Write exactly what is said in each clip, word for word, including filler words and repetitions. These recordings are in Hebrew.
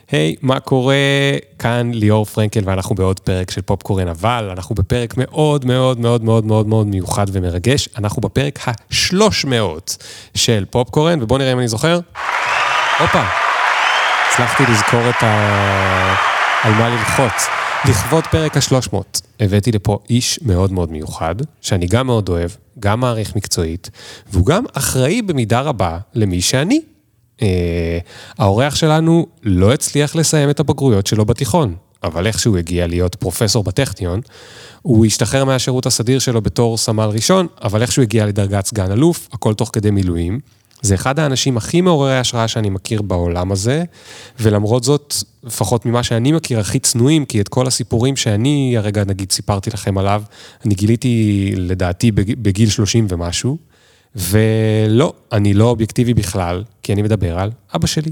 היי, hey, מה קורה? כאן ליאור פרנקל ואנחנו בעוד פרק של פופקורן, אבל אנחנו בפרק מאוד מאוד מאוד מאוד מאוד מאוד מיוחד ומרגש. אנחנו בפרק ה-שלוש מאות של פופקורן, ובואו נראה אם אני זוכר. הופה, הצלחתי לזכור את ה... על מה ללחוץ. לכבוד פרק ה-שלוש מאות, הבאתי לפה איש מאוד מאוד מיוחד, שאני גם מאוד אוהב, גם מעריך מקצועית, והוא גם אחראי במידה רבה למי שאני. האורח שלנו לא הצליח לסיים את הבגרויות שלו בתיכון, אבל איכשהו הגיע להיות פרופסור בטכניון, הוא השתחרר מהשירות הסדיר שלו בתור סמל ראשון, אבל איכשהו הגיע לדרגת סגן אלוף, הכל תוך כדי מילואים. זה אחד האנשים הכי מעוררי השראה שאני מכיר בעולם הזה, ולמרות זאת, לפחות ממה שאני מכיר, הכי צנועים, כי את כל הסיפורים שאני הרגע נגיד סיפרתי לכם עליו, אני גיליתי לדעתי בגיל שלושים ומשהו, ולא, אני לא אובייקטיבי בכלל, כי אני מדבר על אבא שלי.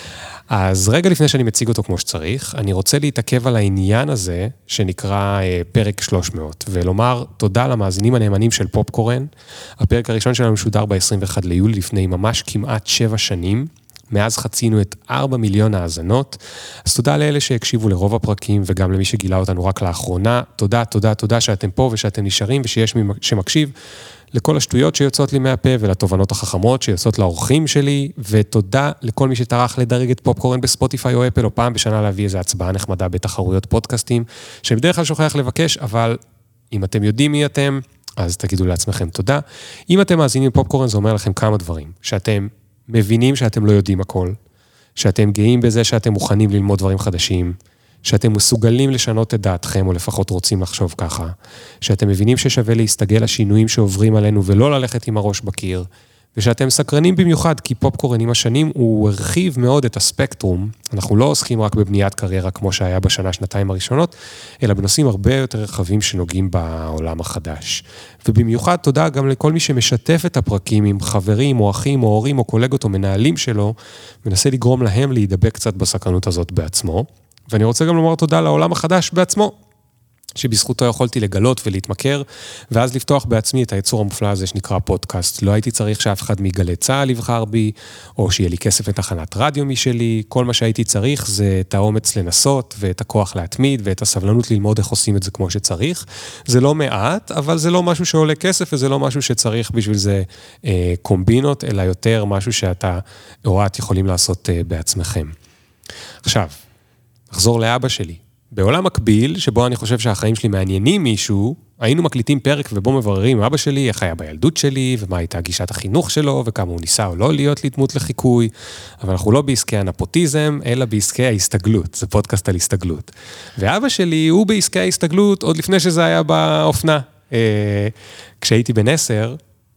אז רגע לפני שאני מציג אותו כמו שצריך, אני רוצה להתעכב על העניין הזה, שנקרא פרק שלוש מאות, ולומר תודה למאזינים הנאמנים של פופקורן. הפרק הראשון שלנו משודר ב-עשרים ואחד ליולי, לפני ממש כמעט שבע שנים, מאז חצינו את ארבע מיליון האזנות, אז תודה לאלה שהקשיבו לרוב הפרקים, וגם למי שגילה אותנו רק לאחרונה. תודה, תודה, תודה שאתם פה ושאתם נשארים, ושיש מי שמקשיב לכל השטויות שיוצאות לי מהפה, ולתובנות החכמות שיוצאות לאורחים שלי, ותודה לכל מי שטרח לדרג את פופקורן בספוטיפיי או אפל, או פעם בשנה להביא איזו הצבעה נחמדה בתחרויות פודקאסטים, שבדרך כלל שוכח לבקש, אבל אם אתם יודעים מי אתם, אז תגידו לעצמכם תודה. אם אתם מאזינים פופקורן, זה אומר לכם כמה דברים, שאתם מבינים שאתם לא יודעים הכל, שאתם גאים בזה שאתם מוכנים ללמוד דברים חדשים, שאתם מסוגלים לשנות את דעתכם, או לפחות רוצים לחשוב ככה, שאתם מבינים ששווה להסתגל לשינויים שעוברים עלינו, ולא ללכת עם הראש בקיר, ושאתם סקרנים במיוחד, כי פופקורן עם השנים הוא הרחיב מאוד את הספקטרום, אנחנו לא עוסקים רק בבניית קריירה כמו שהיה בשנה, שנתיים הראשונות, אלא בנושאים הרבה יותר רחבים שנוגעים בעולם החדש. ובמיוחד תודה גם לכל מי שמשתף את הפרקים עם חברים או אחים או הורים או קולגות או מנהלים שלו, מנסה לגרום להם להידבק קצת בסקרנות הזאת בעצמו. ואני רוצה גם לומר תודה לעולם החדש בעצמו, שבזכותו יכולתי לגלות ולהתמכר, ואז לפתוח בעצמי את היצור המופלא הזה שנקרא פודקאסט. לא הייתי צריך שאף אחד מגלי צהל יבחר בי, או שיהיה לי כסף לתחנת רדיו משלי. כל מה שהייתי צריך זה את האומץ לנסות, ואת הכוח להתמיד, ואת הסבלנות ללמוד איך עושים את זה כמו שצריך. זה לא מעט, אבל זה לא משהו שעולה כסף, וזה לא משהו שצריך בשביל זה אה, קומבינות, אלא יותר משהו שאתה או את יכולים לעשות אה, בעצמכם. עכשיו, נחזור לאבא שלי. בעולם מקביל, שבו אני חושב שהחיים שלי מעניינים מישהו, היינו מקליטים פרק ובו מבררים עם אבא שלי, איך היה בילדות שלי, ומה הייתה גישת החינוך שלו, וכמה הוא ניסה או לא להיות לדמות לחיקוי, אבל אנחנו לא בעסקי הנפוטיזם, אלא בעסקי ההסתגלות, זה פודקאסט על הסתגלות. ואבא שלי הוא בעסקי ההסתגלות, עוד לפני שזה היה באופנה. כשהייתי בן עשר,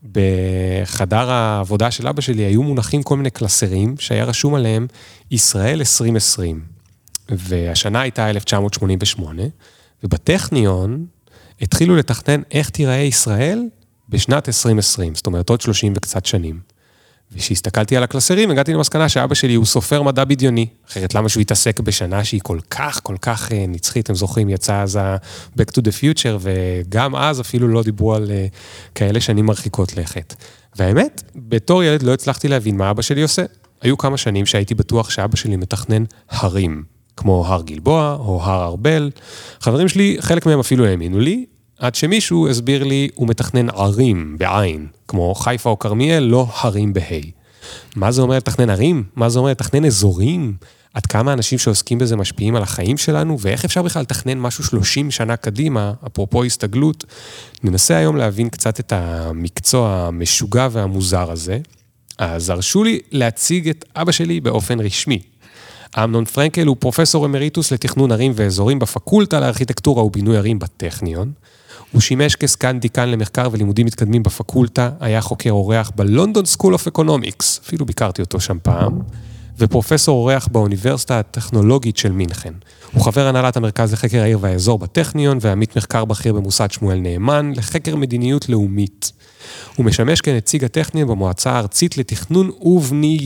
בחדר העבודה של אבא שלי, היו מונחים כל מיני קלסרים, שהיה רשום עליהם, ישראל עשרים עשרים. והשנה הייתה אלף תשע מאות שמונים ושמונה, ובטכניון התחילו לתכנן איך תיראה ישראל בשנת עשרים עשרים, זאת אומרת עוד שלושים וקצת שנים. וכשהסתכלתי על הקלסרים, הגעתי למסקנה שאבא שלי הוא סופר מדע בדיוני, אחרת למה שהוא יתעסק בשנה שהיא כל כך, כל כך נצחית, אתם זוכרים, יצא אז ה-Back to the Future, וגם אז אפילו לא דיברו על כאלה שנים מרחיקות לכת. והאמת, בתור ילד לא הצלחתי להבין מה אבא שלי עושה. היו כמה שנים שהייתי בטוח שאבא שלי מתכנן הרים, כמו הר גלבוע או הר ארבל. חברים שלי, חלק מהם אפילו האמינו לי, עד שמישהו הסביר לי, הוא מתכנן ערים בעין, כמו חיפה או כרמיאל, לא הרים בהי. מה זה אומר לתכנן ערים? מה זה אומר לתכנן אזורים? עד כמה אנשים שעוסקים בזה משפיעים על החיים שלנו, ואיך אפשר בכלל לתכנן משהו שלושים שנה קדימה, אפרופו הסתגלות? ננסה היום להבין קצת את המקצוע המשוגע והמוזר הזה. אז הרשו לי להציג את אבא שלי באופן רשמי. אמנון פרנקל הוא פרופסור אמריטוס לתכנון ערים ואזורים בפקולטה לארכיטקטורה ובינוי ערים בטכניון. הוא שימש כסגן דיקן למחקר ולימודים מתקדמים בפקולטה, היה חוקר אורח בלונדון סקול אוף אקונומיקס, אפילו ביקרתי אותו שם פעם, ופרופסור אורח באוניברסיטה הטכנולוגית של מינכן. הוא חבר הנהלת המרכז לחקר העיר והאזור בטכניון, ועמית מחקר בכיר במוסד שמואל נאמן לחקר מדיניות לאומית. הוא משמש כנציג הטכניון במועצה הארצית לתכנון ובנייה.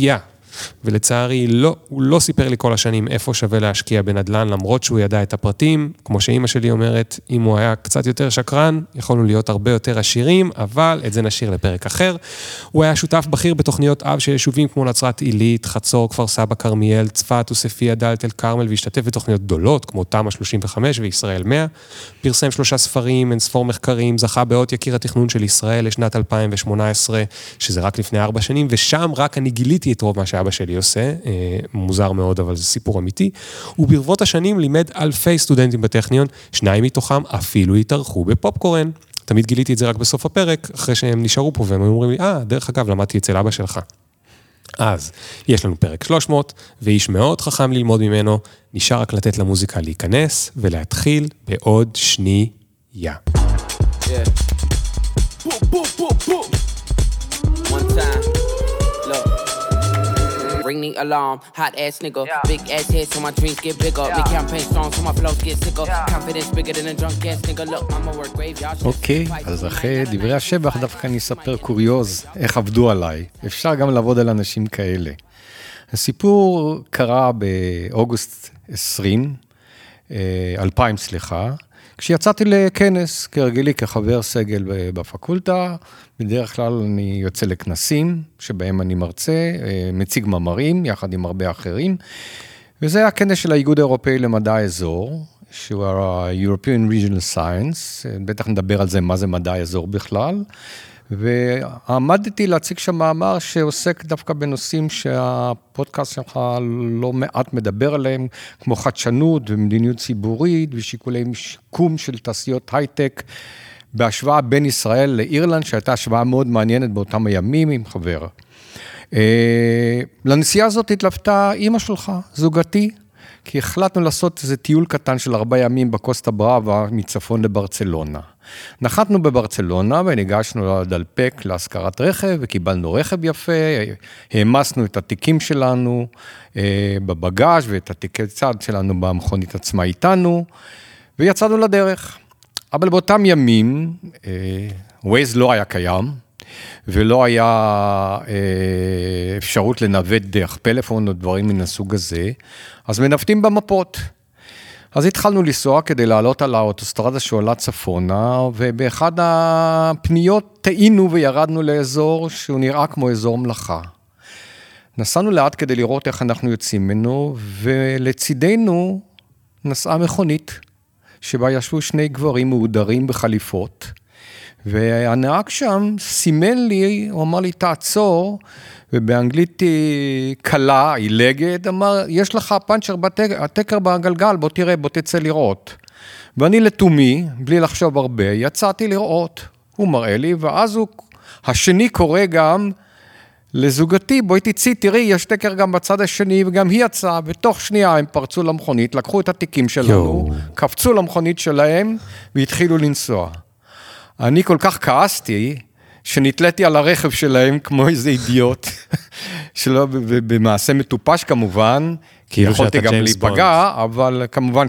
ולצערי לא, הוא לא סיפר לי כל השנים איפה שווה להשקיע בנדל"ן, למרות שהוא ידע את הפרטים, כמו שאמא שלי אומרת, אם הוא היה קצת יותר שקרן, יכולנו להיות הרבה יותר עשירים, אבל את זה נשאיר לפרק אחר. הוא היה שותף בכיר בתוכניות אב של יישובים כמו נצרת עילית, חצור, כפר סבא, כרמיאל, צפת, עוספיה, דאלית אל כרמל, והשתתף בתוכניות גדולות כמו תמ"א שלושים וחמש וישראל מאה. פרסם שלושה ספרים, אין ספור מחקרים, זכה באות יקיר התכנון של ישראל לשנת אלפיים ושמונה עשרה, שזה רק לפני ארבע שנים, ושם רק אני גיליתי את רוב מה שאבא שלי עושה, מוזר מאוד, אבל זה סיפור אמיתי. וברבות השנים לימד אלפי סטודנטים בטכניון, שניים מתוכם אפילו התארחו בפופקורן. תמיד גיליתי את זה רק בסוף הפרק, אחרי שהם נשארו פה, והם אומרים לי, אה, דרך אגב, למדתי אצל אבא שלך. אז, יש לנו פרק שלוש מאות, ואיש מאוד חכם ללמוד ממנו, נשאר רק לתת למוזיקה להיכנס, ולהתחיל בעוד שנייה. Yeah. Boop, boop, boop, boop. One time, look. Ring the alarm, hot ass nigga. Yeah. Big ass head so my dreams get bigger. Yeah. Big campaign songs so my flows get sicker. Yeah. Confidence bigger than a drunk ass nigga. Look, I'ma work graveyard. אוקיי, אז אחרי דברי השבח דווקא אני אספר קוריוז איך עבדו עליי. אפשר גם לעבוד על אנשים כאלה. הסיפור קרה באוגוסט עשרים, אלפיים סליחה, כשיצאתי לכנס, כרגילי, כחבר סגל בפקולטה, בדרך כלל אני יוצא לכנסים, שבהם אני מרצה, מציג מאמרים, יחד עם הרבה אחרים, וזה היה כנס של האיגוד האירופאי למדע האזור, שהוא ה-European Regional Science, בטח נדבר על זה, מה זה מדע האזור בכלל, ועמדתי להציג שם מאמר שעוסק דווקא בנושאים שהפודקאסט שלך לא מעט מדבר עליהם, כמו חדשנות ומדיניות ציבורית ושיקולי שיקום של תעשיות הייטק, בהשוואה בין ישראל לאירלנד, שהייתה השוואה מאוד מעניינת באותם הימים עם חבר. לנסיעה הזאת התלוותה אמא שלך, זוגתי, כי החלטנו לעשות איזה טיול קטן של ארבע ימים בקוסטה בראבה מצפון לברצלונה. נחתנו בברצלונה וניגשנו לדלפק להשכרת רכב וקיבלנו רכב יפה, העמסנו את התיקים שלנו אה, בבגאז' ואת התיקי צד שלנו במכונית עצמה איתנו, ויצאנו לדרך. אבל באותם ימים, אה, ווייז לא היה קיים, ולא היה אה, אפשרות לנווט דרך פלאפון או דברים מן הסוג הזה, אז מנווטים במפות. אז התחלנו לנסוע כדי לעלות על האוטוסטרדה שעולה צפונה, ובאחד הפניות טעינו וירדנו לאזור שהוא נראה כמו אזור מלאכה. נסענו לאט כדי לראות איך אנחנו יוצאים ממנו, ולצידנו נסעה מכונית, שבה ישבו שני גברים מהודרים בחליפות, והנהג שם סימן לי, הוא אמר לי, תעצור, ובאנגלית קלה, עילגת, אמר, יש לך פאנצ'ר בתקר בגלגל, בוא תראה, בוא תצא לראות. ואני לתומי, בלי לחשוב הרבה, יצאתי לראות. הוא מראה לי, ואז הוא, השני קורא גם לזוגתי, בואי תצאי, תראי, יש תקר גם בצד השני, וגם היא יצאה, בתוך שנייה הם פרצו למכונית, לקחו את התיקים שלנו, Yo. קפצו למכונית שלהם, והתחילו לנסוע. אני כל כך כעסתי, שנתליתי על הרכב שלהם כמו איזה אידיוט, שלא במעשה מטופש כמובן, כי יכולתי גם להיפגע, אבל כמובן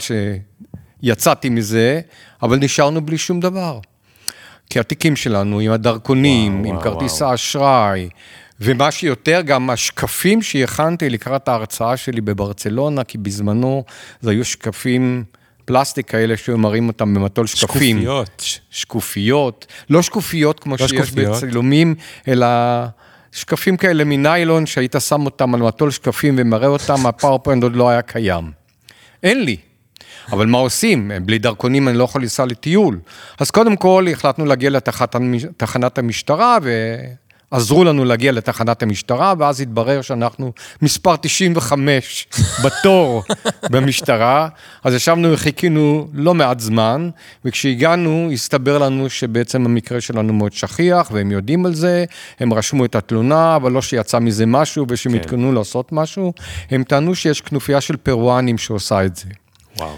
שיצאתי מזה, אבל נשארנו בלי שום דבר. כי התיקים שלנו עם הדרכונים, עם כרטיס האשראי, ומה שיותר גם השקפים שהכנתי לקראת ההרצאה שלי בברצלונה, כי בזמנו זה היו שקפים פלסטיק כאלה שמראים אותם במטול שקפים. שקופיות. שקופיות. לא שקופיות כמו לא שיש שקופיות. בצילומים, אלא שקפים כאלה מניילון שהיית שם אותם על מטול שקפים ומראה אותם, הפאורפוינט עוד לא היה קיים. אין לי. אבל מה עושים? בלי דרכונים אני לא יכול לנסוע לטיול. אז קודם כל החלטנו להגיע לתחנת המשטרה ועזרו לנו להגיע לתחנת המשטרה, ואז התברר שאנחנו מספר תשעים וחמש בתור במשטרה, אז ישבנו וחיכינו לא מעט זמן, וכשהגענו הסתבר לנו שבעצם המקרה שלנו מאוד שכיח, והם יודעים על זה, הם רשמו את התלונה, אבל לא שיצא מזה משהו, ושהם התכוונו לעשות משהו, הם טענו שיש כנופיה של פרואנים שעושה את זה. וואו.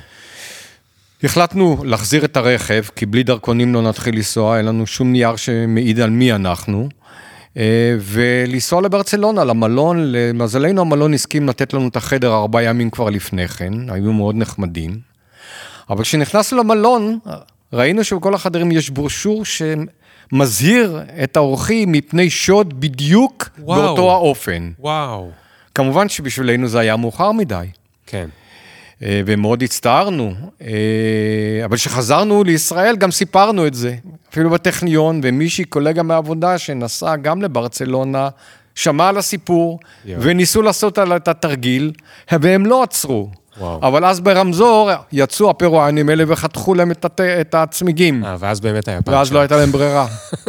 החלטנו להחזיר את הרכב, כי בלי דרכונים לא נתחיל לנסוע, אין לנו שום נייר שמעיד על מי אנחנו, ולנסוע לברצלונה, למלון, למזלנו המלון הסכים לתת לנו את החדר ארבעה ימים כבר לפני כן, היו מאוד נחמדים, אבל כשנכנסנו למלון, ראינו שבכל החדרים יש ברושור שמזהיר את האורחים מפני שוד בדיוק וואו. באותו האופן. וואו. כמובן שבשבילנו זה היה מאוחר מדי. כן. ומאוד הצטערנו, אבל כשחזרנו לישראל גם סיפרנו את זה, אפילו בטכניון, ומישהי קולגה מהעבודה שנסע גם לברצלונה, שמע על הסיפור, וניסו לעשות על את התרגיל, והם לא עצרו. וואו. אבל אז ברמזור יצאו הפרואנים האלה וחתכו להם את, את הצמיגים. אה, ואז באמת היה פעם ואז שם. לא הייתה להם ברירה.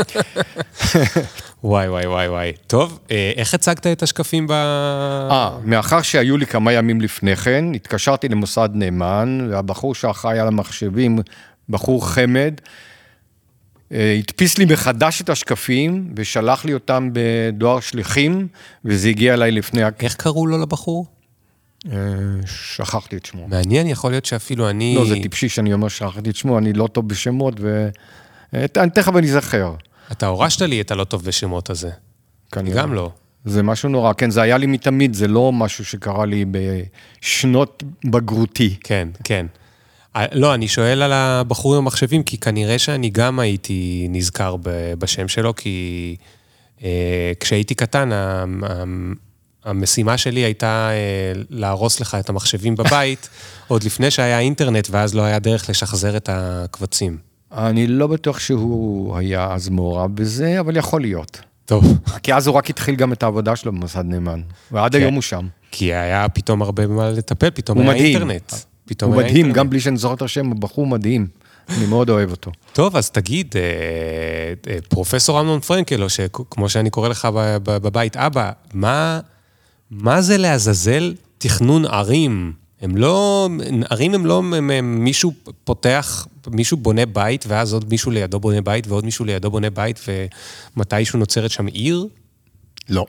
וואי, וואי, וואי, וואי. טוב, איך הצגת את השקפים ב... אה, מאחר שהיו לי כמה ימים לפני כן, התקשרתי למוסד נאמן, והבחור שאחראי על המחשבים, בחור חמד, הדפיס לי מחדש את השקפים, ושלח לי אותם בדואר שליחים, וזה הגיע אליי לפני... איך קראו לו לבחור? שכחתי את שמו. מעניין, יכול להיות שאפילו אני... לא, זה טיפשי שאני אומר שכחתי את שמו, אני לא טוב בשמות, ואני תכף אני זכר. אתה הורשת לי את הלא טוב בשמות הזה. כנראה. גם לא. זה משהו נורא, כן, זה היה לי מתמיד, זה לא משהו שקרה לי בשנות בגרותי. כן, כן. לא, אני שואל על הבחור עם המחשבים, כי כנראה שאני גם הייתי נזכר בשם שלו, כי כשהייתי קטן, המשימה שלי הייתה להרוס לך את המחשבים בבית, עוד לפני שהיה אינטרנט, ואז לא היה דרך לשחזר את הקבצים. אני לא בטוח שהוא היה אז מעורב בזה, אבל יכול להיות. טוב. כי אז הוא רק התחיל גם את העבודה שלו במוסד נאמן, ועד היום הוא שם. כי היה פתאום הרבה מה לטפל, פתאום היה אינטרנט. הוא מדהים, גם בלי שאני זוכר את השם, הוא בחור מדהים. אני מאוד אוהב אותו. טוב, אז תגיד, פרופסור אמנון פרנקל, או שכמו שאני קורא לך בבית אבא, מה... מה זה לעזאזל תכנון ערים? הם לא, ערים הם לא, הם, הם, מישהו פותח, מישהו בונה בית, ואז עוד מישהו לידו בונה בית, ועוד מישהו לידו בונה בית, ומתישהו נוצרת שם עיר? לא.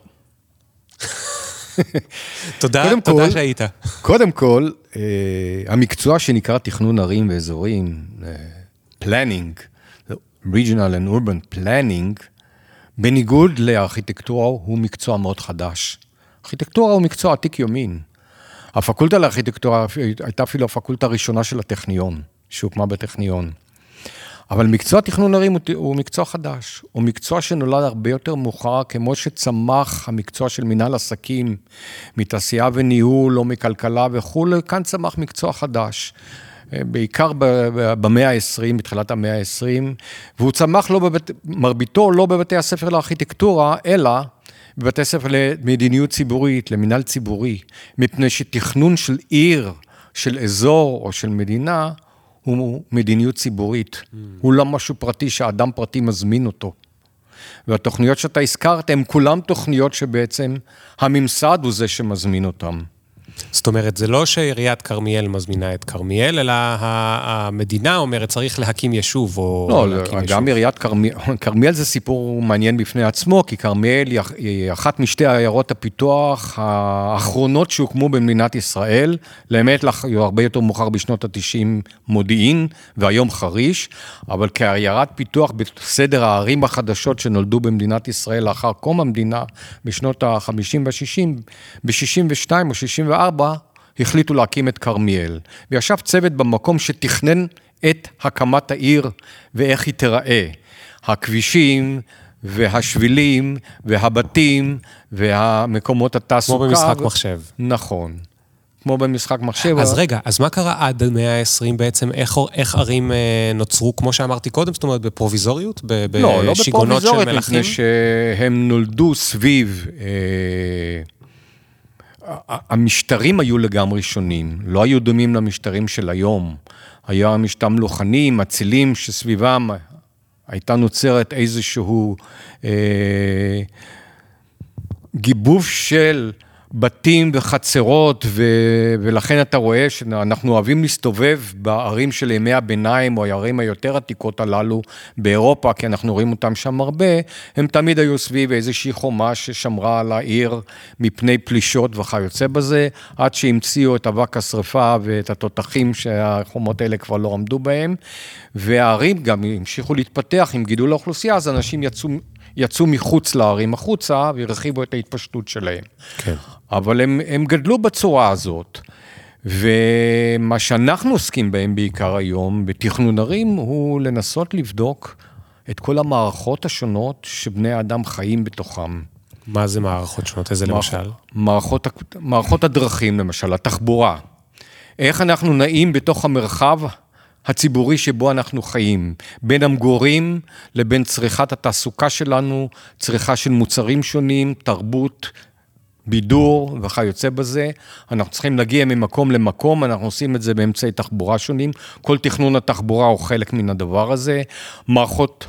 תודה, תודה שהיית. קודם כל, המקצוע שנקרא תכנון ערים ואזורים, planning, regional and urban planning, בניגוד לארכיטקטורה, הוא מקצוע מאוד חדש. ארכיטקטורה הוא מקצוע עתיק יומין. הפקולטה לארכיטקטורה הייתה אפילו הפקולטה הראשונה של הטכניון, שהוקמה בטכניון. אבל מקצוע תכנון ערים הוא, הוא מקצוע חדש. הוא מקצוע שנולד הרבה יותר מאוחר, כמו שצמח המקצוע של מנהל עסקים, מתעשייה וניהול או מכלכלה וכו', כאן צמח מקצוע חדש. בעיקר במאה ה-עשרים, בתחילת המאה ה-עשרים, והוא צמח לא בבית, מרביתו לא בבתי הספר לארכיטקטורה, אלא בבתי ספר למדיניות ציבורית, למנהל ציבורי, מפני שתכנון של עיר, של אזור או של מדינה, הוא מדיניות ציבורית. Mm. הוא לא משהו פרטי שהאדם פרטי מזמין אותו. והתוכניות שאתה הזכרת, הן כולם תוכניות שבעצם הממסד הוא זה שמזמין אותם. זאת אומרת, זה לא שעיריית כרמיאל מזמינה את כרמיאל, אלא המדינה אומרת, צריך להקים יישוב או לא, להקים גם יישוב. גם עיריית כרמיאל, כרמיאל זה סיפור מעניין בפני עצמו, כי כרמיאל היא אחת משתי עיירות הפיתוח האחרונות שהוקמו במדינת ישראל, לאמת הרבה יותר מאוחר בשנות ה-תשעים מודיעין, והיום חריש, אבל כעיירת פיתוח בסדר הערים החדשות שנולדו במדינת ישראל לאחר קום המדינה, בשנות ה-חמישים וה-שישים, ב-שישים ושתיים או שישים וארבע, החליטו להקים את כרמיאל. וישב צוות במקום שתכנן את הקמת העיר ואיך היא תיראה. הכבישים והשבילים והבתים והמקומות התעסוקה. כמו במשחק מחשב. נכון. כמו במשחק מחשב. אז רגע, אז מה קרה עד המאה ה-עשרים בעצם? איך, איך ערים נוצרו, כמו שאמרתי קודם, זאת אומרת, בפרוביזוריות? ב- לא, לא בפרוביזוריות, מפני שהם נולדו סביב... אה, המשטרים היו לגמרי שונים, לא היו דומים למשטרים של היום. היה משטר מלוכני, מצילים שסביבם הייתה נוצרת איזשהו אה, גיבוב של בתים וחצרות, ו, ולכן אתה רואה שאנחנו אוהבים להסתובב בערים של ימי הביניים, או הערים היותר עתיקות הללו באירופה, כי אנחנו רואים אותם שם הרבה, הם תמיד היו סביב איזושהי חומה ששמרה על העיר מפני פלישות וכיוצא בזה, עד שהמציאו את אבק השרפה ואת התותחים שהחומות האלה כבר לא עמדו בהם, והערים גם המשיכו להתפתח עם גידול האוכלוסייה, אז אנשים יצאו... יצאו מחוץ לערים החוצה, והרחיבו את ההתפשטות שלהם. כן. אבל הם, הם גדלו בצורה הזאת, ומה שאנחנו עוסקים בהם בעיקר היום, בתכנון ערים, הוא לנסות לבדוק את כל המערכות השונות שבני האדם חיים בתוכם. מה זה מערכות שונות? איזה למשל? מערכות, מערכות הדרכים, למשל, התחבורה. איך אנחנו נעים בתוך המרחב הציבורי שבו אנחנו חיים, בין המגורים לבין צריכת התעסוקה שלנו, צריכה של מוצרים שונים, תרבות, בידור וכיוצא בזה. אנחנו צריכים להגיע ממקום למקום, אנחנו עושים את זה באמצעי תחבורה שונים. כל תכנון התחבורה הוא חלק מן הדבר הזה. מערכות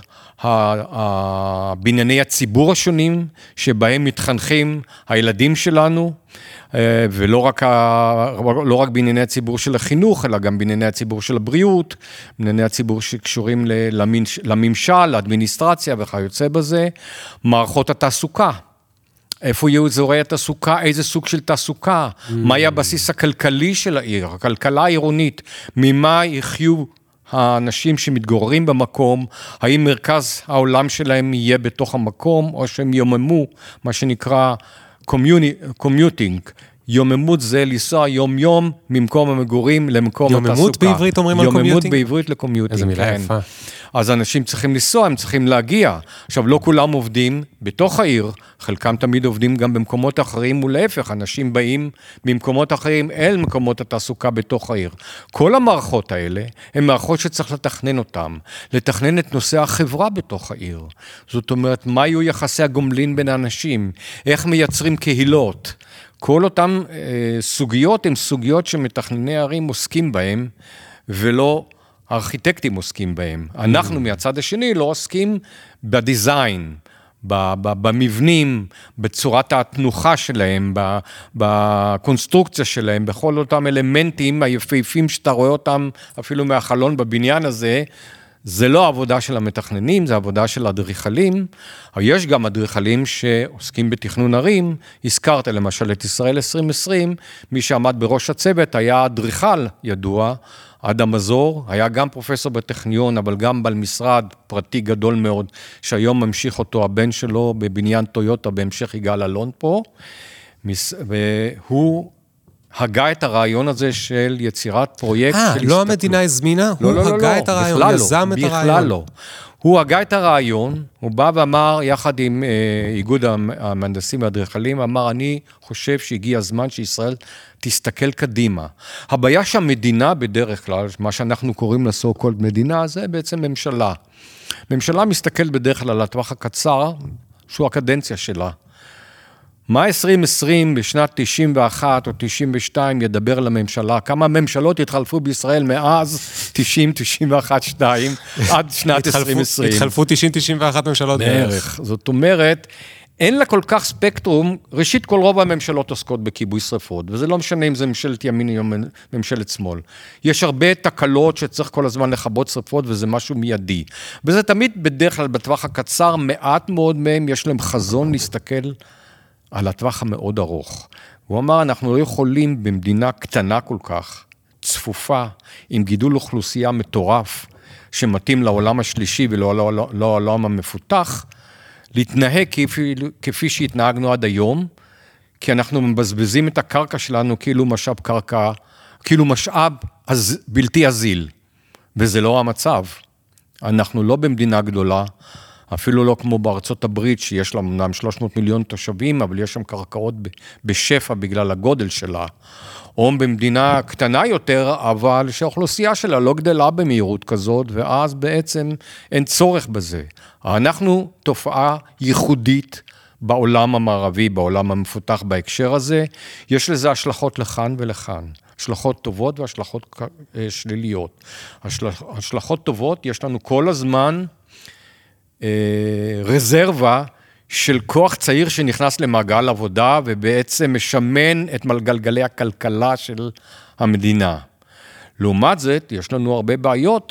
הבנייני הציבור השונים, שבהם מתחנכים הילדים שלנו, ולא רק, ה... לא רק בענייני הציבור של החינוך, אלא גם בענייני הציבור של הבריאות, בענייני הציבור שקשורים לממשל, לאדמיניסטרציה וכיוצא בזה. מערכות התעסוקה. איפה יהיו אזורי התעסוקה, איזה סוג של תעסוקה, mm. מה יהיה הבסיס הכלכלי של העיר, הכלכלה העירונית, ממה יחיו האנשים שמתגוררים במקום, האם מרכז העולם שלהם יהיה בתוך המקום, או שהם יוממו, מה שנקרא קומיוטינג, יוממות זה לנסוע יום יום ממקום המגורים למקום יוממות התעסוקה. יוממות בעברית אומרים על קומיוטינג? יוממות בעברית לקומיוטינג. איזה מילה כן. יפה. אז אנשים צריכים לנסוע, הם צריכים להגיע. עכשיו, לא כולם עובדים בתוך העיר, חלקם תמיד עובדים גם במקומות אחרים, ולהפך, אנשים באים ממקומות אחרים אל מקומות התעסוקה בתוך העיר. כל המערכות האלה, הן מערכות שצריך לתכנן אותן, לתכנן את נושא החברה בתוך העיר. זאת אומרת, מה יהיו יחסי הגומלין בין האנשים, איך מייצרים קהילות. כל אותן אה, סוגיות הן סוגיות שמתכנני הערים עוסקים בהן, ולא הארכיטקטים עוסקים בהם. אנחנו מהצד השני לא עוסקים בדיזיין, במבנים, בצורת התנוחה שלהם, בקונסטרוקציה שלהם, בכל אותם אלמנטים היפהפים שאתה רואה אותם אפילו מהחלון בבניין הזה, זה לא עבודה של המתכננים, זה עבודה של אדריכלים. יש גם אדריכלים שעוסקים בתכנון ערים, הזכרת למשל את ישראל עשרים עשרים, מי שעמד בראש הצוות היה אדריכל ידוע, אדם מזור, היה גם פרופסור בטכניון, אבל גם בעל משרד פרטי גדול מאוד, שהיום ממשיך אותו הבן שלו בבניין טויוטה, בהמשך יגאל אלון פה, והוא הגה את הרעיון הזה של יצירת פרויקט. אה, לא המדינה הזמינה? הוא הגה את הרעיון, יזם את הרעיון. בכלל לא. הוא הגה את הרעיון, הוא בא ואמר, יחד עם איגוד המהנדסים והאדריכלים, אמר, אני חושב שהגיע הזמן שישראל תסתכל קדימה. הבעיה שהמדינה בדרך כלל, מה שאנחנו קוראים לסו כל מדינה, זה בעצם ממשלה. ממשלה מסתכלת בדרך כלל על הטווח הקצר, שהוא הקדנציה שלה. מה עשרים עשרים בשנת תשעים ואחת או תשעים ושתיים ידבר לממשלה? כמה ממשלות התחלפו בישראל מאז תשעים, תשעים ואחת, שתיים עד שנת עשרים עשרים? התחלפו תשעים, תשעים ואחת ממשלות בערך. זאת אומרת, אין לה כל כך ספקטרום, ראשית כל רוב הממשלות עוסקות בכיבוי שרפות, וזה לא משנה אם זה ממשלת ימין או ממשלת שמאל. יש הרבה תקלות שצריך כל הזמן לכבות שרפות, וזה משהו מיידי. וזה תמיד בדרך כלל בטווח הקצר, מעט מאוד מהם יש להם חזון להסתכל על הטווח המאוד ארוך. הוא אמר, אנחנו לא יכולים במדינה קטנה כל כך, צפופה, עם גידול אוכלוסייה מטורף, שמתאים לעולם השלישי ולא לעולם המפותח, להתנהג כפי, כפי שהתנהגנו עד היום, כי אנחנו מבזבזים את הקרקע שלנו כאילו משאב קרקע, כאילו משאב אז, בלתי אזיל, וזה לא המצב. אנחנו לא במדינה גדולה, אפילו לא כמו בארצות הברית, שיש לה אמנם שלוש מאות מיליון תושבים, אבל יש שם קרקעות בשפע בגלל הגודל שלה, או במדינה קטנה יותר, אבל שהאוכלוסייה שלה לא גדלה במהירות כזאת, ואז בעצם אין צורך בזה. אנחנו תופעה ייחודית בעולם המערבי, בעולם המפותח בהקשר הזה, יש לזה השלכות לכאן ולכאן. השלכות טובות והשלכות שליליות. השלכות טובות, יש לנו כל הזמן רזרבה של כוח צעיר שנכנס למעגל עבודה, ובעצם משמן את מגלגלי הכלכלה של המדינה. לעומת זאת, יש לנו הרבה בעיות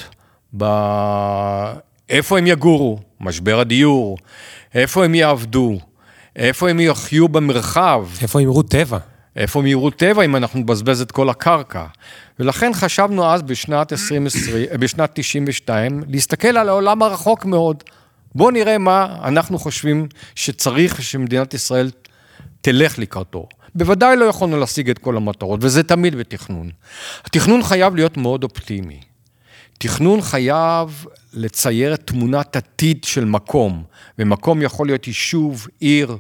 באיפה הם יגורו, משבר הדיור, איפה הם יעבדו, איפה הם יחיו במרחב. איפה הם יראו טבע. איפה הם יראו טבע אם אנחנו נבזבז את כל הקרקע. ולכן חשבנו אז בשנת עשרים עשרים, בשנת תשעים ושתיים, להסתכל על העולם הרחוק מאוד. בואו נראה מה אנחנו חושבים שצריך שמדינת ישראל תלך לקראתו. בוודאי לא יכולנו להשיג את כל המטרות, וזה תמיד בתכנון. התכנון חייב להיות מאוד אופטימי. תכנון חייב לצייר את תמונת עתיד של מקום, ומקום יכול להיות יישוב, עיר,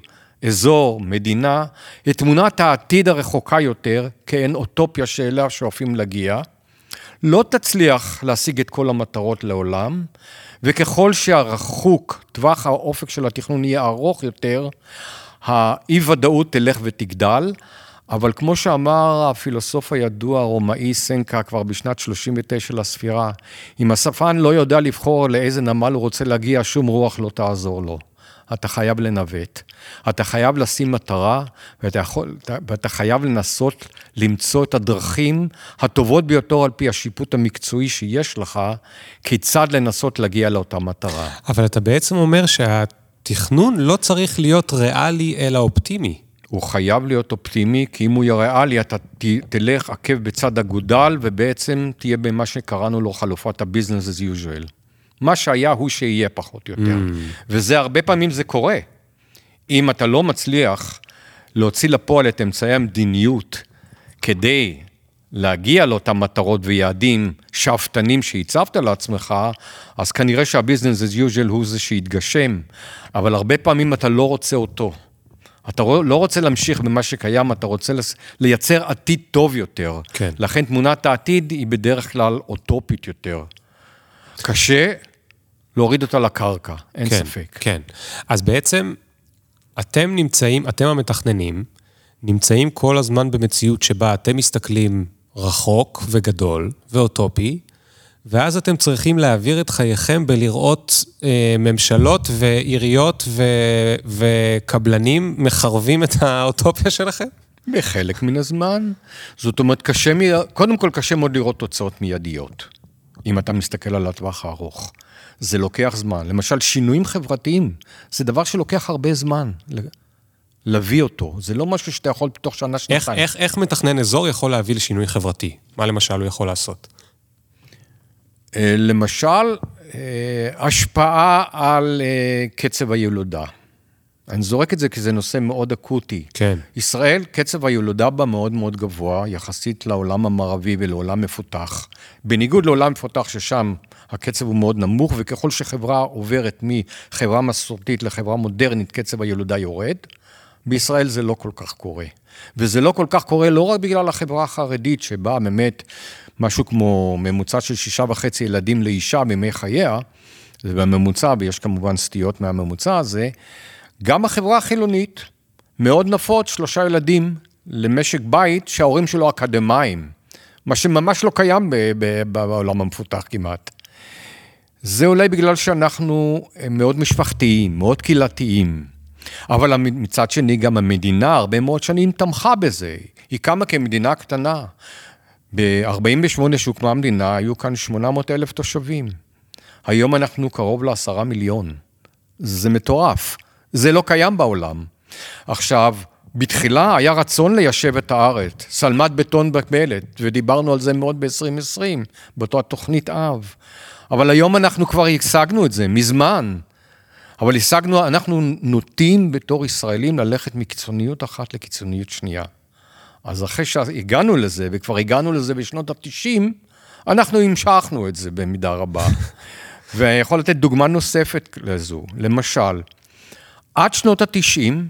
אזור, מדינה, את תמונת העתיד הרחוקה יותר, כאין אוטופיה שאליה שואפים להגיע, לא תצליח להשיג את כל המטרות לעולם, וככל שהרחוק, טווח האופק של התכנון יהיה ארוך יותר, האי-ודאות תלך ותגדל, אבל כמו שאמר הפילוסוף הידוע הרומאי סנקה כבר בשנת שלושים ותשע לספירה, אם הספן לא יודע לבחור לאיזה נמל הוא רוצה להגיע, שום רוח לא תעזור לו. אתה חייב לנווט, אתה חייב לשים מטרה, ואתה, יכול, ואתה חייב לנסות למצוא את הדרכים הטובות ביותר על פי השיפוט המקצועי שיש לך, כיצד לנסות להגיע לאותה מטרה. אבל אתה בעצם אומר שהתכנון לא צריך להיות ריאלי אלא אופטימי. הוא חייב להיות אופטימי, כי אם הוא יהיה ריאלי, אתה תלך עקב בצד אגודל, ובעצם תהיה במה שקראנו לו חלופת ה-business as usual. מה שהיה הוא שיהיה פחות יותר. Mm. וזה הרבה פעמים זה קורה. אם אתה לא מצליח להוציא לפועל את אמצעי המדיניות, כדי להגיע לאותם מטרות ויעדים שאפתנים שהצבת לעצמך, אז כנראה שה-business as usual הוא זה שיתגשם, אבל הרבה פעמים אתה לא רוצה אותו. אתה לא רוצה להמשיך במה שקיים, אתה רוצה לייצר עתיד טוב יותר. כן. לכן תמונת העתיד היא בדרך כלל אוטופית יותר. קשה להוריד אותה לקרקע, אין כן, ספק. כן. אז בעצם אתם נמצאים, אתם המתכננים, נמצאים כל הזמן במציאות שבה אתם מסתכלים רחוק וגדול ואוטופי, ואז אתם צריכים להעביר את חייכם בלראות אה, ממשלות ועיריות ו, וקבלנים מחרבים את האוטופיה שלכם? בחלק מן הזמן. זאת אומרת, קשה, קודם כל קשה מאוד לראות תוצאות מיידיות, אם אתה מסתכל על הטווח הארוך. זה לוקח זמן. למשל, שינויים חברתיים, זה דבר שלוקח הרבה זמן להביא אותו. זה לא משהו שאתה יכול בתוך שנה שנתיים. איך, איך, איך מתכנן אזור יכול להביא לשינוי חברתי? מה למשל הוא יכול לעשות? למשל, השפעה על קצב הילודה. אני זורק את זה כי זה נושא מאוד אקוטי. כן. ישראל, קצב הילודה בה מאוד מאוד גבוה, יחסית לעולם המערבי ולעולם מפותח. בניגוד לעולם מפותח ששם הקצב הוא מאוד נמוך, וככל שחברה עוברת מחברה מסורתית לחברה מודרנית, קצב הילודה יורד. בישראל זה לא כל כך קורה. וזה לא כל כך קורה לא רק בגלל החברה החרדית, שבה באמת משהו כמו ממוצע של שישה וחצי ילדים לאישה בימי חייה, זה בממוצע, ויש כמובן סטיות מהממוצע הזה, גם החברה החילונית, מאוד נפות, שלושה ילדים למשק בית שההורים שלו אקדמיים, מה שממש לא קיים בעולם המפותח כמעט. זה אולי בגלל שאנחנו מאוד משפחתיים, מאוד קהילתיים, אבל מצד שני גם המדינה הרבה מאוד שנים תמכה בזה, היא קמה כמדינה קטנה. ב-ארבעים ושמונה שהוקמה המדינה היו כאן שמונה מאות אלף תושבים, היום אנחנו קרוב לעשרה מיליון, זה מטורף. זה לא קיים בעולם. עכשיו, בתחילה היה רצון ליישב את הארץ, שלמת בטון במלט, ודיברנו על זה מאוד ב-עשרים עשרים, באותה תוכנית אב. אבל היום אנחנו כבר השגנו את זה, מזמן. אבל השגנו, אנחנו נוטים בתור ישראלים ללכת מקיצוניות אחת לקיצוניות שנייה. אז אחרי שהגענו לזה, וכבר הגענו לזה בשנות ה-תשעים, אנחנו המשכנו את זה במידה רבה. ויכול לתת דוגמה נוספת לזו. למשל, עד שנות ה-תשעים,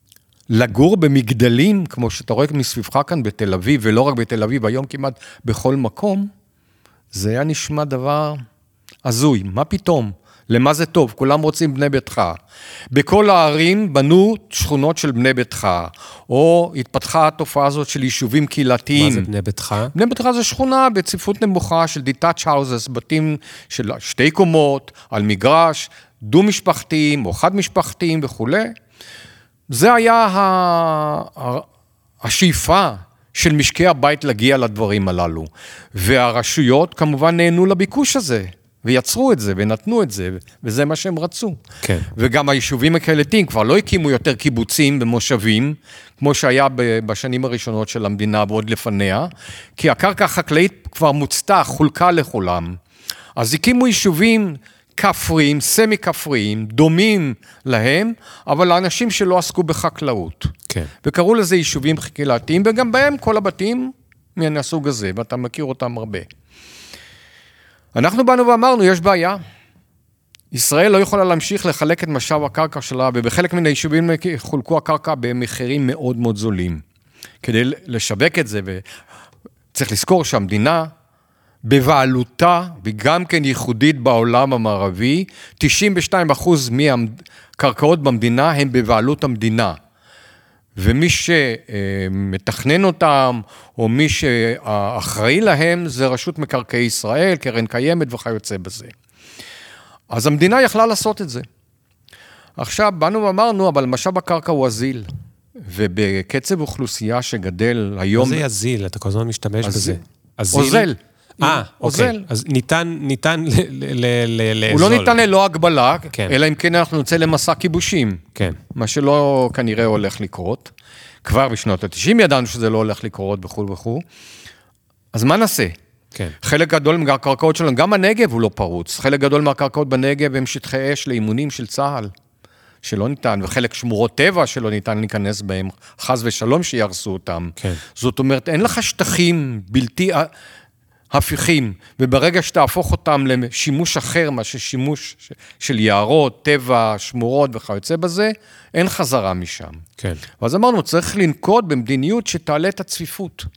לגור במגדלים, כמו שאתה רואה מסביבך כאן בתל אביב, ולא רק בתל אביב, היום כמעט בכל מקום, זה היה נשמע דבר הזוי. מה פתאום? למה זה טוב? כולם רוצים בני ביתך. בכל הערים בנו שכונות של בני ביתך, או התפתחה התופעה הזאת של יישובים קהילתיים. מה זה בני ביתך? בני ביתך זה שכונה בצפיפות נמוכה של detached houses, בתים של שתי קומות, על מגרש, דו-משפחתיים או חד-משפחתיים וכו'. זה היה השאיפה של משקי הבית להגיע לדברים הללו. והרשויות כמובן נהנו לביקוש הזה, ויצרו את זה ונתנו את זה, וזה מה שהם רצו. כן. וגם היישובים הקהילתיים כבר לא הקימו יותר קיבוצים ומושבים, כמו שהיה בשנים הראשונות של המדינה ועוד לפניה, כי הקרקע החקלאית כבר מוצתה, חולקה לכולם. אז הקימו יישובים כפריים, סמי כפריים, דומים להם, אבל לאנשים שלא עסקו בחקלאות. כן. וקראו לזה יישובים קהילתיים, וגם בהם כל הבתים מהסוג הזה, ואתה מכיר אותם הרבה. אנחנו באנו ואמרנו, יש בעיה. ישראל לא יכולה להמשיך לחלק את משאב הקרקע שלה, ובחלק מן היישובים חולקו הקרקע במחירים מאוד מאוד זולים. כדי לשווק את זה, וצריך לזכור שהמדינה, בבעלותה, וגם כן ייחודית בעולם המערבי, תשעים ושתיים אחוז מהקרקעות במדינה הם בבעלות המדינה. ומי שמתכנן אותם, או מי שאחראי להם, זה רשות מקרקעי ישראל, קרן קיימת וכיוצא בזה. אז המדינה יכלה לעשות את זה. עכשיו, באנו ואמרנו, אבל משאב הקרקע הוא אזיל, ובקצב אוכלוסייה שגדל היום... מה זה יזיל? אתה כל הזמן משתמש בזה. אוזל. אה, אוקיי. אז ניתן, ניתן לאזול. הוא לא ניתן ללא הגבלה, אלא אם כן אנחנו נצא למסע כיבושים. כן. מה שלא כנראה הולך לקרות. כבר בשנות ה-תשעים ידענו שזה לא הולך לקרות וכו' וכו'. אז מה נעשה? כן. חלק גדול מהקרקעות שלנו, גם הנגב הוא לא פרוץ. חלק גדול מהקרקעות בנגב הם שטחי אש לאימונים של צה"ל, שלא ניתן, וחלק שמורות טבע שלא ניתן להיכנס בהם, חס ושלום שירסו אותם. כן. זאת אומרת, אין לך שטחים בלתי הפיכים, וברגע שתהפוך אותם לשימוש אחר, מה ששימוש של יערות, טבע, שמורות וכיוצא בזה, אין חזרה משם. כן. ואז אמרנו, צריך לנקוט במדיניות שתעלה את הצפיפות.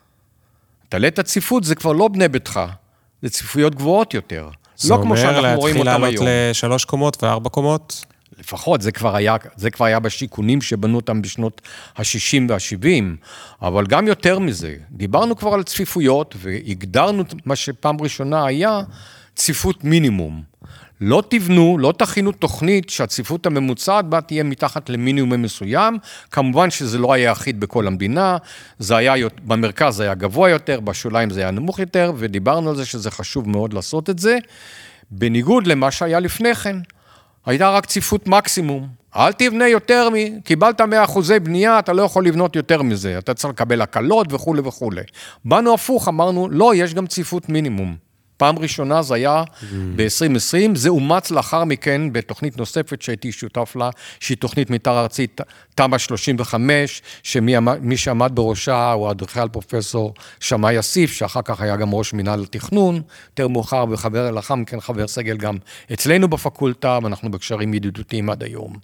תעלה את הצפיפות זה כבר לא בני ביתך, זה צפיפויות גבוהות יותר. לא כמו שאנחנו רואים אותם היום. זה אומר להתחיל לעלות לשלוש קומות וארבע קומות? לפחות, זה כבר היה, זה כבר היה בשיקונים שבנו אותם בשנות ה-שישים וה-שבעים, אבל גם יותר מזה, דיברנו כבר על צפיפויות, והגדרנו מה שפעם ראשונה היה צפיפות מינימום. לא תבנו, לא תכינו תוכנית שהצפיפות הממוצעת בה תהיה מתחת למינימום מסוים, כמובן שזה לא היה אחיד בכל המדינה, זה היה, במרכז זה היה גבוה יותר, בשוליים זה היה נמוך יותר, ודיברנו על זה שזה חשוב מאוד לעשות את זה, בניגוד למה שהיה לפני כן. הייתה רק צפיפות מקסימום, אל תבנה יותר מ... קיבלת מאה אחוזי בנייה, אתה לא יכול לבנות יותר מזה, אתה צריך לקבל הקלות וכו' וכו'. באנו הפוך, אמרנו, לא, יש גם צפיפות מינימום. פעם ראשונה זה היה ב-עשרים עשרים, זה אומץ לאחר מכן בתוכנית נוספת שהייתי שותף לה, שהיא תוכנית מתאר ארצית תמ"א שלושים וחמש, שמי שעמד בראשה הוא האדריכל פרופסור שמאי אסיף, שאחר כך היה גם ראש מינהל התכנון, יותר מאוחר וחבר לאחר מכן חבר סגל גם אצלנו בפקולטה, ואנחנו בקשרים ידידותיים עד היום.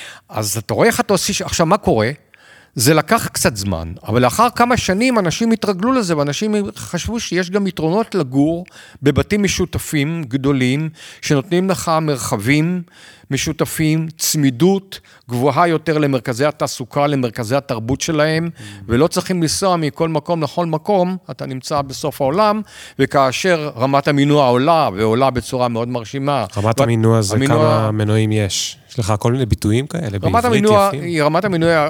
אז אתה רואה איך אתה עושה, עכשיו מה קורה? זה לקח קצת זמן, אבל לאחר כמה שנים אנשים התרגלו לזה, ואנשים חשבו שיש גם יתרונות לגור בבתים משותפים גדולים, שנותנים לך מרחבים משותפים, צמידות גבוהה יותר למרכזי התעסוקה, למרכזי התרבות שלהם, ולא צריכים לנסוע מכל מקום לכל מקום, אתה נמצא בסוף העולם, וכאשר רמת המינוע עולה, ועולה בצורה מאוד מרשימה. רמת המינוע זה כמה מנועים יש? יש לך כל מיני ביטויים כאלה, בעברית יפים? רמת המינוע,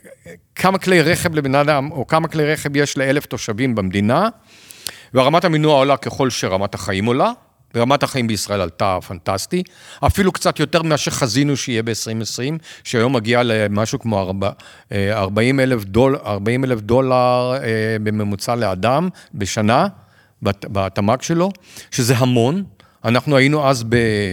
כמה כלי רכב לבן אדם, או כמה כלי רכב יש לאלף תושבים במדינה, ורמת המינוע עולה ככל שרמת החיים עולה, ורמת החיים בישראל עלתה פנטסטי, אפילו קצת יותר ממה שחזינו שיהיה ב-עשרים עשרים, שהיום מגיע למשהו כמו ארבעים אלף דולר, ארבעים אלף דולר בממוצע לאדם בשנה, בתמ"ג שלו, שזה המון, אנחנו היינו אז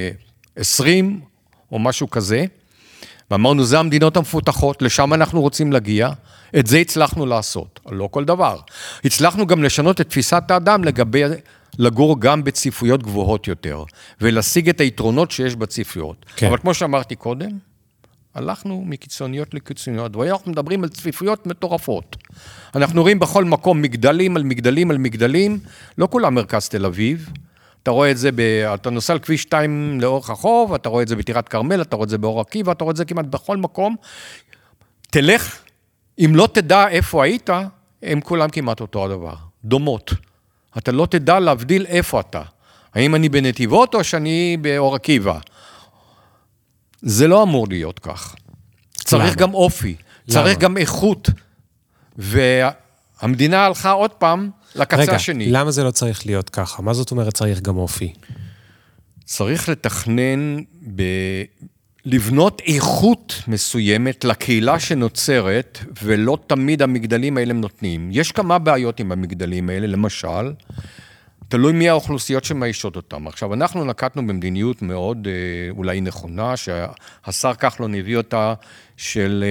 ב-עשרים או משהו כזה, ואמרנו, זה המדינות המפותחות, לשם אנחנו רוצים להגיע, את זה הצלחנו לעשות, לא כל דבר. הצלחנו גם לשנות את תפיסת האדם לגבי לגור גם בציפויות גבוהות יותר, ולהשיג את היתרונות שיש בציפויות. כן. אבל כמו שאמרתי קודם, הלכנו מקיצוניות לקיצוניות, ואנחנו מדברים על צפיפויות מטורפות. אנחנו רואים בכל מקום מגדלים על מגדלים על מגדלים, לא כולם מרכז תל אביב, אתה רואה את זה, ב... אתה נוסע על כביש שתיים לאורך החוב, אתה רואה את זה בטירת כרמל, אתה רואה את זה באור עקיבא, אתה רואה את זה כמעט בכל מקום. תלך, אם לא תדע איפה היית, הם כולם כמעט אותו הדבר, דומות. אתה לא תדע להבדיל איפה אתה. האם אני בנתיבות או שאני באור עקיבא. זה לא אמור להיות כך. צריך גם אופי, צריך גם איכות. והמדינה הלכה עוד פעם לקצה השני. רגע, למה זה לא צריך להיות ככה? מה זאת אומרת צריך גם אופי? צריך לתכנן, ב... לבנות איכות מסוימת לקהילה שנוצרת, ולא תמיד המגדלים האלה נותנים. יש כמה בעיות עם המגדלים האלה, למשל, תלוי מי האוכלוסיות שמאישות אותם. עכשיו, אנחנו נקטנו במדיניות מאוד אולי נכונה, שהשר כחלון הביא אותה של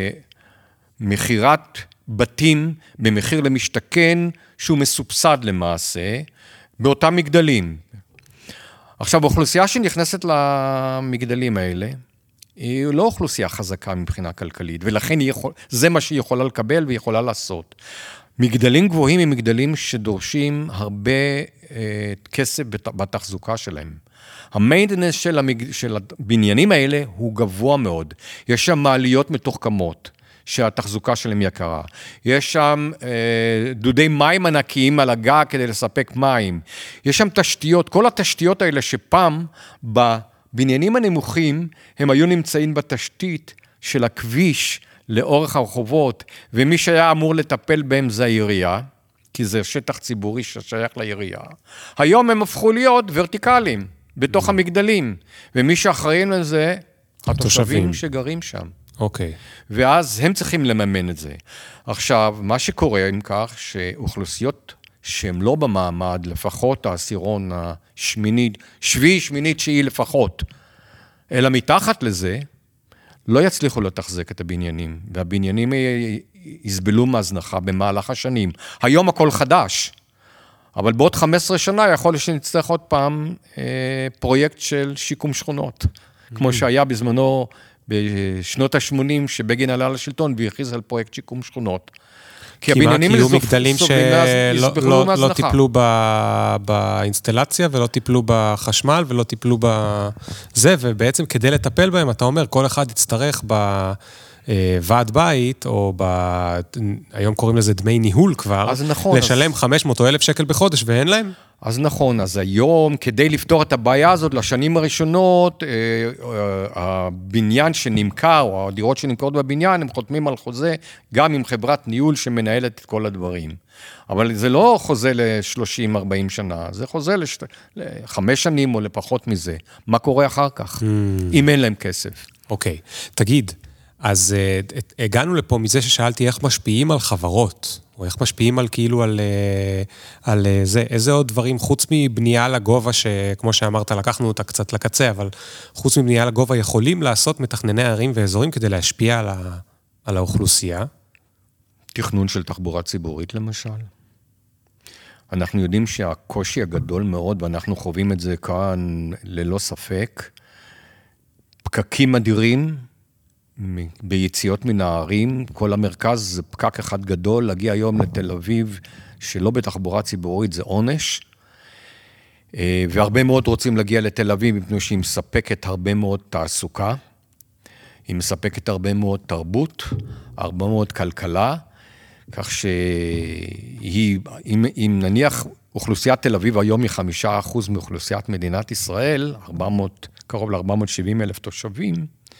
מחירת בתים במחיר למשתכן, שהוא מסובסד למעשה, באותם מגדלים. עכשיו, האוכלוסייה שנכנסת למגדלים האלה, היא לא אוכלוסייה חזקה מבחינה כלכלית, ולכן יכול, זה מה שהיא יכולה לקבל והיא יכולה לעשות. מגדלים גבוהים הם מגדלים שדורשים הרבה אה, כסף בתחזוקה שלהם. המיינטננס של, המג... של הבניינים האלה הוא גבוה מאוד. יש שם מעליות מתוחכמות, שהתחזוקה שלהם יקרה. יש שם אה, דודי מים ענקיים על הגג כדי לספק מים. יש שם תשתיות, כל התשתיות האלה שפעם בבניינים הנמוכים, הם היו נמצאים בתשתית של הכביש לאורך הרחובות, ומי שהיה אמור לטפל בהם זה העירייה, כי זה שטח ציבורי ששייך לעירייה. היום הם הפכו להיות ורטיקליים, בתוך המגדלים, ומי שאחראים לזה, התושבים שגרים שם. אוקיי. ואז הם צריכים לממן את זה. עכשיו, מה שקורה עם כך, שאוכלוסיות שהן לא במעמד, לפחות העשירון השמינית, שביעי, שמינית, שהיא לפחות, אלא מתחת לזה, לא יצליחו לתחזק את הבניינים, והבניינים יסבלו מהזנחה במהלך השנים. היום הכל חדש, אבל בעוד חמש עשרה שנה יכול להיות שנצטרך עוד פעם אה, פרויקט של שיקום שכונות, כמו שהיה בזמנו בשנות ה-שמונים, שבגין עלה לשלטון והכריז על פרויקט שיקום שכונות. כי הבניינים האלה מגדלים שלא טיפלו באינסטלציה, ולא טיפלו בחשמל, ולא טיפלו בזה, ובעצם כדי לטפל בהם, אתה אומר, כל אחד יצטרך בוועד בית, או היום קוראים לזה דמי ניהול כבר, לשלם חמש מאות או אלף שקל בחודש, ואין להם? אז נכון, אז היום, כדי לפתור את הבעיה הזאת, לשנים הראשונות, הבניין שנמכר, או הדירות שנמכרות בבניין, הם חותמים על חוזה, גם עם חברת ניהול שמנהלת את כל הדברים. אבל זה לא חוזה ל-שלושים ארבעים שנה, זה חוזה לחמש שנים או לפחות מזה. מה קורה אחר כך, אם אין להם כסף? אוקיי, תגיד, אז הגענו לפה מזה ששאלתי איך משפיעים על חברות, או איך משפיעים על כאילו על, על זה, איזה עוד דברים, חוץ מבנייה לגובה, שכמו שאמרת, לקחנו אותה קצת לקצה, אבל חוץ מבנייה לגובה, יכולים לעשות מתכנני ערים ואזורים כדי להשפיע על, ה, על האוכלוסייה? תכנון של תחבורה ציבורית למשל. אנחנו יודעים שהקושי הגדול מאוד, ואנחנו חווים את זה כאן ללא ספק, פקקים אדירים, ביציאות מן הערים, כל המרכז זה פקק אחד גדול, להגיע היום לתל אביב, שלא בתחבורה ציבורית זה עונש, והרבה מאוד רוצים להגיע לתל אביב, מפני שהיא מספקת הרבה מאוד תעסוקה, היא מספקת הרבה מאוד תרבות, הרבה מאוד כלכלה, כך שהיא, אם, אם נניח אוכלוסיית תל אביב היום היא חמישה אחוז מאוכלוסיית מדינת ישראל, ארבע מאות, קרוב ל-ארבע מאות שבעים אלף תושבים,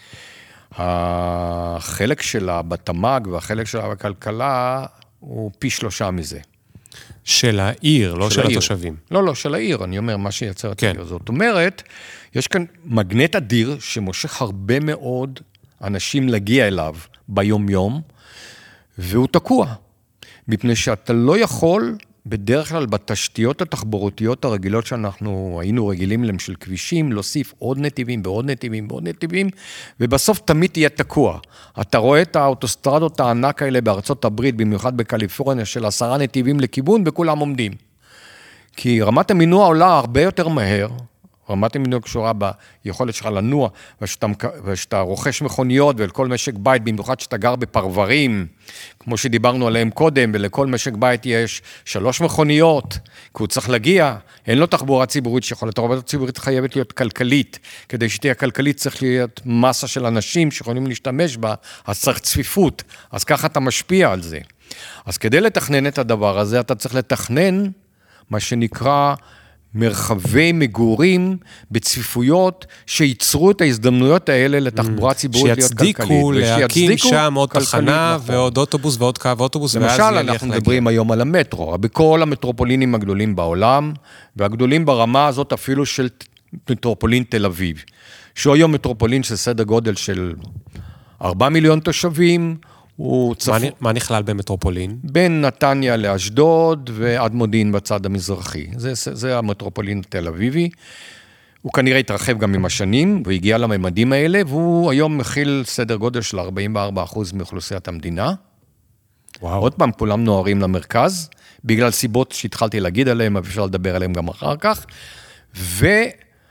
החלק שלה בתמ"ג והחלק שלה בכלכלה הוא פי שלושה מזה. של העיר, לא של, של התושבים. לא, לא, של העיר, אני אומר, מה שייצר את העיר. זאת אומרת, יש כאן מגנט אדיר שמושך הרבה מאוד אנשים להגיע אליו ביום-יום, והוא תקוע. מפני שאתה לא יכול, בדרך כלל בתשתיות התחבורתיות הרגילות שאנחנו היינו רגילים להם של כבישים, להוסיף עוד נתיבים ועוד נתיבים ועוד נתיבים, ובסוף תמיד תהיה תקוע. אתה רואה את האוטוסטרדות הענק האלה בארצות הברית, במיוחד בקליפורניה, של עשרה נתיבים לכיוון, וכולם עומדים. כי רמת המינוע עולה הרבה יותר מהר, רמת המינוע קשורה ביכולת שלך לנוע, ושאתה, ושאתה רוכש מכוניות, ולכל משק בית, במיוחד שאתה גר בפרברים, כמו שדיברנו עליהם קודם, ולכל משק בית יש שלוש מכוניות, כי הוא צריך להגיע, אין לו תחבורה ציבורית שיכולת, התחבורה ציבורית חייבת להיות כלכלית, כדי שתהיה כלכלית צריך להיות מסה של אנשים שיכולים להשתמש בה, אז צריך צפיפות, אז ככה אתה משפיע על זה. אז כדי לתכנן את הדבר הזה, אתה צריך לתכנן מה שנקרא מרחבי מגורים בצפיפויות שייצרו את ההזדמנויות האלה לתחבורה ציבורית להיות כלכלית. שיצדיקו להקים שם עוד תחנה ועוד אוטובוס ועוד קו אוטובוס. למשל, אנחנו מדברים היום על המטרו, בכל המטרופולינים הגדולים בעולם, והגדולים ברמה הזאת אפילו של מטרופולין תל אביב, שהוא היום מטרופולין של סדר גודל של ארבעה מיליון תושבים, מה נכלל במטרופולין? בין נתניה לאשדוד ועד מודיעין בצד המזרחי. זה, זה המטרופולין תל אביבי. הוא כנראה התרחב גם עם השנים, והוא הגיע לממדים האלה, והוא היום מכיל סדר גודל של ארבעים וארבעה אחוז מאוכלוסיית המדינה. וואו. עוד פעם, כולם נוערים למרכז, בגלל סיבות שהתחלתי להגיד עליהם, אבל אפשר לדבר עליהם גם אחר כך.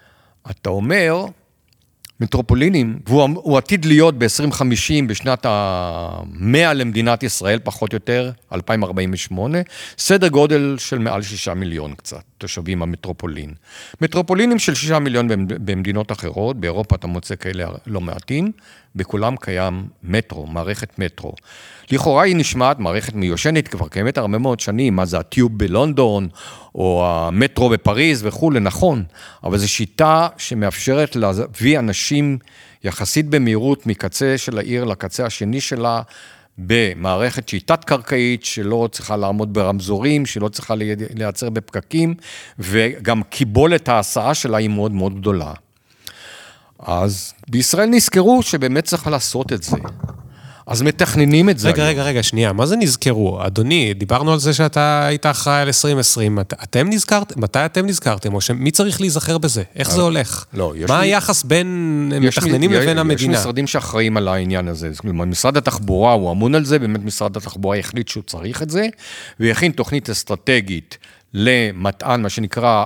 אתה אומר, מטרופולינים, והוא עתיד להיות ב-עשרים חמישים, בשנת המאה למדינת ישראל, פחות או יותר, אלפיים ארבעים ושמונה, סדר גודל של מעל שישה מיליון קצת, תושבים המטרופולין. מטרופולינים של שישה מיליון במדינות אחרות, באירופה אתה מוצא כאלה לא מעטים, בכולם קיים מטרו, מערכת מטרו. לכאורה היא נשמעת מערכת מיושנת, כבר קיימת הרבה מאוד שנים, מה זה הטיוב בלונדון, או המטרו בפריז וכו', נכון, אבל זו שיטה שמאפשרת להביא אנשים יחסית במהירות מקצה של העיר לקצה השני שלה, במערכת שהיא תת-קרקעית, שלא צריכה לעמוד ברמזורים, שלא צריכה לייצר בפקקים, וגם קיבולת ההסעה שלה היא מאוד מאוד גדולה. אז בישראל נזכרו שבאמת צריך לעשות את זה. אז מתכננים את זה. רגע, רגע, רגע, שנייה, מה זה נזכרו? אדוני, דיברנו על זה שאתה היית אחראי על עשרים עשרים, אתם נזכרתם, מתי אתם נזכרתם, או שמי צריך להיזכר בזה? איך זה הולך? לא, יש... מה היחס בין מתכננים לבין המדינה? יש משרדים שאחראים על העניין הזה. משרד התחבורה הוא אמון על זה, באמת משרד התחבורה החליט שהוא צריך את זה, והכין תוכנית אסטרטגית למטען, מה שנקרא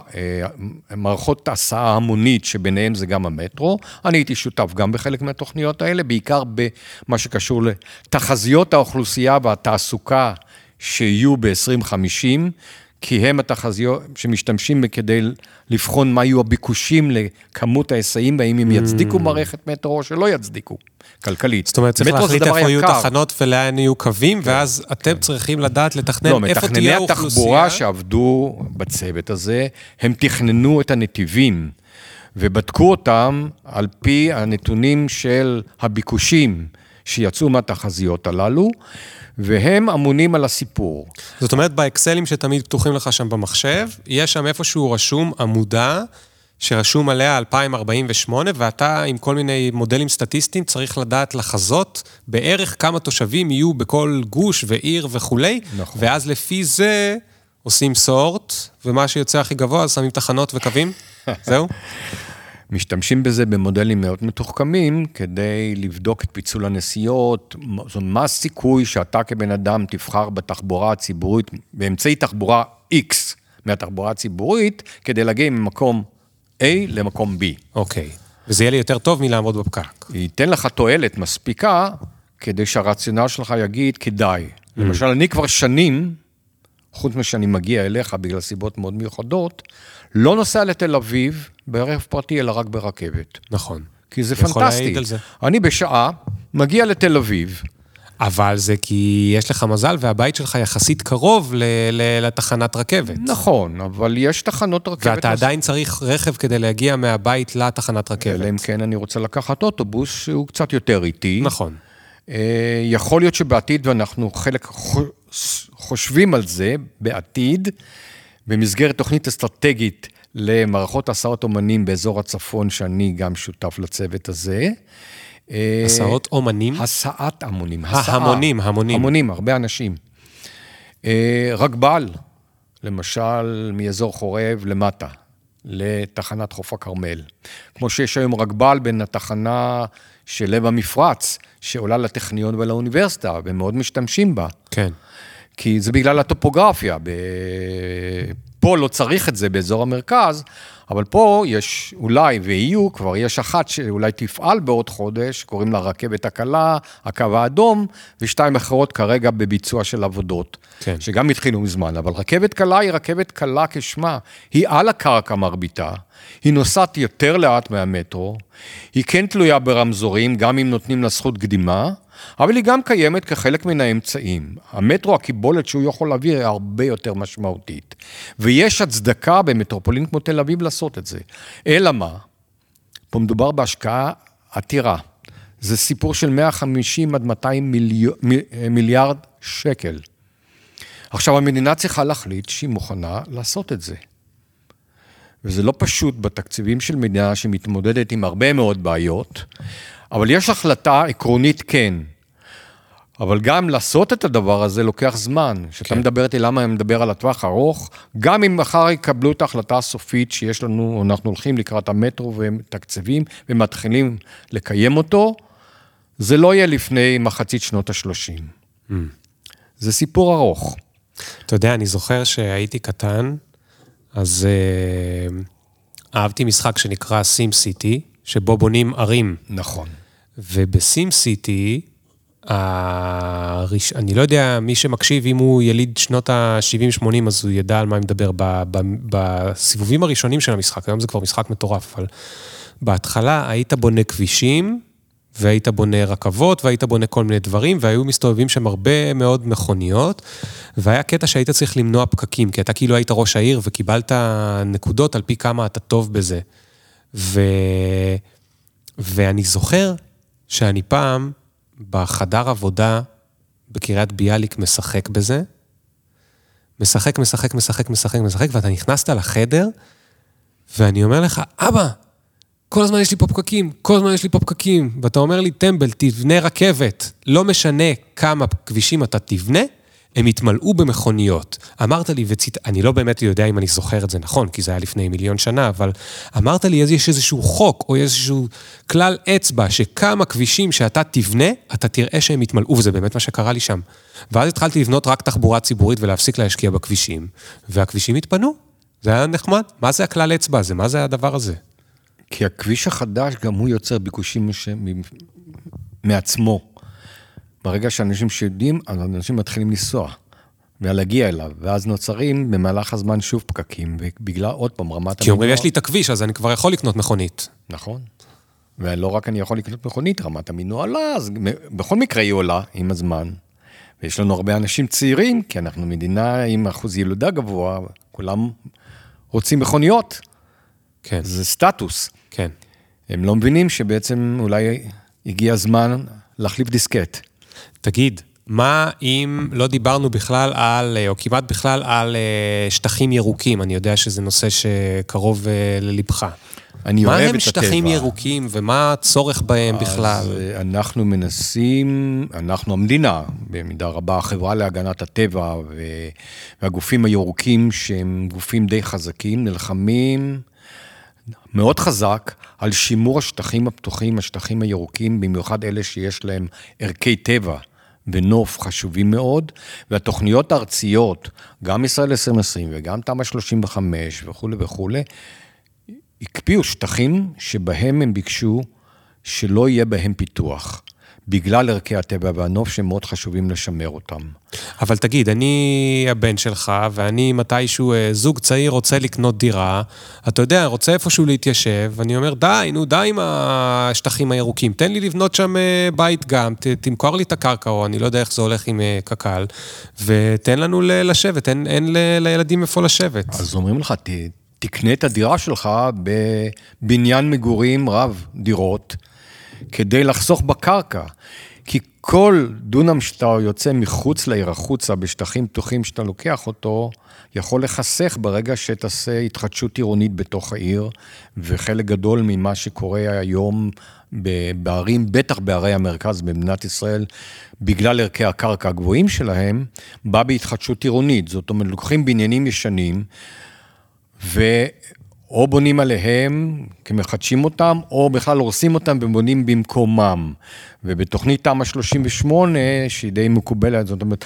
מערכות הסעה המונית, שביניהם זה גם המטרו. אני הייתי שותף גם בחלק מהתוכניות האלה, בעיקר במה שקשור לתחזיות האוכלוסייה והתעסוקה שיהיו ב-עשרים חמישים, כי הם התחזיות שמשתמשים כדי לבחון מה יהיו הביקושים לכמות ההיסעים, והאם הם יצדיקו מערכת מטרו או שלא יצדיקו, כלכלית. זאת אומרת, צריך להחליט איפה יהיו תחנות ולאן יהיו קווים, ואז אתם צריכים לדעת לתכנן איפה תהיה האוכלוסייה. מתכנני התחבורה שעבדו בצוות הזה, הם תכננו את הנתיבים, ובדקו אותם על פי הנתונים של הביקושים שיצאו מהתחזיות הללו, והם אמונים על הסיפור. זאת אומרת, באקסלים שתמיד פתוחים לך שם במחשב, יש שם איפשהו רשום עמודה, שרשום עליה אלפיים ארבעים ושמונה, ואתה עם כל מיני מודלים סטטיסטיים צריך לדעת לחזות בערך כמה תושבים יהיו בכל גוש ועיר וכולי, נכון. ואז לפי זה עושים סורט, ומה שיוצא הכי גבוה, אז שמים תחנות וקווים, זהו? משתמשים בזה במודלים מאוד מתוחכמים, כדי לבדוק את פיצול הנסיעות, זאת מה הסיכוי שאתה כבן אדם תבחר בתחבורה הציבורית, באמצעי תחבורה X מהתחבורה הציבורית, כדי להגיע ממקום A למקום B. אוקיי, וזה יהיה לי יותר טוב מלעמוד בפקק. ייתן לך תועלת מספיקה, כדי שהרציונל שלך יגיד כדאי. Mm. למשל, אני כבר שנים, חוץ משאני מגיע אליך בגלל סיבות מאוד מיוחדות, לא נוסע לתל אביב ברכב פרטי, אלא רק ברכבת. נכון. כי זה פנטסטי. זה. אני בשעה מגיע לתל אביב. אבל זה כי יש לך מזל, והבית שלך יחסית קרוב ל- ל- לתחנת רכבת. נכון, אבל יש תחנות רכבת. ואתה נוס... עדיין צריך רכב כדי להגיע מהבית לתחנת רכבת. אלא אם כן אני רוצה לקחת אוטובוס שהוא קצת יותר איטי. נכון. יכול להיות שבעתיד, ואנחנו חלק חושבים על זה, בעתיד, במסגרת תוכנית אסטרטגית למערכות הסעות אומנים באזור הצפון, שאני גם שותף לצוות הזה. הסעות אומנים? הסעת המונים. המונים, המונים. המונים, הרבה אנשים. רגבל, למשל, מאזור חורב למטה, לתחנת חוף הכרמל. כמו שיש היום רגבל בין התחנה של לב המפרץ, שעולה לטכניון ולאוניברסיטה, ומאוד משתמשים בה. כן. כי זה בגלל הטופוגרפיה. פה לא צריך את זה באזור המרכז, אבל פה יש אולי, ויהיו, כבר יש אחת שאולי תפעל בעוד חודש, קוראים לה רכבת הקלה, הקו האדום, ושתיים אחרות כרגע בביצוע של עבודות, כן. שגם התחילו מזמן, אבל רכבת קלה היא רכבת קלה כשמה, היא על הקרקע מרביתה, היא נוסעת יותר לאט מהמטרו, היא כן תלויה ברמזורים, גם אם נותנים לה זכות קדימה, אבל היא גם קיימת כחלק מן האמצעים. המטרו, הקיבולת שהוא יכול להעביר, היא הרבה יותר משמעותית. ויש הצדקה במטרופולין כמו תל אביב לעשות את זה. אלא מה? פה מדובר בהשקעה עתירה. זה סיפור של מאה וחמישים עד מאתיים מיליארד, מיליארד שקל. עכשיו, המדינה צריכה להחליט שהיא מוכנה לעשות את זה. וזה לא פשוט בתקציבים של מדינה שמתמודדת עם הרבה מאוד בעיות, אבל יש החלטה עקרונית כן. אבל גם לעשות את הדבר הזה לוקח זמן. שאתה כן. מדבר איתי למה אני מדבר על הטווח ארוך, גם אם מחר יקבלו את ההחלטה הסופית שיש לנו, אנחנו הולכים לקראת המטרו ומתקצבים ומתחילים לקיים אותו, זה לא יהיה לפני מחצית שנות ה-שלושים. Mm. זה סיפור ארוך. אתה יודע, אני זוכר שהייתי קטן, אז uh, אהבתי משחק שנקרא סים סיטי, שבו בונים ערים. נכון. ובסים סיטי, הראש... אני לא יודע, מי שמקשיב, אם הוא יליד שנות ה-שבעים שמונים, אז הוא ידע על מה אני מדבר. ב... ב... בסיבובים הראשונים של המשחק, היום זה כבר משחק מטורף, אבל בהתחלה היית בונה כבישים, והיית בונה רכבות, והיית בונה כל מיני דברים, והיו מסתובבים שם הרבה מאוד מכוניות, והיה קטע שהיית צריך למנוע פקקים, כי אתה כאילו היית ראש העיר, וקיבלת נקודות על פי כמה אתה טוב בזה. ו... ואני זוכר שאני פעם, בחדר עבודה, בקריית ביאליק, משחק בזה, משחק, משחק, משחק, משחק, משחק, ואתה נכנסת לחדר, ואני אומר לך, אבא, כל הזמן יש לי פה פקקים, כל הזמן יש לי פה פקקים, ואתה אומר לי, טמבל, תבנה רכבת, לא משנה כמה כבישים אתה תבנה, הם התמלאו במכוניות. אמרת לי, וציט... אני לא באמת יודע אם אני זוכר את זה נכון, כי זה היה לפני מיליון שנה, אבל אמרת לי, יש איזשהו חוק, או איזשהו כלל אצבע, שכמה כבישים שאתה תבנה, אתה תראה שהם התמלאו, וזה באמת מה שקרה לי שם. ואז התחלתי לבנות רק תחבורה ציבורית, ולהפסיק להשקיע בכבישים, והכבישים התפנו. זה היה נחמד. מה זה הכלל אצבע הזה? מה זה הדבר הזה? כי הכביש החדש גם הוא יוצר ביקושים מעצמו. ברגע שאנשים שיודעים, אנשים מתחילים לנסוע, ולהגיע אליו, ואז נוצרים במהלך הזמן שוב פקקים, ובגלל עוד פעם רמת... כי אומרים, יש לי את הכביש, אז אני כבר יכול לקנות מכונית. נכון. ולא רק אני יכול לקנות מכונית, רמת המינוע עולה, אז בכל מקרה היא עולה עם הזמן. ויש לנו הרבה אנשים צעירים, כי אנחנו מדינה עם אחוז ילודה גבוה, כולם רוצים מכוניות. כן. זה סטטוס. כן. הם לא מבינים שבעצם אולי הגיע הזמן להחליף דיסקט. תגיד, מה אם לא דיברנו בכלל על, או כמעט בכלל על שטחים ירוקים? אני יודע שזה נושא שקרוב ללבך. אני אוהב את הטבע. מה הם שטחים ירוקים ומה הצורך בהם בכלל? אז אנחנו מנסים, אנחנו המדינה, במידה רבה, החברה להגנת הטבע והגופים הירוקים שהם גופים די חזקים, נלחמים מאוד חזק על שימור השטחים הפתוחים, השטחים הירוקים, במיוחד אלה שיש להם ערכי טבע ונוף חשובים מאוד, והתוכניות הארציות, גם ישראל עשרים עשרים וגם תמ"א שלושים וחמש וכו' וכו', הקפיאו שטחים שבהם הם ביקשו שלא יהיה בהם פיתוח, בגלל ערכי הטבע והנוף שמאוד חשובים לשמר אותם. אבל תגיד, אני הבן שלך, ואני מתישהו זוג צעיר רוצה לקנות דירה, אתה יודע, רוצה איפשהו להתיישב, ואני אומר, די, נו, די עם השטחים הירוקים, תן לי לבנות שם בית גם, ת, תמכור לי את הקרקע, או אני לא יודע איך זה הולך עם קקל, ותן לנו לשבת, אין, אין לילדים איפה לשבת. אז אומרים לך, ת, תקנה את הדירה שלך בבניין מגורים רב דירות, כדי לחסוך בקרקע, כי כל דונם שאתה יוצא מחוץ לעיר, החוצה, בשטחים פתוחים שאתה לוקח אותו, יכול לחסך ברגע שתעשה התחדשות עירונית בתוך העיר, וחלק גדול ממה שקורה היום בערים, בטח בערי המרכז במדינת ישראל, בגלל ערכי הקרקע הגבוהים שלהם, בא בהתחדשות עירונית. זאת אומרת, לוקחים בניינים ישנים, ו... או בונים עליהם, כמחדשים אותם, או בכלל הורסים אותם ובונים במקומם. ובתוכנית תמ"א שלושים ושמונה, שהיא די מקובלת, זאת אומרת,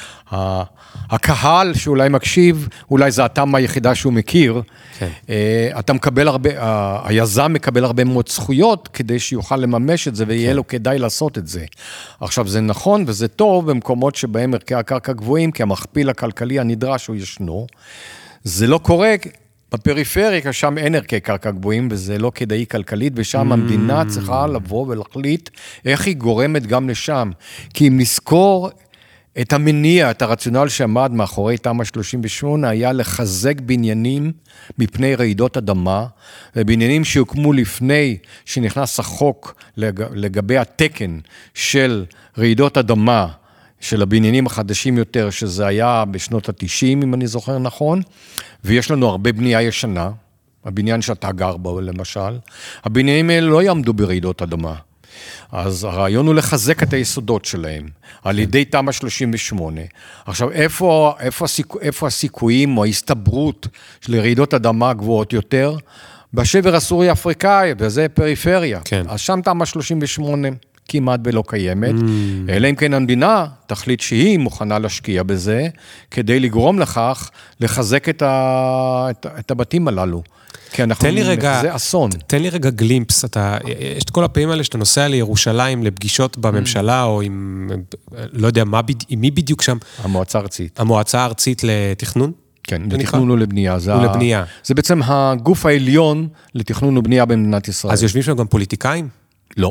הקהל שאולי מקשיב, אולי זה התמ"א היחידה שהוא מכיר, כן. אתה מקבל הרבה, היזם מקבל הרבה מאוד זכויות, כדי שיוכל לממש את זה, ויהיה כן. לו כדאי לעשות את זה. עכשיו, זה נכון וזה טוב, במקומות שבהם ערכי הקרקע גבוהים, כי המכפיל הכלכלי הנדרש הוא ישנו. זה לא קורה... בפריפריה, שם אין ערכי קרקע גבוהים, וזה לא כדאי כלכלית, ושם המדינה צריכה לבוא ולהחליט איך היא גורמת גם לשם. כי אם נזכור את המניע, את הרציונל שעמד מאחורי תמ"א שלושים ושמונה, היה לחזק בניינים מפני רעידות אדמה, ובניינים שהוקמו לפני שנכנס החוק לגבי התקן של רעידות אדמה, של הבניינים החדשים יותר, שזה היה בשנות ה-תשעים, אם אני זוכר נכון, ויש לנו הרבה בנייה ישנה, הבניין שאתה גר בו למשל, הבניינים האלה לא יעמדו ברעידות אדמה. אז הרעיון הוא לחזק את היסודות שלהם, על ידי תמ"א שלושים ושמונה. עכשיו, איפה, איפה, הסיכו, איפה הסיכויים או ההסתברות של רעידות אדמה גבוהות יותר? בשבר הסורי-אפריקאי, וזה פריפריה. כן. אז שם תמ"א שלושים ושמונה כמעט ולא קיימת, mm. אלא אם כן המדינה תחליט שהיא מוכנה להשקיע בזה, כדי לגרום לכך, לחזק את, ה, את, את הבתים הללו. כי אנחנו, רגע, זה אסון. תן לי רגע גלימפס, אתה, יש את כל הפעמים האלה שאתה נוסע לירושלים, לפגישות בממשלה, mm. או עם, לא יודע, מה, עם מי בדיוק שם? המועצה הארצית. המועצה הארצית לתכנון? כן, לתכנון ולבנייה. זה, ולבנייה. זה בעצם הגוף העליון לתכנון ובנייה במדינת ישראל. אז יושבים שם גם פוליטיקאים? לא.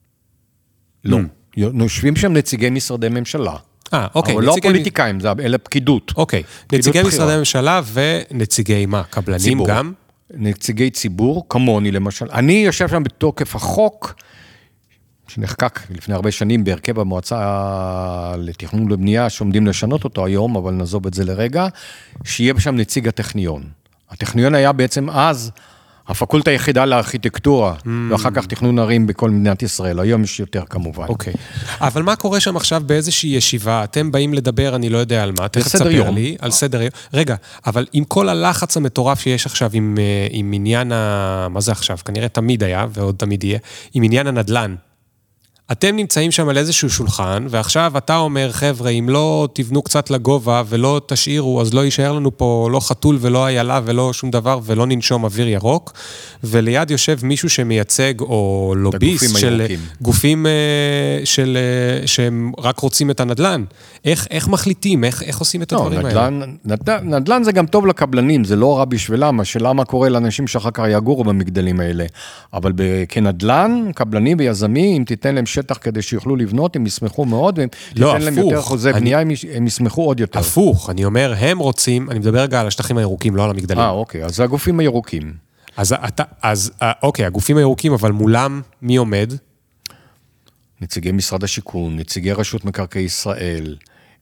לא. Mm. יושבים שם נציגי משרדי ממשלה. אה, אוקיי. אבל לא פוליטיקאים, אלא פקידות. אוקיי. נציגי משרדי ממשלה ונציגי מה? קבלנים גם? נציגי ציבור, כמוני למשל. אני יושב שם בתוקף החוק, שנחקק לפני הרבה שנים בהרכב המועצה לתכנון ולבנייה, שעומדים לשנות אותו היום, אבל נעזוב את זה לרגע, שיהיה שם נציג הטכניון. הטכניון היה בעצם אז הפקולטה היחידה לארכיטקטורה, mm. ואחר כך תכנון ערים בכל מדינת ישראל. היום יש יותר כמובן. אוקיי. אבל מה קורה שם עכשיו באיזושהי ישיבה? אתם באים לדבר, אני לא יודע על מה, תכף תספר לי, על סדר יום. רגע, אבל עם כל הלחץ המטורף שיש עכשיו עם, עם עניין ה... מה זה עכשיו? כנראה תמיד היה, ועוד תמיד יהיה, עם עניין הנדלן. אתם נמצאים שם על איזשהו שולחן, ועכשיו אתה אומר, חבר'ה, אם לא תבנו קצת לגובה ולא תשאירו, אז לא יישאר לנו פה לא חתול ולא איילה ולא שום דבר, ולא ננשום אוויר ירוק, וליד יושב מישהו שמייצג, או לוביסט של הירוקים. גופים של, שהם רק רוצים את הנדלן. איך, איך מחליטים? איך, איך עושים את לא, הדברים נדלן, האלה? נדלן, נדלן זה גם טוב לקבלנים, זה לא רע בשבילם, השאלה מה קורה לאנשים שאחר כך יגורו במגדלים האלה. אבל כנדלן, קבלנים ויזמים, אם תיתן להם שטח כדי שיוכלו לבנות, הם ישמחו מאוד, ואם לא, תיתן להם יותר חוזה בנייה, הם ישמחו עוד יותר. הפוך, אני אומר, הם רוצים, אני מדבר רגע על השטחים הירוקים, לא על המגדלים. אה, אוקיי, אז זה הגופים הירוקים. אז אתה, אז, אוקיי, הגופים הירוקים, אבל מולם מי עומד? נציגי משרד השיכון, נציגי רשות מקרקעי ישראל,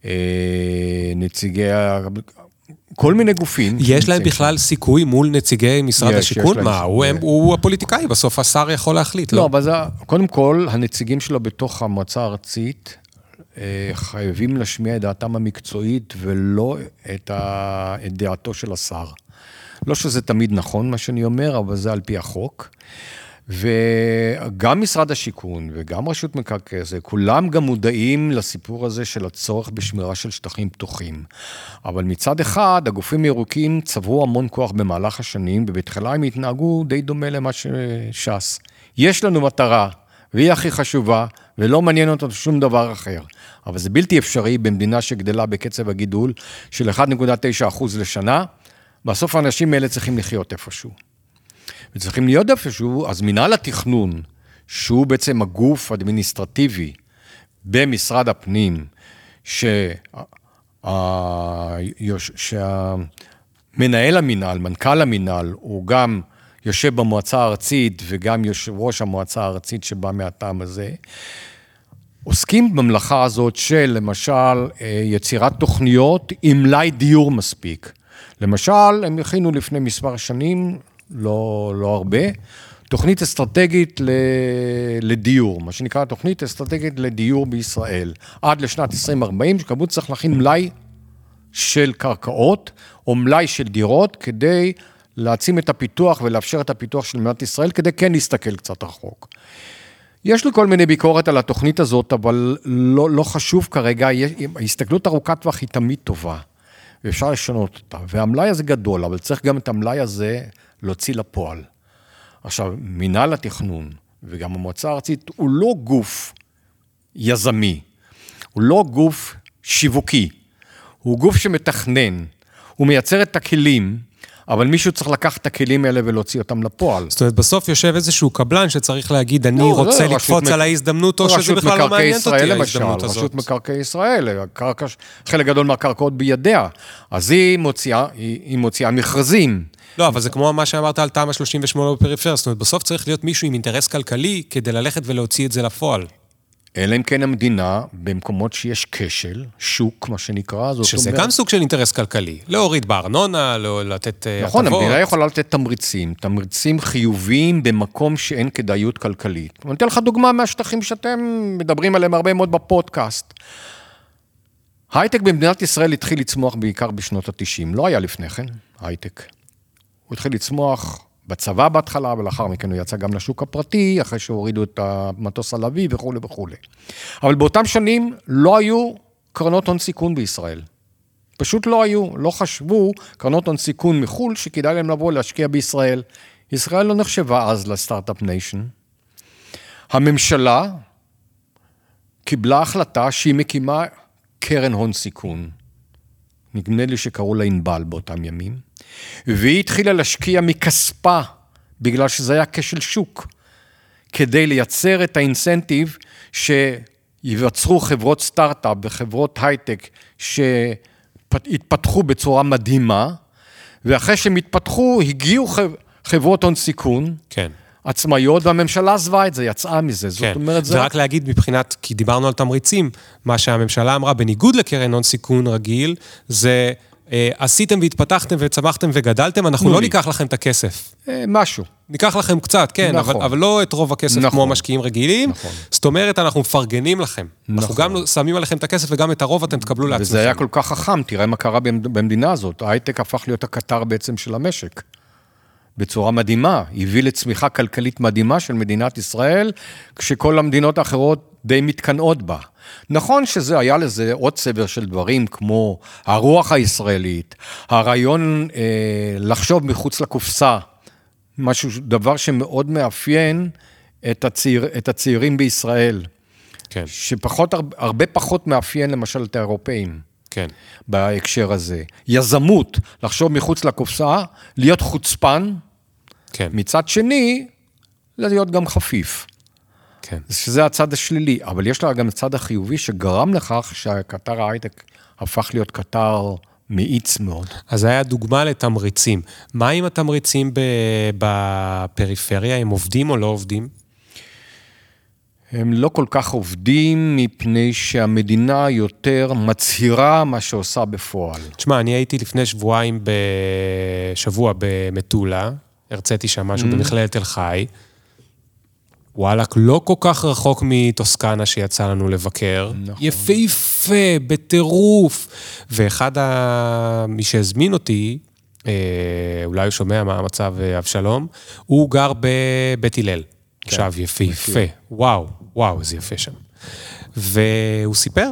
נציגי, כל מיני גופים. יש להם בכלל סיכוי מול נציגי משרד השיכון? מה, הוא הפוליטיקאי, בסוף השר יכול להחליט, לא? לא, אבל קודם כל, הנציגים שלו בתוך המועצה הארצית, חייבים להשמיע את דעתם המקצועית, ולא את דעתו של השר. לא שזה תמיד נכון, מה שאני אומר, אבל זה על פי החוק. וגם משרד השיכון וגם רשות מקרקעי זה, כולם גם מודעים לסיפור הזה של הצורך בשמירה של שטחים פתוחים. אבל מצד אחד, הגופים ירוקים צברו המון כוח במהלך השנים, ובתחילה הם התנהגו די דומה למה שש"ס. יש לנו מטרה, והיא הכי חשובה, ולא מעניין אותנו שום דבר אחר. אבל זה בלתי אפשרי במדינה שגדלה בקצב הגידול של אחד נקודה תשע אחוז לשנה, בסוף האנשים האלה צריכים לחיות איפשהו. וצריכים להיות איפשהו, אז מנהל התכנון, שהוא בעצם הגוף אדמיניסטרטיבי במשרד הפנים, שהמנהל המנהל, מנכ"ל המנהל, הוא גם יושב במועצה הארצית, וגם יושב ראש המועצה הארצית שבא מהטעם הזה, עוסקים במלאכה הזאת של, למשל, יצירת תוכניות עם מלאי דיור מספיק. למשל, הם הכינו לפני מספר שנים, לא, לא הרבה, תוכנית אסטרטגית לדיור, מה שנקרא תוכנית אסטרטגית לדיור בישראל, עד לשנת עשרים ארבעים, שכמות צריך להכין מלאי של קרקעות, או מלאי של דירות, כדי להעצים את הפיתוח ולאפשר את הפיתוח של מדינת ישראל, כדי כן להסתכל קצת רחוק. יש לי כל מיני ביקורת על התוכנית הזאת, אבל לא, לא חשוב כרגע, ההסתכלות ארוכת טווח היא תמיד טובה, ואפשר לשנות אותה, והמלאי הזה גדול, אבל צריך גם את המלאי הזה להוציא לפועל. עכשיו, מנהל התכנון, וגם המועצה הארצית, הוא לא גוף יזמי, הוא לא גוף שיווקי, הוא גוף שמתכנן, הוא מייצר את הכלים, אבל מישהו צריך לקחת את הכלים האלה ולהוציא אותם לפועל. זאת אומרת, בסוף יושב איזשהו קבלן שצריך להגיד, אני רוצה לקפוץ על ההזדמנות, או שזה בכלל לא מעניינת אותי ההזדמנות הזאת. רשות מקרקעי ישראל, חלק גדול מהקרקעות בידיה, אז היא מוציאה, היא מוציאה מכרזים. לא, אבל זה כמו מה שאמרת על תמ"א שלושים ושמונה בפריפריה, זאת אומרת, בסוף צריך להיות מישהו עם אינטרס כלכלי, כדי ללכת ולהוציא את זה לפועל. אלא אם כן המדינה, במקומות שיש כשל, שוק, מה שנקרא, זאת שזה גם סוג של אינטרס כלכלי. להוריד בארנונה, לא לתת הטבות. נכון, המדינה יכולה לתת תמריצים, תמריצים חיוביים במקום שאין כדאיות כלכלית. אני אתן לך דוגמה מהשטחים שאתם מדברים עליהם הרבה מאוד בפודקאסט. הייטק במדינת ישראל התחיל לצמוח בעיקר בשנות ה-תשעים, לא היה לפני כן, הייטק. הוא התחיל לצמוח בצבא בהתחלה, ולאחר מכן הוא יצא גם לשוק הפרטי, אחרי שהורידו את המטוס הלוי וכו' וכו'. אבל באותם שנים לא היו קרנות הון סיכון בישראל. פשוט לא היו, לא חשבו קרנות הון סיכון מחול, שכדאי להם לבוא להשקיע בישראל. ישראל לא נחשבה אז לסטארט-אפ ניישן. הממשלה קיבלה החלטה שהיא מקימה קרן הון סיכון. נדמה לי שקראו לה ענבל באותם ימים. והיא התחילה להשקיע מכספה, בגלל שזה היה כשל שוק, כדי לייצר את האינסנטיב שיווצרו חברות סטארט-אפ וחברות הייטק שהתפתחו בצורה מדהימה, ואחרי שהם התפתחו, הגיעו חברות הון סיכון, כן. עצמאיות, והממשלה עזבה את זה, יצאה מזה. זאת כן. אומרת, זה... ורק להגיד מבחינת, כי דיברנו על תמריצים, מה שהממשלה אמרה, בניגוד לקרן הון סיכון רגיל, זה עשיתם והתפתחתם וצמחתם וגדלתם, אנחנו לא ניקח לכם את הכסף. משהו. ניקח לכם קצת, כן, אבל, אבל לא את רוב הכסף כמו משקיעים רגילים. נכון. זאת אומרת, אנחנו מפרגנים לכם. אנחנו גם שמים עליכם את הכסף וגם את הרוב אתם תקבלו לעצמכם. וזה היה כל כך חכם, תראה מה קרה במדינה הזאת. ההייטק הפך להיות הקטר בעצם של המשק. בצורה מדהימה, הביא לצמיחה כלכלית מדהימה של מדינת ישראל, כשכל המדינות האחרות די מתקנאות בה. נכון שזה היה לזה עוד סבר של דברים, כמו הרוח הישראלית, הרעיון אה, לחשוב מחוץ לקופסה, משהו, דבר שמאוד מאפיין את, הצעיר, את הצעירים בישראל, כן. שפחות, הרבה פחות מאפיין למשל את האירופאים. כן. בהקשר הזה. יזמות, לחשוב מחוץ לקופסה, להיות חוצפן, כן. מצד שני, להיות גם חפיף. כן. שזה הצד השלילי, אבל יש לה גם הצד החיובי שגרם לכך שהקטר ההייטק הפך להיות קטר מאיץ מאוד. אז היה דוגמה לתמריצים. מה עם התמריצים בפריפריה? הם עובדים או לא עובדים? הם לא כל כך עובדים מפני שהמדינה יותר מצהירה מה שעושה בפועל. תשמע, אני הייתי לפני שבועיים בשבוע במטולה, הרציתי שם משהו mm. במכללת תל חי, וואלק, לא כל כך רחוק מטוסקנה שיצא לנו לבקר, נכון. יפהפה, בטירוף, ואחד ה... מי שהזמין אותי, אולי הוא שומע מה המצב אבשלום, הוא גר בבית הלל. עכשיו יפהפה, וואו, וואו, זה יפה שם. והוא סיפר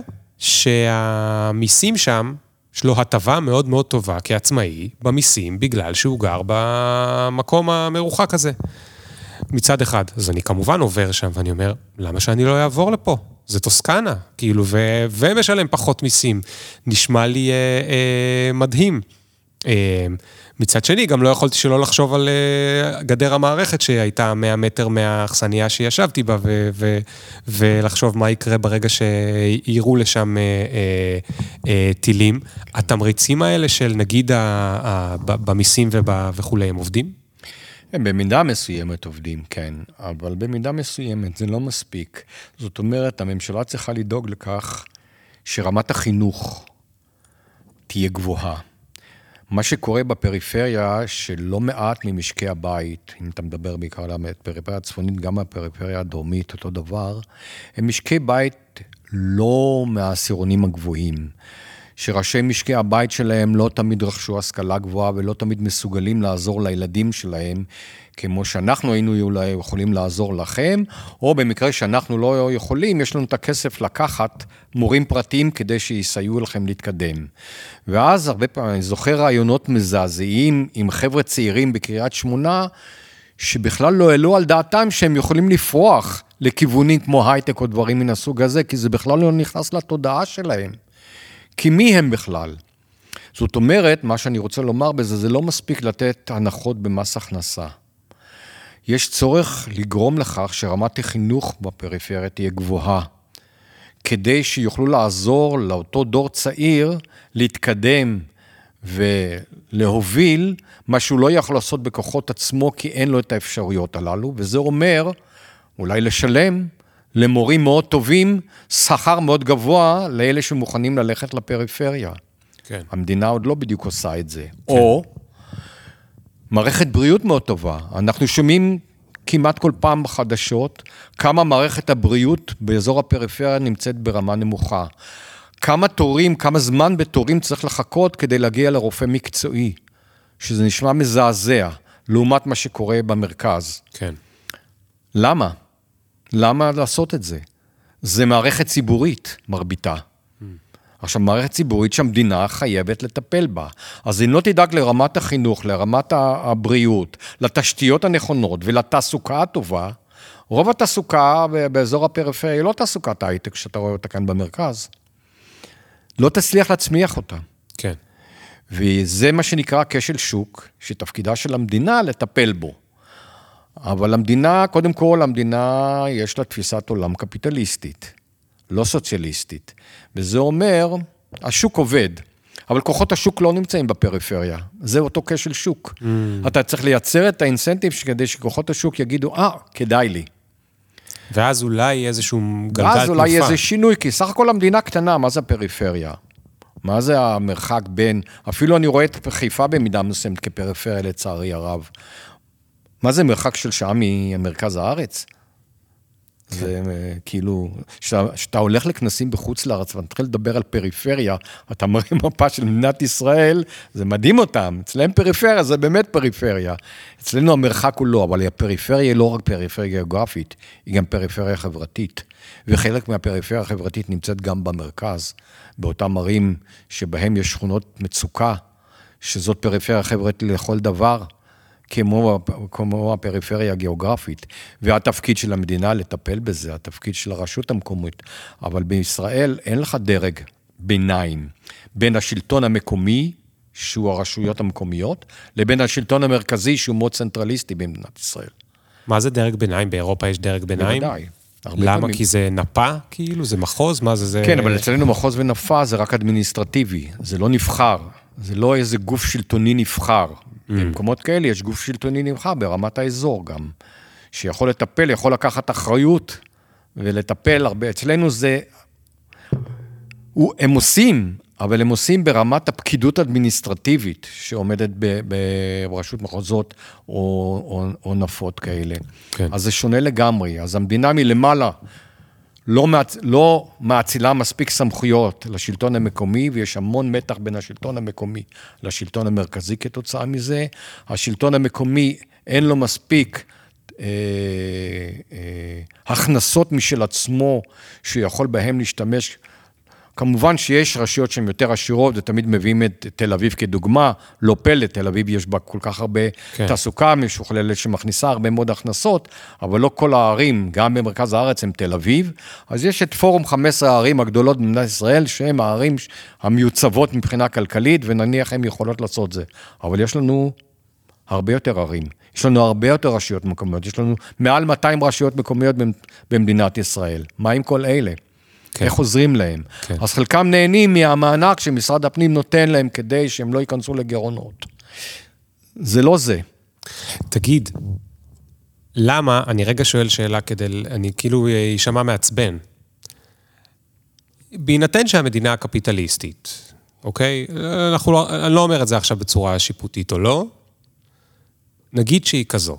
שהמיסים שם, יש לו הטבה מאוד מאוד טובה כעצמאי במיסים, בגלל שהוא גר במקום המרוחק הזה. מצד אחד, אז אני כמובן עובר שם, ואני אומר, למה שאני לא אעבור לפה? זה טוסקנה, כאילו, ו- ומשלם פחות מיסים. נשמע לי אה, אה, מדהים. אה, מצד שני, גם לא יכולתי שלא לחשוב על uh, גדר המערכת שהייתה מאה מטר מהאכסניה שישבתי בה, ו- ו- ולחשוב מה יקרה ברגע שיראו לשם uh, uh, uh, טילים. התמריצים האלה של נגיד ה- ה- במיסים וכו', הם עובדים? הם במידה מסוימת עובדים, כן, אבל במידה מסוימת זה לא מספיק. זאת אומרת, הממשלה צריכה לדאוג לכך שרמת החינוך תהיה גבוהה. מה שקורה בפריפריה, שלא מעט ממשקי הבית, אם אתה מדבר בעיקר על הפריפריה הצפונית, גם הפריפריה הדרומית, אותו דבר, הם משקי בית לא מהעשירונים הגבוהים, שראשי משקי הבית שלהם לא תמיד רכשו השכלה גבוהה, ולא תמיד מסוגלים לעזור לילדים שלהם, כמו שאנחנו היינו אולי יכולים לעזור לכם, או במקרה שאנחנו לא יכולים, יש לנו את הכסף לקחת מורים פרטיים כדי שיסייעו לכם להתקדם. ואז הרבה פעמים, אני זוכר רעיונות מזעזעים עם חבר'ה צעירים בקריית שמונה, שבכלל לא העלו על דעתם שהם יכולים לפרוח לכיוונים כמו הייטק או דברים מן הסוג הזה, כי זה בכלל לא נכנס לתודעה שלהם. כי מי הם בכלל? זאת אומרת, מה שאני רוצה לומר בזה, זה לא מספיק לתת הנחות במס הכנסה. יש צורך לגרום לכך שרמת החינוך בפריפריה תהיה גבוהה, כדי שיוכלו לעזור לאותו דור צעיר להתקדם ולהוביל מה שהוא לא יכול לעשות בכוחות עצמו, כי אין לו את האפשרויות הללו, וזה אומר אולי לשלם למורים מאוד טובים, שכר מאוד גבוה לאלה שמוכנים ללכת לפריפריה. כן. המדינה עוד לא בדיוק עושה את זה. כן. או מערכת בריאות מאוד טובה. אנחנו שומעים כמעט כל פעם בחדשות, כמה מערכת הבריאות באזור הפריפריה נמצאת ברמה נמוכה. כמה תורים, כמה זמן בתורים צריך לחכות כדי להגיע לרופא מקצועי, שזה נשמע מזעזע. לעומת מה שקורה במרכז. כן. למה? למה לעשות את זה? זה מערכת ציבורית, מרביתה. עכשיו, מערכת ציבורית שהמדינה חייבת לטפל בה. אז אם לא תדאג לרמת החינוך, לרמת הבריאות, לתשתיות הנכונות ולתעסוקה הטובה, רוב התעסוקה באזור הפריפריה היא לא תעסוקת הייטק שאתה רואה אותה כאן במרכז. לא תצליח להצמיח אותה. כן. וזה מה שנקרא כשל שוק, שתפקידה של המדינה לטפל בו. אבל המדינה, קודם כל, המדינה יש לה תפיסת עולם קפיטליסטית, לא סוציאליסטית. וזה אומר, השוק עובד, אבל כוחות השוק לא נמצאים בפריפריה. זה אותו כשל שוק. Mm. אתה צריך לייצר את האינסנטיב כדי שכוחות השוק יגידו, אה, כדאי לי. ואז אולי איזשהו גלגל תנופה. ואז אולי איזה שינוי, כי סך הכל המדינה קטנה, מה זה הפריפריה? מה זה המרחק בין, אפילו אני רואה את חיפה במידה מסוימת כפריפריה לצערי הרב. מה זה מרחק של שעה ממרכז הארץ? זה כאילו, שאתה הולך לכנסים בחוץ לארץ, ואתה מתחיל לדבר על פריפריה, אתה מראה מפה של מדינת ישראל, זה מדהים אותם, אצלהם פריפריה, זה באמת פריפריה. אצלנו המרחק הוא לא, אבל הפריפריה היא לא רק פריפריה גיאוגרפית, היא גם פריפריה חברתית, וחלק מהפריפריה החברתית נמצאת גם במרכז, באותם ערים שבהם יש שכונות מצוקה, שזאת פריפריה חברתית לכל דבר, כמו, כמו הפריפריה הגיאוגרפית, והתפקיד של המדינה לטפל בזה, התפקיד של הרשות המקומית, אבל בישראל אין לך דרג ביניים, בין השלטון המקומי, שהוא הרשויות המקומיות, לבין השלטון המרכזי, שהוא מאוד צנטרליסטי במדינת ישראל. מה זה דרג ביניים? באירופה יש דרג ביניים? בוודאי. למה? פעמים... כי זה נפה, כאילו? זה מחוז? מה זה? זה... כן, אבל אצלנו מחוז ונפה זה רק אדמיניסטרטיבי, זה לא נבחר, זה לא איזה גוף שלטוני נבחר. במקומות כאלה יש גוף שלטוני נבחר ברמת האזור גם, שיכול לטפל, יכול לקחת אחריות ולטפל הרבה. אצלנו זה, הם עושים, אבל הם עושים ברמת הפקידות האדמיניסטרטיבית, שעומדת ברשות מחוזות או, או, או נפות כאלה. כן. אז זה שונה לגמרי. אז המדינה מלמעלה לא, לא מאצילה מספיק סמכויות לשלטון המקומי, ויש המון מתח בין השלטון המקומי לשלטון המרכזי כתוצאה מזה. השלטון המקומי אין לו מספיק אה, אה, הכנסות משל עצמו, שיכול בהם להשתמש. כמובן שיש רשויות שהן יותר עשירות, ותמיד מביאים את תל אביב כדוגמה, לא פלא, תל אביב יש בה כל כך הרבה כן. תעסוקה משוכללת שמכניסה הרבה מאוד הכנסות, אבל לא כל הערים, גם במרכז הארץ הם תל אביב, אז יש את פורום חמש עשרה הערים הגדולות במדינת ישראל, שהן הערים המיוצבות מבחינה כלכלית, ונניח הן יכולות לעשות זה. אבל יש לנו הרבה יותר ערים, יש לנו הרבה יותר רשויות מקומיות, יש לנו מעל מאתיים רשויות מקומיות במדינת ישראל. מה עם כל אלה? כן. איך עוזרים להם. כן. אז חלקם נהנים מהמענק שמשרד הפנים נותן להם כדי שהם לא ייכנסו לגירעונות. זה לא זה. תגיד, למה, אני רגע שואל שאלה כדי, אני כאילו ישמע מעצבן. בהינתן שהמדינה הקפיטליסטית, אוקיי? אנחנו לא, אני לא אומר את זה עכשיו בצורה שיפוטית או לא, נגיד שהיא כזו.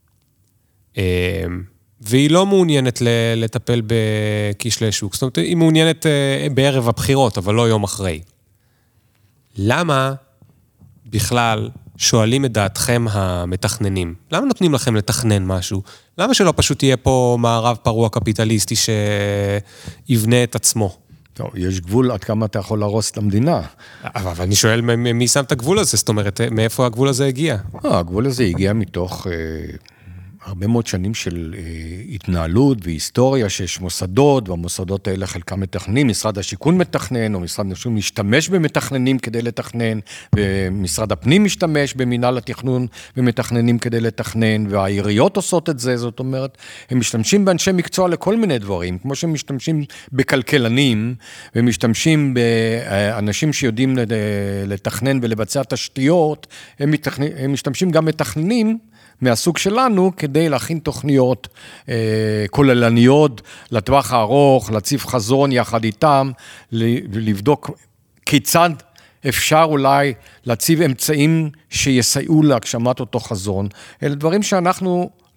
והיא לא מעוניינת לטפל בכשלי שוק, זאת אומרת, היא מעוניינת בערב הבחירות, אבל לא יום אחרי. למה בכלל שואלים את דעתכם המתכננים? למה נותנים לכם לתכנן משהו? למה שלא פשוט יהיה פה מערב פרוע קפיטליסטי שיבנה את עצמו? טוב, יש גבול עד כמה אתה יכול להרוס את המדינה. אבל אני שואל מי שם את הגבול הזה, זאת אומרת, מאיפה הגבול הזה הגיע? הגבול הזה הגיע מתוך הרבה מאוד שנים של התנהלות והיסטוריה, שיש מוסדות, והמוסדות האלה חלקם מתכננים, משרד השיכון מתכנן, או משרד נשום משתמש במתכננים כדי לתכנן, ומשרד הפנים משתמש במינהל התכנון ומתכננים כדי לתכנן, והעיריות עושות את זה, זאת אומרת, הם משתמשים באנשי מקצוע לכל מיני דברים, כמו שהם משתמשים בכלכלנים, ומשתמשים באנשים שיודעים לתכנן ולבצע תשתיות, הם, מתכנ... הם משתמשים גם מתכננים, מהסוג שלנו, כדי להכין תוכניות אה, כוללניות לטווח הארוך, להציב חזון יחד איתם, לבדוק כיצד אפשר אולי להציב אמצעים שיסייעו להגשמת אותו חזון. אלה דברים שאנחנו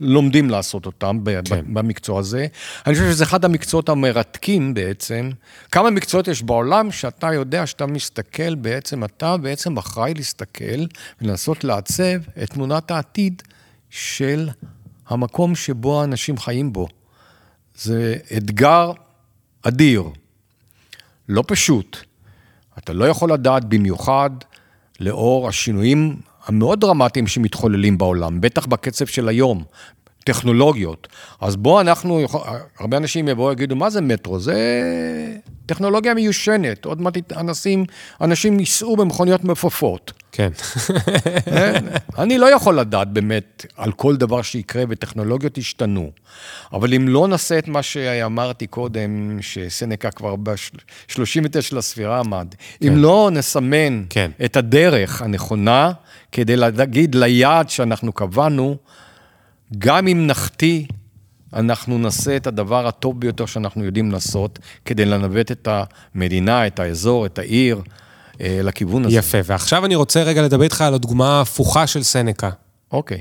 לומדים לעשות אותם במקצוע הזה. אני חושב שזה אחד המקצועות המרתקים בעצם. כמה מקצועות יש בעולם שאתה יודע שאתה מסתכל בעצם, אתה בעצם אחראי להסתכל ולנסות לעצב את תמונת העתיד של המקום שבו האנשים חיים בו. זה אתגר אדיר, לא פשוט. אתה לא יכול לדעת במיוחד לאור השינויים המאוד דרמטיים שמתחוללים בעולם, בטח בקצב של היום, טכנולוגיות. אז בוא אנחנו, הרבה אנשים יבואו יגידו, מה זה מטרו? זה טכנולוגיה מיושנת, עוד מעט אנשים, אנשים ייסעו במכוניות מפופות. כן. אני לא יכול לדעת באמת על כל דבר שיקרה וטכנולוגיות ישתנו, אבל אם לא נעשה את מה שאמרתי קודם, שסנקה כבר ב-שלושים ותשע לספירה עמד, כן. אם לא נסמן כן. את הדרך הנכונה, כדי להגיד ליעד שאנחנו קבענו, גם אם נחטיא, אנחנו נעשה את הדבר הטוב ביותר שאנחנו יודעים לעשות, כדי לנווט את המדינה, את האזור, את העיר, לכיוון הזה. יפה, ועכשיו אני רוצה רגע לדבר איתך על הדוגמה ההפוכה של סנקה. אוקיי.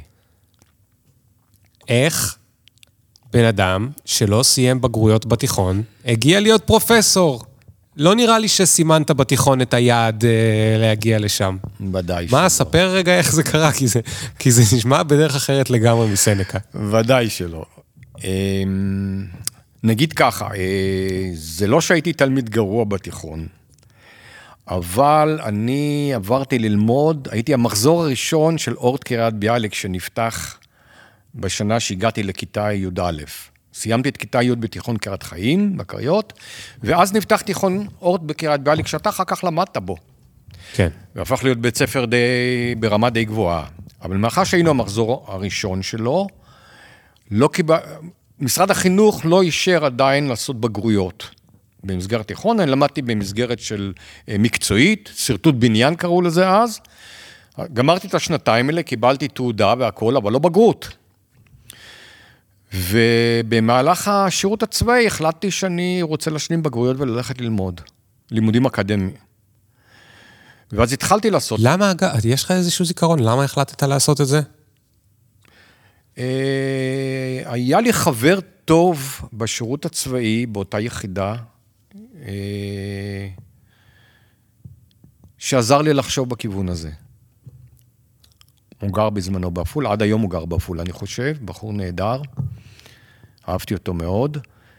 איך בן אדם שלא סיים בגרויות בתיכון, הגיע להיות פרופסור? לא נראה לי שסימנת בתיכון את היעד אה, להגיע לשם. ודאי שלא. מה, ספר רגע איך זה קרה, כי זה, כי זה נשמע בדרך אחרת לגמרי מסנקה. ודאי שלא. נגיד ככה, זה לא שהייתי תלמיד גרוע בתיכון, אבל אני עברתי ללמוד, הייתי המחזור הראשון של אורט קריית ביאליק שנפתח בשנה שהגעתי לכיתה י' א'. סיימתי את כיתה י' בתיכון קריית חיים, בקריות, ואז נפתח תיכון אורט בקריית ביאליק, שאתה אחר כך למדת בו. כן. והפך להיות בית ספר די, ברמה די גבוהה. אבל מאחר שהיינו המחזור הראשון שלו, לא קיבל, משרד החינוך לא אישר עדיין לעשות בגרויות. במסגרת תיכון, אני למדתי במסגרת של מקצועית, סרטוט בניין קראו לזה אז, גמרתי את השנתיים האלה, קיבלתי תעודה והכל, אבל לא בגרות. ובמהלך השירות הצבאי החלטתי שאני רוצה להשלים בגרויות וללכת ללמוד, לימודים אקדמיים. ואז התחלתי לעשות. למה, אגב, יש לך איזשהו זיכרון? למה החלטת לעשות את זה? היה לי חבר טוב בשירות הצבאי, באותה יחידה, שעזר לי לחשוב בכיוון הזה. הוא גר בזמנו באפולה, עד היום הוא גר באפולה, אני חושב, בחור נהדר, אהבתי אותו מאוד,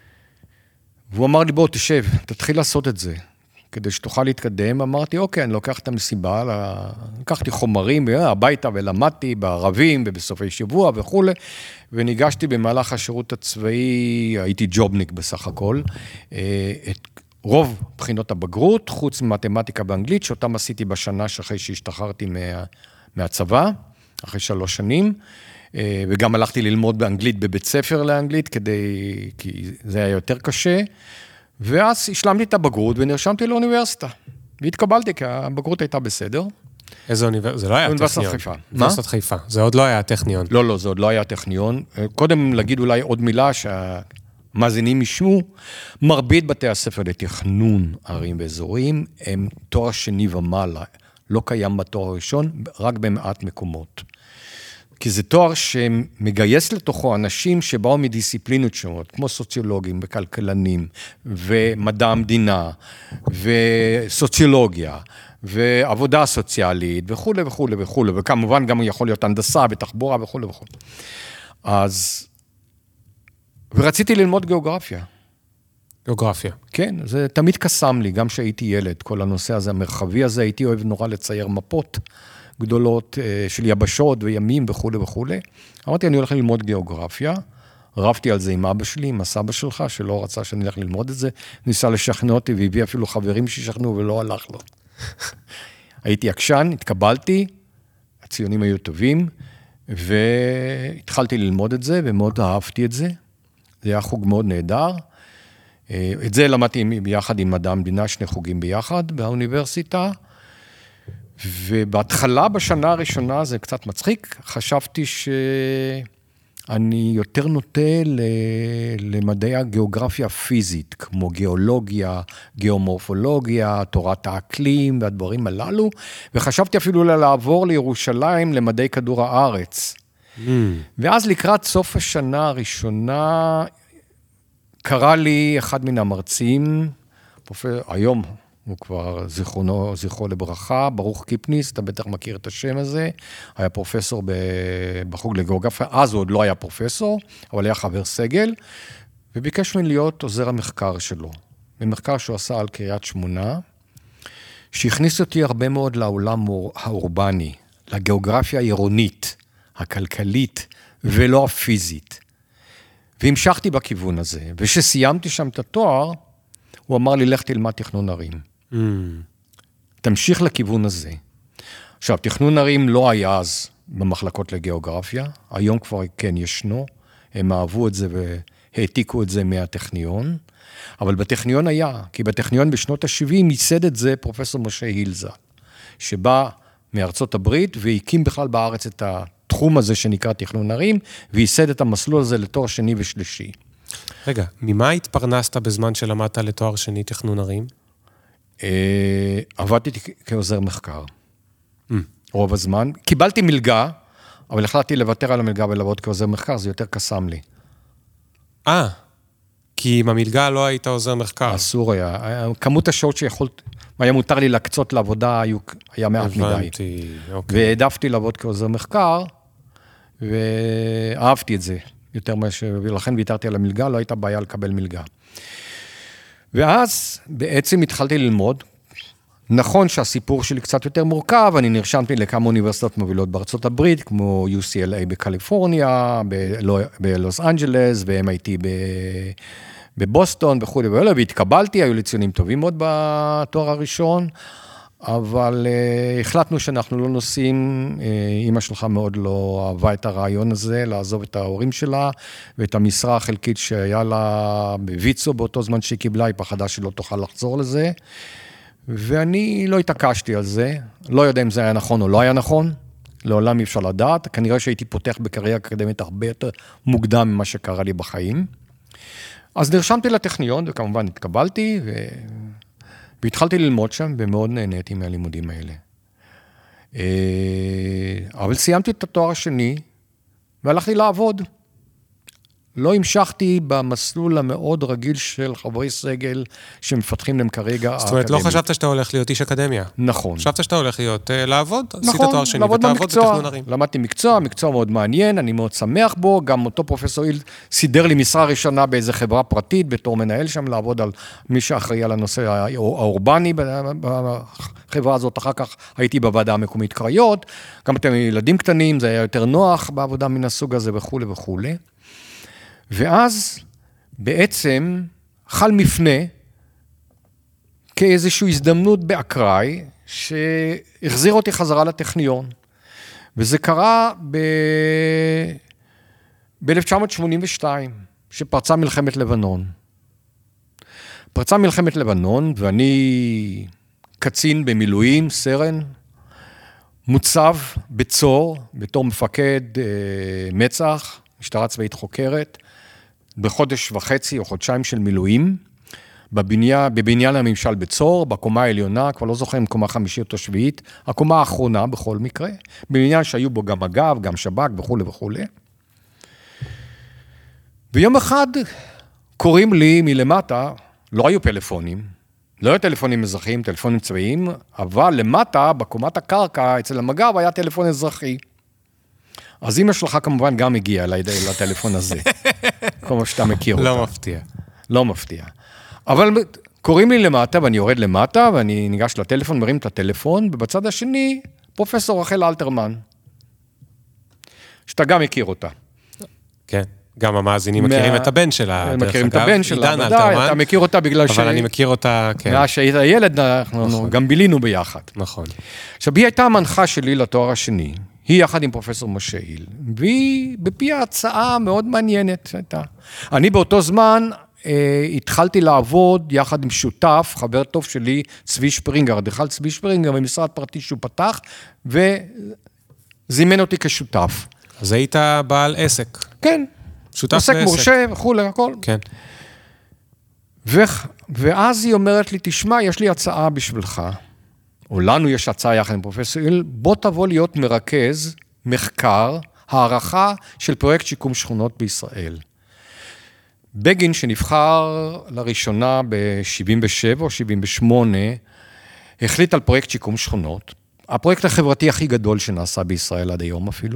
והוא אמר לי, בוא, תשב, תתחיל לעשות את זה, כדי שתוכל להתקדם. אמרתי, אוקיי, אני לוקח את המסיבה, לקחתי חומרים הביתה ולמדתי בערבים ובסופי שבוע וכו', וניגשתי במהלך השירות הצבאי, הייתי ג'ובניק בסך הכל, את רוב בחינות הבגרות, חוץ ממתמטיקה באנגלית, שאותם עשיתי בשנה שאחרי שהשתחררתי מה, מהצבא, אחרי שלוש שנים, וגם הלכתי ללמוד באנגלית בבית ספר לאנגלית, כדי, כי זה היה יותר קשה, ואז השלמתי את הבגרות ונרשמתי לאוניברסיטה, והתקבלתי כי הבגרות הייתה בסדר. איזה אוניברסיטה? זה לא היה אוניברסיטת טכניון. חיפה. אוניברסיטת חיפה. זה עוד לא היה טכניון. לא, לא, זה עוד לא היה טכניון. קודם להגיד אולי עוד מילה שהמאזינים ישמעו, מרבית בתי הספר לתכנון ערים ואזורים, הם תואר שני ומעלה, לא קיים בתואר הראשון, רק במעט מקומות. כי זה תואר שמגייס לתוכו אנשים שבאו מדיסציפלינות שונות, כמו סוציולוגים וכלכלנים, ומדע המדינה, וסוציולוגיה, ועבודה סוציאלית, וכו' וכו' וכו', וכמובן גם יכול להיות הנדסה ותחבורה וכו' וכו'. אז, ורציתי ללמוד גיאוגרפיה. גיאוגרפיה. כן, זה תמיד קסם לי, גם שהייתי ילד, כל הנושא הזה, המרחבי הזה, הייתי אוהב נורא לצייר מפות גדולות של יבשות וימים וכו' וכו'. אמרתי, אני הולך ללמוד גיאוגרפיה, רבתי על זה עם אבא שלי, עם הסבא שלך, שלא רצה שאני אלך ללמוד את זה, ניסה לשכנע אותי, והביא אפילו חברים ששכנעו ולא הלך לו. הייתי עקשן, התקבלתי, הציונים היו טובים, והתחלתי ללמוד את זה, ומאוד אהבתי את זה. זה היה חוג מאוד נהדר. את זה למדתי ביחד עם מדע המדינה, שני חוגים ביחד באוניברסיטה, ובהתחלה בשנה הראשונה, זה קצת מצחיק, חשבתי שאני יותר נוטה למדעי הגיאוגרפיה הפיזית, כמו גיאולוגיה, גיאומורפולוגיה, תורת האקלים והדברים הללו, וחשבתי אפילו לעבור לירושלים למדעי כדור הארץ. Mm. ואז לקראת סוף השנה הראשונה, קרא לי אחד מן המרצים, פרופסור, היום הוא כבר זיכרונו, זכרו לברכה, ברוך קיפניס, אתה בטח מכיר את השם הזה, היה פרופסור בחוג לגיאוגרפיה, אז הוא עוד לא היה פרופסור, אבל היה חבר סגל, וביקש ממני להיות עוזר המחקר שלו. במחקר שהוא עשה על קריית שמונה, שהכניס אותי הרבה מאוד לעולם האורבני, לגיאוגרפיה העירונית, הכלכלית, ולא הפיזית. והמשכתי בכיוון הזה, ושסיימתי שם את התואר, הוא אמר לי, לך תלמד תכנון ערים. Mm. תמשיך לכיוון הזה. עכשיו, תכנון ערים לא היה אז במחלקות לגיאוגרפיה, היום כבר כן ישנו, הם אהבו את זה והעתיקו את זה מהטכניון, אבל בטכניון היה, כי בטכניון בשנות ה-שבעים ייסד את זה פרופסור משה הילזה, שבא מארצות הברית והקים בכלל בארץ את התחום הזה שנקרא תכנון ערים, וייסד את המסלול הזה לתואר שני ושלישי. רגע, ממה התפרנסת בזמן שלמדת לתואר שני תכנון ערים? עבדתי כעוזר מחקר. רוב הזמן. קיבלתי מלגה, אבל החלטתי לוותר על המלגה ולעבוד כעוזר מחקר, זה יותר קסם לי. אה, כי עם המלגה לא היית עוזר מחקר. אסור היה. כמות השעות שיכולת, היה מותר לי להקצות לעבודה, היה מעט מדי. הבנתי, אוקיי. והעדפתי לעבוד כעוזר מחקר, ואהבתי את זה. יותר מאשר, ולכן ויתרתי על המלגה, לא הייתה בעיה לקבל מלגה. ואז בעצם התחלתי ללמוד. נכון שהסיפור שלי קצת יותר מורכב, אני נרשמתי לכמה אוניברסיטאות מובילות בארצות הברית, כמו יו סי אל איי בקליפורניה, בלוס אנג'לס, ו-אם איי טי בבוסטון וכו' וכו', והתקבלתי, היו לי ציונים טובים מאוד בתואר הראשון, אבל uh, החלטנו שאנחנו לא נוסעים, uh, אמא שלך מאוד לא אהבה את הרעיון הזה, לעזוב את ההורים שלה, ואת המשרה החלקית שהיה לה בויצו באותו זמן שהיא קיבלה, היא פחדה שלא תוכל לחזור לזה, ואני לא התעקשתי על זה, לא יודע אם זה היה נכון או לא היה נכון, לעולם אי אפשר לדעת, כנראה שהייתי פותח בקריירה אקדמית הרבה יותר מוקדם ממה שקרה לי בחיים, אז נרשמתי לטכניון, וכמובן התקבלתי, ו... והתחלתי ללמוד שם, ומאוד נהניתי מהלימודים האלה. אבל סיימתי את התואר השני, והלכתי לעבוד. לא המשכתי במסלול המאוד רגיל של חברי סגל, שמפתחים להם כרגע האקדמיה. זאת אומרת, לא חשבת שאתה הולך להיות איש אקדמיה. נכון. חשבת שאתה הולך להיות לעבוד, נכון, עשית תואר שני, ותעבוד בתכנון ערים. למדתי מקצוע, מקצוע מאוד מעניין, אני מאוד שמח בו, גם אותו פרופסור היל סידר לי משרה ראשונה באיזו חברה פרטית, בתור מנהל שם, לעבוד על מי שאחראי על הנושא האורבני בחברה הזאת, אחר כך הייתי בוועדה המקומית קריות, גם אתם ילדים קטנים, זה היה יותר נוח בעבודה מן הסוג הזה וכו' וכו'. ואז בעצם חל מפנה כאיזושהי הזדמנות באקראי שהחזיר אותי חזרה לטכניון. וזה קרה ב-אלף תשע מאות שמונים ושתיים, שפרצה מלחמת לבנון. פרצה מלחמת לבנון ואני קצין במילואים, סרן, מוצב בצור, בתור מפקד מצ"ח, משטרה צבאית חוקרת, בחודש וחצי או חודשיים של מילואים, בבניין, בבניין הממשל בצור, בקומה העליונה, כבר לא זוכר אם קומה חמישית או שביעית, הקומה האחרונה בכל מקרה, בבניין שהיו בו גם אגב, גם שב"כ וכו' וכו'. ויום אחד קוראים לי מלמטה, לא היו פלאפונים, לא היו טלפונים אזרחיים, טלפונים צבאיים, אבל למטה, בקומת הקרקע, אצל המג"ב היה טלפון אזרחי. אז אמא שלך כמובן גם הגיעה לטלפון הזה, כמו שאתה מכיר אותה. לא מפתיע. לא מפתיע. אבל קוראים לי למטה, ואני יורד למטה, ואני ניגש לטלפון, מרים את הטלפון, ובצד השני, פרופסור רחל אלתרמן, שאתה גם מכיר אותה. כן, גם המאזינים מכירים את הבן שלה. מכירים את הבן שלה, ודאי, אתה מכיר אותה בגלל ש... אבל אני מכיר אותה, כן. מאז שהיית ילד, אנחנו גם בילינו ביחד. נכון. עכשיו, היא הייתה המנחה שלי לתואר השני, היא יחד עם פרופסור משה היל, והיא בפי ההצעה מאוד מעניינת הייתה. אני באותו זמן אה, התחלתי לעבוד יחד עם שותף, חבר טוב שלי, צבי שפרינגר, אדריכל צבי שפרינגר, במשרד פרטי שהוא פתח, וזימן אותי כשותף. אז היית בעל עסק. כן. שותף עסק בעסק. מורשה וכו', הכל. כן. ו... ואז היא אומרת לי, תשמע, יש לי הצעה בשבילך. או לנו יש הצעה יחד עם פרופסור היל, בוא תבוא להיות מרכז מחקר הערכה של פרויקט שיקום שכונות בישראל. בגין שנבחר לראשונה ב-שבעים ושבע או שבעים ושמונה, החליט על פרויקט שיקום שכונות, הפרויקט החברתי הכי גדול שנעשה בישראל עד היום אפילו,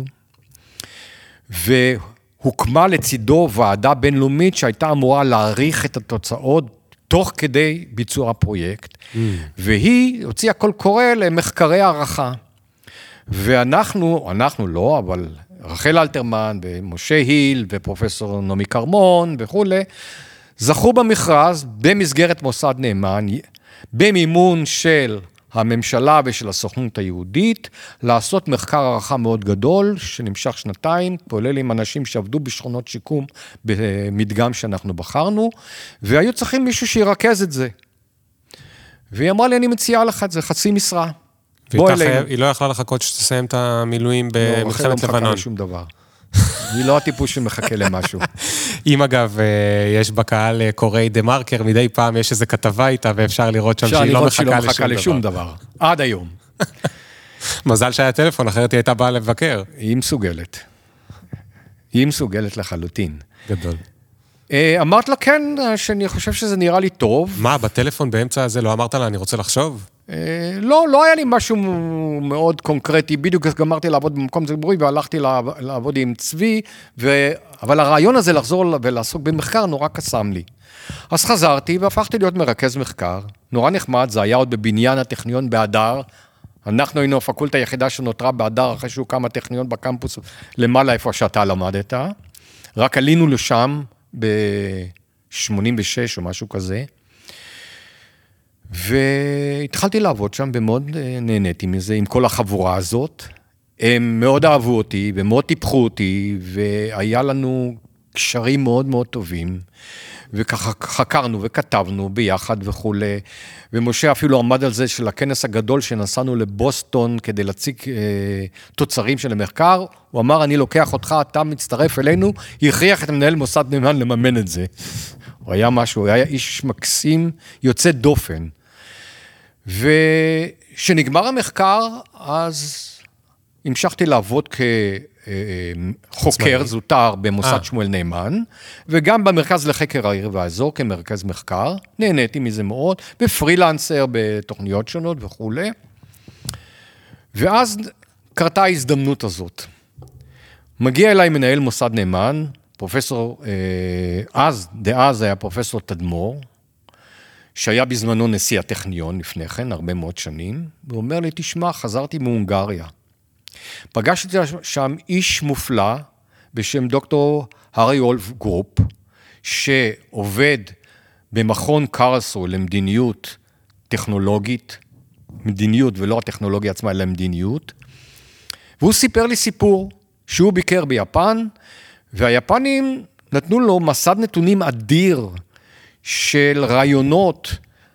והוקמה לצידו ועדה בינלאומית שהייתה אמורה להעריך את התוצאות תוך כדי ביצוע הפרויקט, mm. והיא הוציאה קול קורא למחקרי הערכה. ואנחנו, אנחנו לא, אבל רחל אלתרמן ומשה היל ופרופסור נעמי כרמון וכו', זכו במכרז במסגרת מוסד נאמן, במימון של הממשלה ושל הסוכנות היהודית, לעשות מחקר הערכה מאוד גדול, שנמשך שנתיים, כולל עם אנשים שעבדו בשכונות שיקום במדגם שאנחנו בחרנו, והיו צריכים מישהו שירכז את זה. והיא אמרה לי, אני מציעה לך את זה, חצי משרה. היא לא יכלה לחכות שתסיים את המילואים במלחמת לבנון. לא מחכה לשום דבר. היא לא הטיפוש שמחכה למשהו. אם אגב, יש בקהל קוראי דה מרקר, מדי פעם יש איזו כתבה איתה, ואפשר לראות שם שהיא לא מחכה לשום דבר. עד היום. מזל שהיה טלפון, אחרת היא הייתה באה לבקר. היא מסוגלת. היא מסוגלת לחלוטין. גדול. אמרת לה כן, שאני חושב שזה נראה לי טוב. מה, בטלפון באמצע הזה לא אמרת לה, אני רוצה לחשוב? לא, לא היה לי משהו מאוד קונקרטי, בדיוק גמרתי לעבוד במקום ציבורי, והלכתי לעבוד עם צבי, אבל הרעיון הזה לחזור ולעסוק במחקר נורא קסם לי. אז חזרתי והפכתי להיות מרכז מחקר, נורא נחמד, זה היה עוד בבניין הטכניון באדר, אנחנו היינו הפקולטה היחידה שנותרה באדר, אחרי שהוא קם הטכניון בקמפוס למעלה איפה שאתה למדת, רק עלינו לשם ב-שמונים ושש או משהו כזה, והתחלתי לעבוד שם, ומאוד נהניתי מזה, עם כל החבורה הזאת. הם מאוד אהבו אותי, ומאוד טיפחו אותי, והיה לנו קשרים מאוד מאוד טובים, וככה חקרנו וכתבנו ביחד וכו'. ומשה אפילו עמד על זה של הכנס הגדול שנסענו לבוסטון, כדי להציג אה, תוצרים של המחקר, הוא אמר, אני לוקח אותך, אתה מצטרף אלינו, הכריח את מנהל מוסד נאמן לממן את זה. הוא היה משהו, הוא היה איש מקסים, יוצא דופן. ושנגמר המחקר, אז המשכתי לעבוד כחוקר זוטר במוסד שמואל נאמן, וגם במרכז לחקר העיר והאזור כמרכז מחקר, נהניתי מזה מאוד, בפרילנסר בתוכניות שונות וכו'. ואז קרתה ההזדמנות הזאת. מגיע אליי מנהל מוסד נאמן, פרופסור, אז, דאז היה פרופסור תדמור, שהיה בזמנו נשיא הטכניון לפני כן, הרבה מאוד שנים, והוא אומר לי, תשמע, חזרתי מהונגריה. פגשתי שם איש מופלא, בשם דוקטור הרי אולף גרופ, שעובד במכון קרלסרוי למדיניות טכנולוגית, מדיניות ולא הטכנולוגיה עצמה, אלא מדיניות, והוא סיפר לי סיפור, שהוא ביקר ביפן, והיפנים נתנו לו מסד נתונים אדיר של רעיונות,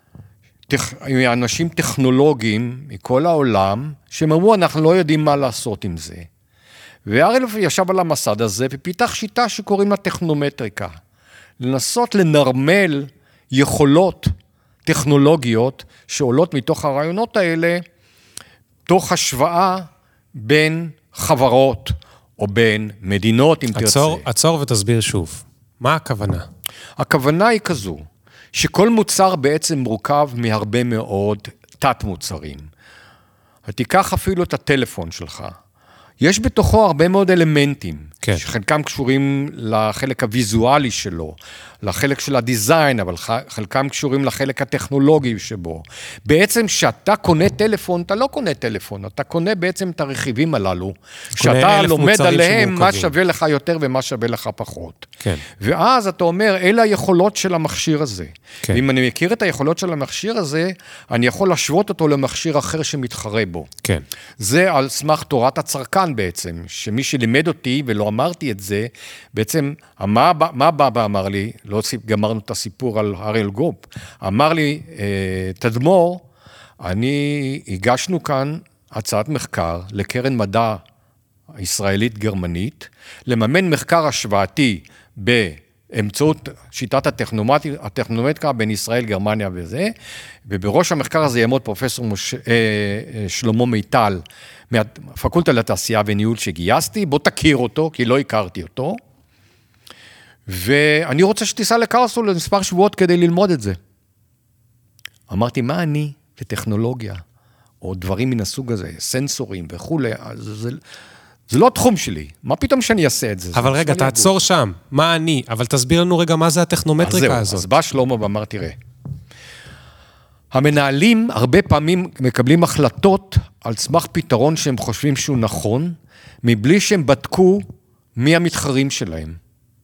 אנשים טכנולוגיים מכל העולם, שהם אמרו, אנחנו לא יודעים מה לעשות עם זה. והרלף ישב על המסד הזה, ופיתח שיטה שקוראים לה טכנומטריקה. לנסות לנרמל יכולות טכנולוגיות, שעולות מתוך הרעיונות האלה, תוך השוואה בין חברות, או בין מדינות, אם תרצה. עצור, עצור ותסביר שוב. מה הכוונה? הכוונה היא כזו, שכל מוצר בעצם מורכב מהרבה מאוד תת מוצרים. תיקח אפילו את הטלפון שלך. יש בתוכו הרבה מאוד אלמנטים, כן. שחלקם קשורים לחלק הוויזואלי שלו, לחלק של הדיזיין, אבל חלקם קשורים לחלק הטכנולוגי שבו. בעצם שאתה קונה טלפון, אתה לא קונה טלפון, אתה קונה בעצם את הרכיבים הללו, שאתה לומד עליהם מה שווה לך יותר ומה שווה לך פחות. כן. ואז אתה אומר, אלה היכולות של המכשיר הזה. כן. ואם אני מכיר את היכולות של המכשיר הזה, אני יכול להשוות אותו למכשיר אחר שמתחרה בו. כן. זה על סמך תורת הצרכן בעצם, שמי שלימד אותי ולא אמרתי את זה, בעצם, מה, מה בא ואמר לי, לא גמרנו את הסיפור על הראל גופ, אמר לי, תדמור, אני הגשנו כאן הצעת מחקר לקרן מדע ישראלית גרמנית, לממן מחקר השוואתי באמצעות שיטת הטכנומטריקה בין ישראל, גרמניה וזה, ובראש המחקר הזה יעמוד פרופסור מש... שלמה מיטל, מהפקולטה לתעשייה וניהול שגייסתי, בוא תכיר אותו, כי לא הכרתי אותו, ואני רוצה שתיסע לקרלסרוי למספר שבועות כדי ללמוד את זה. אמרתי, מה אני וטכנולוגיה, או דברים מן הסוג הזה, סנסורים וכו', זה, זה לא התחום שלי. מה פתאום שאני אעשה את זה? אבל זה רגע, תעצור שם. מה אני? אבל תסביר לנו רגע מה זה הטכנומטריקה אז הזאת. אז בא שלמה ואמר, תראה, המנהלים הרבה פעמים מקבלים החלטות על סמך פתרון שהם חושבים שהוא נכון, מבלי שהם בדקו מי המתחרים שלהם.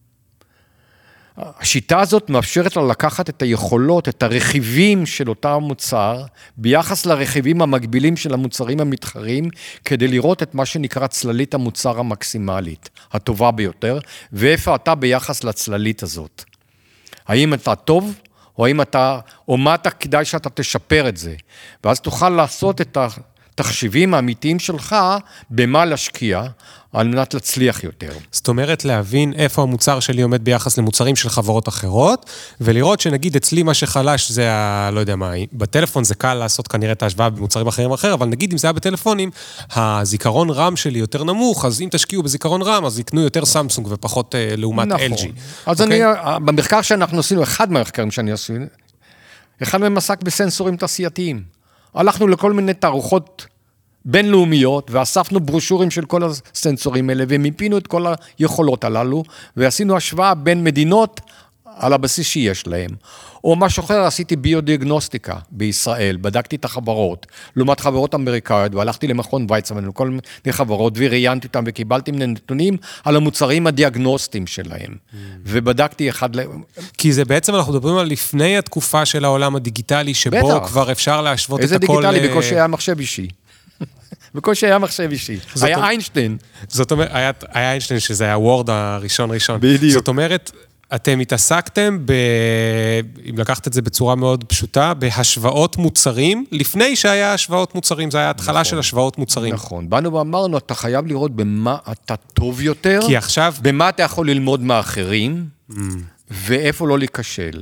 השיטה הזאת מאפשרת לה לקחת את היכולות, את הרכיבים של אותה המוצר, ביחס לרכיבים המקבילים של המוצרים המתחרים, כדי לראות את מה שנקרא צללית המוצר המקסימלית, הטובה ביותר, ואיפה אתה ביחס לצללית הזאת. האם אתה טוב, או האם אתה, או מה אתה כדאי שאתה תשפר את זה. ואז תוכל לעשות את התחשיבים האמיתיים שלך, במה להשקיע, על מנת להצליח יותר. זאת אומרת, להבין איפה המוצר שלי עומד ביחס למוצרים של חברות אחרות, ולראות שנגיד אצלי מה שחלש זה ה... לא יודע מה, בטלפון זה קל לעשות כנראה את ההשוואה במוצרים אחרים אחר, אבל נגיד אם זה היה בטלפונים, הזיכרון רם שלי יותר נמוך, אז אם תשקיעו בזיכרון רם, אז יקנו יותר סמסונג ופחות אה, לעומת נכון. אל ג'י. אז אני, במחקר שאנחנו עשינו, אחד מהמחקרים שאני עשינו, אחד מהם עסק בסנסורים תעשייתיים. הלכנו לכל מיני תערוכות בינלאומיות, ואספנו ברושורים של כל הסנסורים האלה, ומיפינו את כל היכולות הללו, ועשינו השוואה בין מדינות על הבסיס שיש להם. או משהו אחר, עשיתי ביודיאגנוסטיקה בישראל, בדקתי את החברות, לעומת חברות אמריקאיות, והלכתי למכון ויצמן, לכל מיני חברות, וראיינתי אותם, וקיבלתי מהם נתונים על המוצרים הדיאגנוסטיים שלהם. Mm. ובדקתי אחד... כי זה בעצם, אנחנו מדברים על לפני התקופה של העולם הדיגיטלי, שבו בטח. כבר אפשר להשוות את הכל... איזה דיגיטלי? בקושי היה מחשב אישי. בקושי היה מחשב אישי. היה אומר, איינשטיין. זאת אומרת, היה, היה איינשטיין שזה היה וורד הראשון ראשון. בדיוק. זאת אומרת, אתם התעסקתם, ב, אם לקחת את זה בצורה מאוד פשוטה, בהשוואות מוצרים, לפני שהיה השוואות מוצרים, זה היה התחלה נכון, של השוואות מוצרים. נכון. באנו ואמרנו, אתה חייב לראות במה אתה טוב יותר, כי עכשיו... במה אתה יכול ללמוד מאחרים, mm. ואיפה לא להיכשל.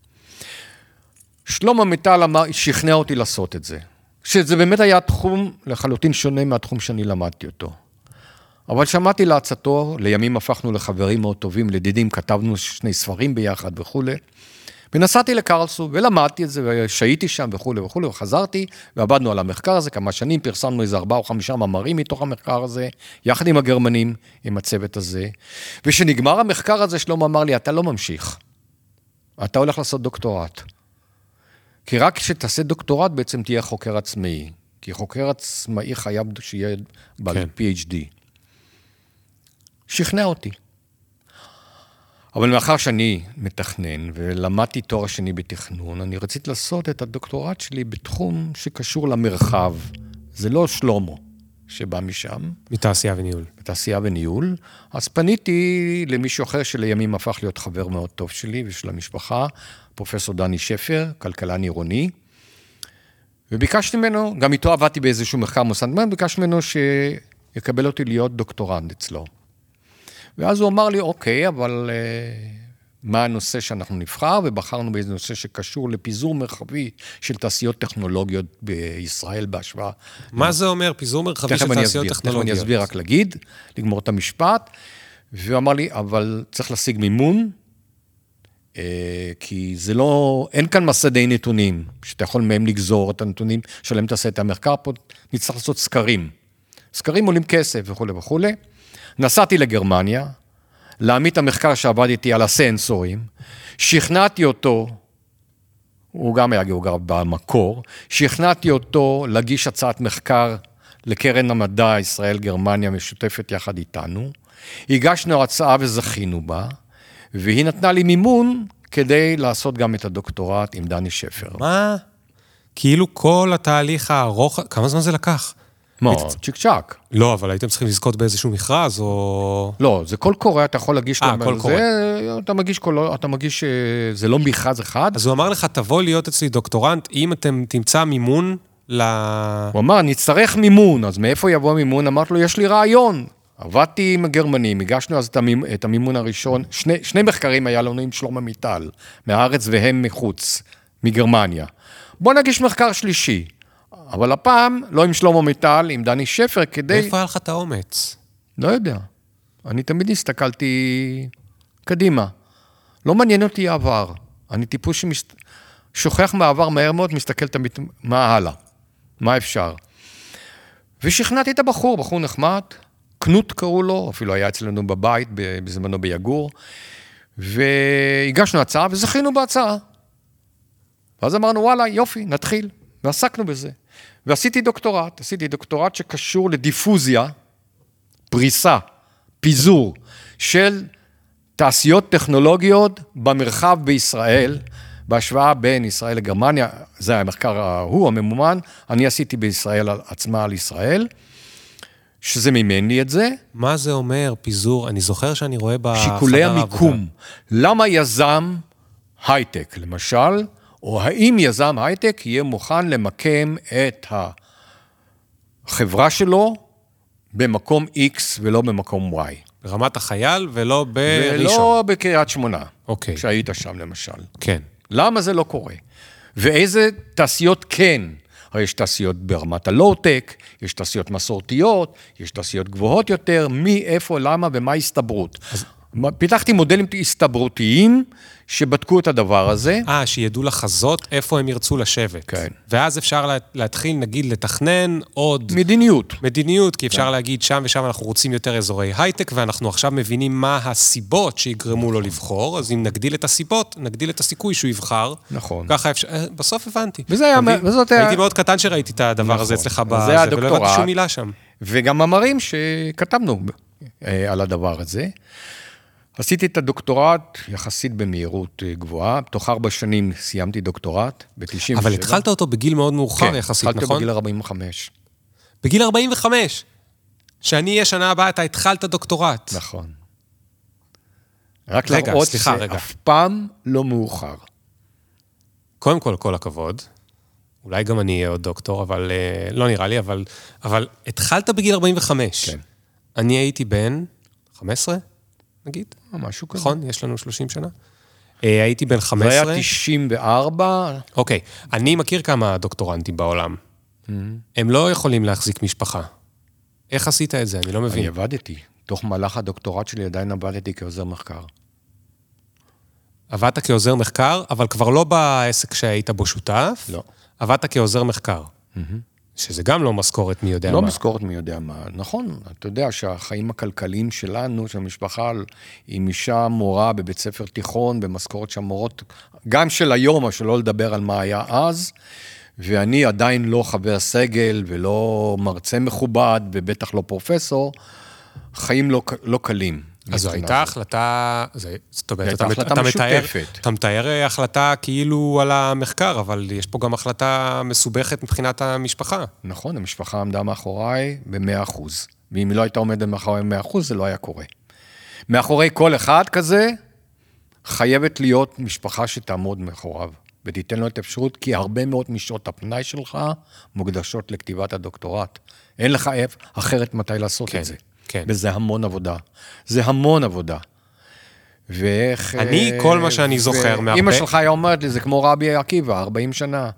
שלמה מיטל אמר, שכנע אותי לעשות את זה. שזה באמת היה תחום לחלוטין שונה מהתחום שאני למדתי אותו. אבל שמעתי לעצתו, לימים הפכנו לחברים מאוד טובים, לדידים, כתבנו שני ספרים ביחד וכו'. ונסעתי לקרלסרוי ולמדתי את זה, ושהיתי שם וכו' וכו', וחזרתי, ועבדנו על המחקר הזה כמה שנים, פרסמנו איזה ארבעה או חמישה מאמרים מתוך המחקר הזה, יחד עם הגרמנים, עם הצוות הזה. ושנגמר המחקר הזה, שלמה אמר לי, אתה לא ממשיך. אתה הולך לעשות דוקטורט. כי רק כשתעשה דוקטורט בעצם תהיה חוקר עצמאי, כי חוקר עצמאי חייב שיהיה בעל פי אייץ' די. שכנע אותי. אבל מאחר שאני מתכנן ולמדתי תואר שני בתכנון, אני רציתי לעשות את הדוקטורט שלי בתחום שקשור למרחב. זה לא שלמה שבא משם. מתעשייה וניהול. מתעשייה וניהול. אז פניתי למישהו אחר שלימים הפך להיות חבר מאוד טוב שלי ושל המשפחה, פרופסור דני שפר, כלכלן עירוני, וביקשתי ממנו, גם איתו עבדתי באיזשהו מחקר מוסד, ביקשתי ממנו שיקבל אותי להיות דוקטורנט אצלו. ואז הוא אמר לי, אוקיי, אבל uh, מה הנושא שאנחנו נבחר, ובחרנו באיזה נושא שקשור לפיזור מרחבי של תעשיות טכנולוגיות בישראל בהשוואה. מה זה אומר, פיזור מרחבי של תעשיות טכנולוגיות? תכף אני אסביר, רק להגיד, לגמור את המשפט, והוא אמר לי, אבל צריך להשיג מימון, כי זה לא, אין כאן מסדי נתונים, שאתה יכול מהם לגזור את הנתונים, שלהם תעשה את המחקר פה, נצטרך לעשות סקרים. סקרים עולים כסף וכו' וכו'. נסעתי לגרמניה, להעמיד המחקר שעבדתי על הסנסורים, שכנעתי אותו, הוא גם היה גיאוגרף במקור, שכנעתי אותו להגיש הצעת מחקר לקרן המדע ישראל-גרמניה משותפת יחד איתנו, הגשנו הצעה וזכינו בה, והיא נתנה לי מימון כדי לעשות גם את הדוקטורט עם דני שפר. מה? כאילו כל התהליך הארוך, כמה זמן זה לקח? מה? צ'יק צ'ק. לא, אבל הייתם צריכים לזכות באיזשהו מכרז, או... לא, זה כל קורא, אתה יכול להגיש... אה, כל קורא. אתה מגיש, אתה מגיש, זה לא מכרז אחד. אז הוא אמר לך, תבוא להיות אצלי דוקטורנט, אם אתם תמצא מימון ל... הוא אמר, נצטרך מימון, אז מאיפה יבוא מימון? אמרת לו, יש לי רעיון. עבדתי עם הגרמנים, הגשנו אז את המימון הראשון, שני, שני מחקרים היה לנו עם שלמה מיטל, מהארץ והם מחוץ, מגרמניה. בוא נגיש מחקר שלישי, אבל הפעם לא עם שלמה מיטל, עם דני שפר, כדי... איפה היה לך את האומץ? לא יודע. אני תמיד הסתכלתי קדימה. לא מעניין אותי העבר. אני טיפוס ששוכח מהעבר מהר מאוד, מסתכל תמיד מה הלאה, מה אפשר. ושכנעתי את הבחור, בחור נחמד, קנות קראו לו, אפילו היה אצלנו בבית, בזמנו ביגור, והגשנו הצעה וזכינו בהצעה. ואז אמרנו, וואלה, יופי, נתחיל. ועסקנו בזה. ועשיתי דוקטורט, עשיתי דוקטורט שקשור לדיפוזיה, פריסה, פיזור, של תעשיות טכנולוגיות במרחב בישראל, בהשוואה בין ישראל לגרמניה, זה היה המחקר ההוא, הממומן, אני עשיתי בישראל עצמה על ישראל, שזה מימן לי את זה. מה זה אומר, פיזור? אני זוכר שאני רואה בחדר העבודה. שיקולי המיקום. למה יזם הייטק, למשל, או האם יזם הייטק יהיה מוכן למקם את החברה שלו במקום X ולא במקום Y. ברמת החייל ולא בראשון. ולא בקריית שמונה. אוקיי. שהיית שם למשל. כן. למה זה לא קורה? ואיזה תעשיות כן? הרי יש תעשיות ברמת הלואו-טק, יש תעשיות מסורתיות, יש תעשיות גבוהות יותר, מי, איפה, למה ומה הסתברות. אז... פיתחתי מודלים הסתברותיים שבדקו את הדבר הזה. אה, שידעו לחזות איפה הם ירצו לשבת. כן. ואז אפשר להתחיל, נגיד, לתכנן עוד... מדיניות. מדיניות, כי אפשר כן. להגיד שם ושם אנחנו רוצים יותר אזורי הייטק, ואנחנו עכשיו מבינים מה הסיבות שיגרמו לו לבחור, אז אם נגדיל את הסיבות, נגדיל את הסיכוי שהוא יבחר. נכון. ככה אפשר... בסוף הבנתי. וזה היה... וזאת היה... הייתי מאוד קטן שראיתי את הדבר נכון. הזה אצלך בזה, זה הדוקטורט. ולא הבנתי שום מילה שם. וגם מאמרים שכתבנו על הדבר הזה. עשיתי את הדוקטורט יחסית במהירות גבוהה, תוך ארבע שנים סיימתי דוקטורט, ב-תשעים ושבע. אבל התחלת אותו בגיל מאוד מאוחר כן, יחסית, נכון? כן, התחלתי בגיל ארבעים וחמש. בגיל ארבעים וחמש? שאני אהיה שנה הבאה, אתה התחלת דוקטורט. נכון. רק רגע, להראות סליחה, שאף רגע. פעם לא מאוחר. קודם כל, כל הכבוד. אולי גם אני אהיה עוד דוקטור, אבל לא נראה לי, אבל, אבל התחלת בגיל ארבעים וחמש. כן. אני הייתי בן חמש עשרה? נגיד. משהו כזה. נכון? יש לנו שלושים שנה. הייתי בן חמש עשרה. זה היה תשעים וארבע. אוקיי. אני מכיר כמה דוקטורנטים בעולם. הם לא יכולים להחזיק משפחה. איך עשית את זה? אני לא מבין. אני עבדתי. תוך מהלך הדוקטורט שלי עדיין עבדתי כעוזר מחקר. עבדת כעוזר מחקר, אבל כבר לא בעסק שהיית בו שותף. לא. עבדת כעוזר מחקר. שזה גם לא משכורת מי יודע לא מה. לא משכורת מי יודע מה. נכון, אתה יודע שהחיים הכלכליים שלנו, שהמשפחה עם אישה מורה בבית ספר תיכון, במשכורת שהמורות, גם של היום, או שלא לדבר על מה היה אז, ואני עדיין לא חבר סגל, ולא מרצה מכובד, ובטח לא פרופסור, חיים לא, לא קלים. אז זו הייתה החלטה, זאת אומרת, אתה, החלטה אתה, מתאר, אתה מתאר החלטה כאילו על המחקר, אבל יש פה גם החלטה מסובכת מבחינת המשפחה. נכון, המשפחה עמדה מאחוריי ב-מאה אחוז. ואם היא לא הייתה עומדת מאחוריי ב-מאה אחוז, זה לא היה קורה. מאחורי כל אחד כזה, חייבת להיות משפחה שתעמוד מאחוריו, ותיתן לו את האפשרות, כי הרבה מאוד משעות הפנאי שלך מוקדשות לכתיבת הדוקטורט. אין לך אחרת מתי לעשות כן. את זה. כן. וזה המון עבודה. זה המון עבודה. ואיך... אני, כל מה שאני זוכר מהרבה... אמא שלך היה אומרת לי, זה כמו רבי עקיבא, ארבעים שנה.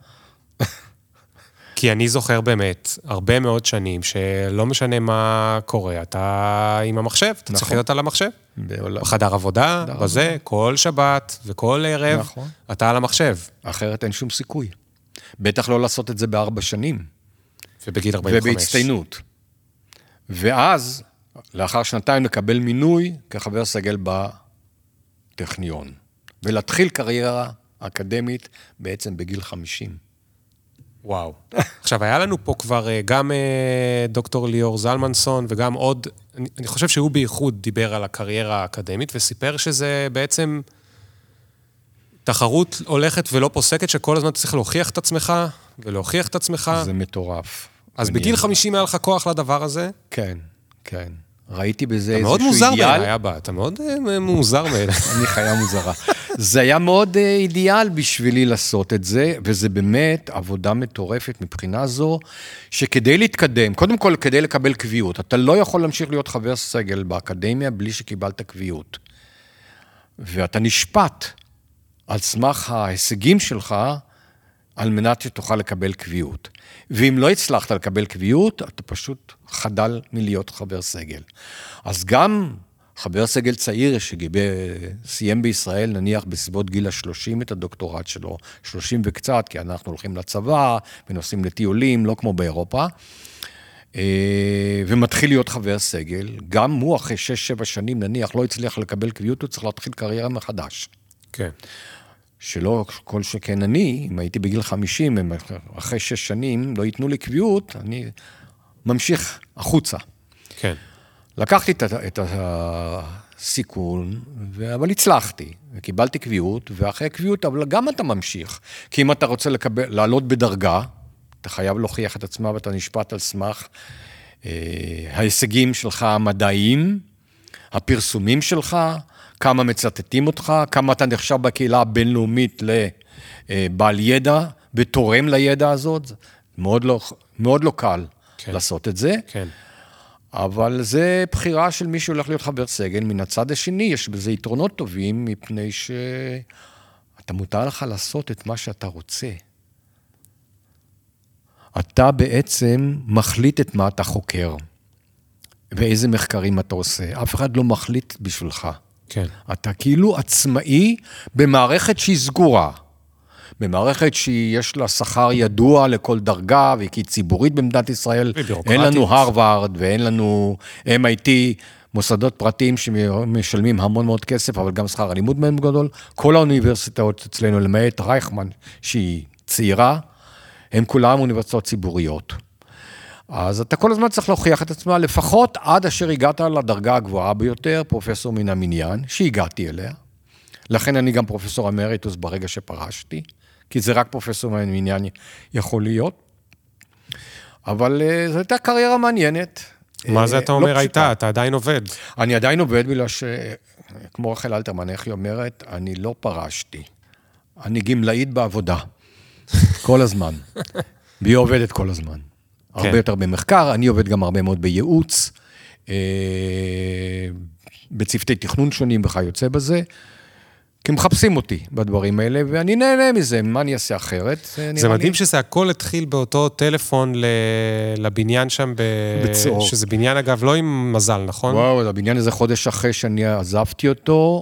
כי אני זוכר באמת, הרבה מאוד שנים, שלא משנה מה קורה, אתה עם המחשב, אתה צריך להיות על המחשב. בחדר עבודה, בזה, כל שבת וכל ערב, אתה על המחשב. אחרת אין שום סיכוי. בטח לא לעשות את זה בארבע שנים. ובגיל ארבעים וחמש. ובהצטיינות. ואז... לאחר שנתיים לקבל מינוי כחבר סגל בטכניון, ולהתחיל קריירה אקדמית בעצם בגיל חמישים. וואו. עכשיו, היה לנו פה כבר גם דוקטור ליאור זלמנסון, וגם עוד, אני, אני חושב שהוא בייחוד דיבר על הקריירה האקדמית, וסיפר שזה בעצם תחרות הולכת ולא פוסקת, שכל הזמן צריך להוכיח את עצמך, ולהוכיח את עצמך. זה מטורף. אז בגיל חמישים היה לך כוח לדבר הזה? כן, כן. ראיתי בזה איזשהו אידיאל. אתה מאוד מוזר בעיניי הבא, אתה מאוד מוזר בעיניי. אני חיה מוזרה. זה היה מאוד אידיאל בשבילי לעשות את זה, וזה באמת עבודה מטורפת מבחינה זו, שכדי להתקדם, קודם כל כדי לקבל קביעות, אתה לא יכול להמשיך להיות חבר סגל באקדמיה בלי שקיבלת קביעות. ואתה נשפט על סמך ההישגים שלך, על מנת שתוכל לקבל קביעות. ואם לא הצלחת לקבל קביעות, אתה פשוט חדל מלהיות חבר סגל. אז גם חבר סגל צעיר שסיים בישראל, נניח בסביבות גיל ה-שלושים את הדוקטורט שלו, שלושים וקצת, כי אנחנו הולכים לצבא ונוסעים לטיולים, לא כמו באירופה, ומתחיל להיות חבר סגל, גם הוא אחרי שש שבע שנים, נניח, לא הצליח לקבל קביעות, הוא צריך להתחיל קריירה מחדש. כן. שלא כל שכן אני, אם הייתי בגיל חמישים, אחרי שש שנים, לא ייתנו לי קביעות, אני ממשיך החוצה. כן. לקחתי את, את הסיכון, אבל הצלחתי, וקיבלתי קביעות, ואחרי קביעות, אבל גם אתה ממשיך. כי אם אתה רוצה לקבל, לעלות בדרגה, אתה חייב להוכיח את עצמה, ואתה נשפט על סמך אה, ההישגים שלך המדעיים, הפרסומים שלך, כמה מצטטים אותך, כמה אתה נחשב בקהילה הבינלאומית לבעל ידע, ותורם לידע הזאת, מאוד לא, מאוד לא קל כן. לעשות את זה. כן. אבל זה בחירה של מי שהולך להיות חבר סגל. מן הצד השני, יש בזה יתרונות טובים, מפני שאתה מותר לך לעשות את מה שאתה רוצה. אתה בעצם מחליט את מה אתה חוקר, ואיזה מחקרים אתה עושה. אף אחד לא מחליט בשבילך. כן. אתה כאילו עצמאי במערכת שהיא סגורה. במערכת שיש לה שכר ידוע לכל דרגה, והיא ציבורית במדינת ישראל. אין לנו הרווארד ואין לנו אם איי טי, מוסדות פרטיים שמשלמים המון מאוד כסף, אבל גם שכר הלימוד מהם גדול. כל האוניברסיטאות אצלנו, למעט רייכמן, שהיא צעירה, הם כולם אוניברסיטאות ציבוריות. אז אתה כל הזמן צריך להוכיח את עצמה, לפחות עד אשר הגעת לדרגה הגבוהה ביותר, פרופסור מן המניין, שהגעתי אליה. לכן אני גם פרופסור אמריטוס ברגע שפרשתי, כי זה רק פרופסור מן המניין יכול להיות. אבל זו הייתה קריירה מעניינת. מה זה אתה אומר הייתה? אתה עדיין עובד. אני עדיין עובד, בגלל ש... כמו רחל אלתרמן, איך היא אומרת, אני לא פרשתי. אני גמלאית בעבודה. כל הזמן. והיא עובדת כל הזמן. הרבה יותר במחקר, אני עובד גם הרבה מאוד בייעוץ, בצוותי תכנון שונים וכיוצא בזה, כי מחפשים אותי בדברים האלה, ואני נהנה מזה, מה אני אעשה אחרת? זה מדהים שזה הכל התחיל באותו טלפון לבניין שם, בצור. שזה בניין אגב לא עם מזל, נכון? וואו, הבניין הזה חודש אחרי שאני עזבתי אותו,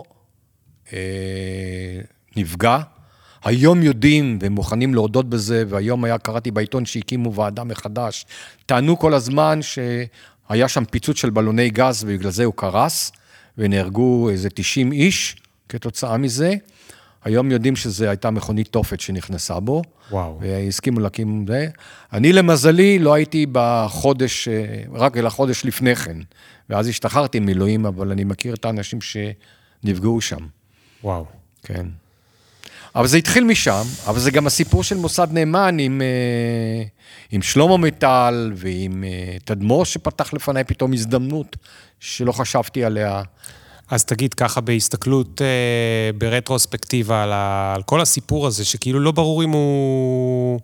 נפגע, היום יודעים ומוכנים להודות בזה, והיום היה, קראתי בעיתון שהקימו ועדה מחדש, טענו כל הזמן שהיה שם פיצוץ של בלוני גז, ובגלל זה הוא קרס, ונהרגו איזה תשעים איש כתוצאה מזה. היום יודעים שזה הייתה מכונית תופת שנכנסה בו, וואו. והסכימו להקים זה. אני למזלי לא הייתי בחודש, רק לחודש לפני כן, ואז השתחררתי מילואים, אבל אני מכיר את האנשים שנפגעו שם. וואו. כן. אבל זה התחיל משם, אבל זה גם הסיפור של מוסד נאמן עם, עם שלמה מיטל ועם תדמור שפתח לפניי פתאום הזדמנות שלא חשבתי עליה. אז תגיד ככה בהסתכלות, ברטרוספקטיבה על, ה, על כל הסיפור הזה, שכאילו לא ברור אם הוא...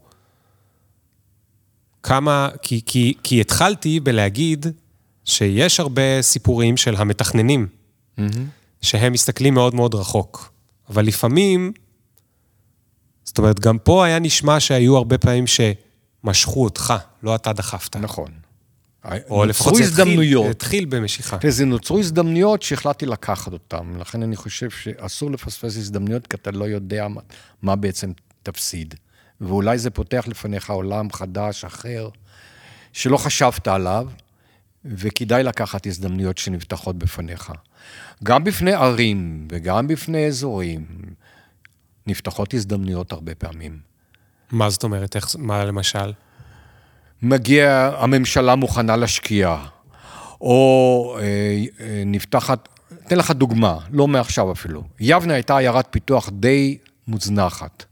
כמה... כי, כי, כי התחלתי בלהגיד שיש הרבה סיפורים של המתכננים, mm-hmm. שהם מסתכלים מאוד מאוד רחוק. אבל לפעמים... זאת אומרת, גם פה היה נשמע שהיו הרבה פעמים שמשכו אותך, לא אתה דחפת. נכון. או לפחות זה התחיל, התחיל במשיכה. זה נוצרו הזדמנויות שהחלטתי לקחת אותן, לכן אני חושב שאסור לפספס הזדמנויות, כי אתה לא יודע מה, מה בעצם תפסיד. ואולי זה פותח לפניך עולם חדש, אחר, שלא חשבת עליו, וכדאי לקחת הזדמנויות שנפתחות בפניך. גם בפני ערים וגם בפני אזורים, נפתחות הזדמנויות הרבה פעמים. מה זאת אומרת? איך, מה למשל? מגיע, הממשלה מוכנה להשקיע, או אה, אה, נפתחת, אתן לך דוגמה, לא מעכשיו אפילו. יבנה הייתה עיירת פיתוח די מוזנחת.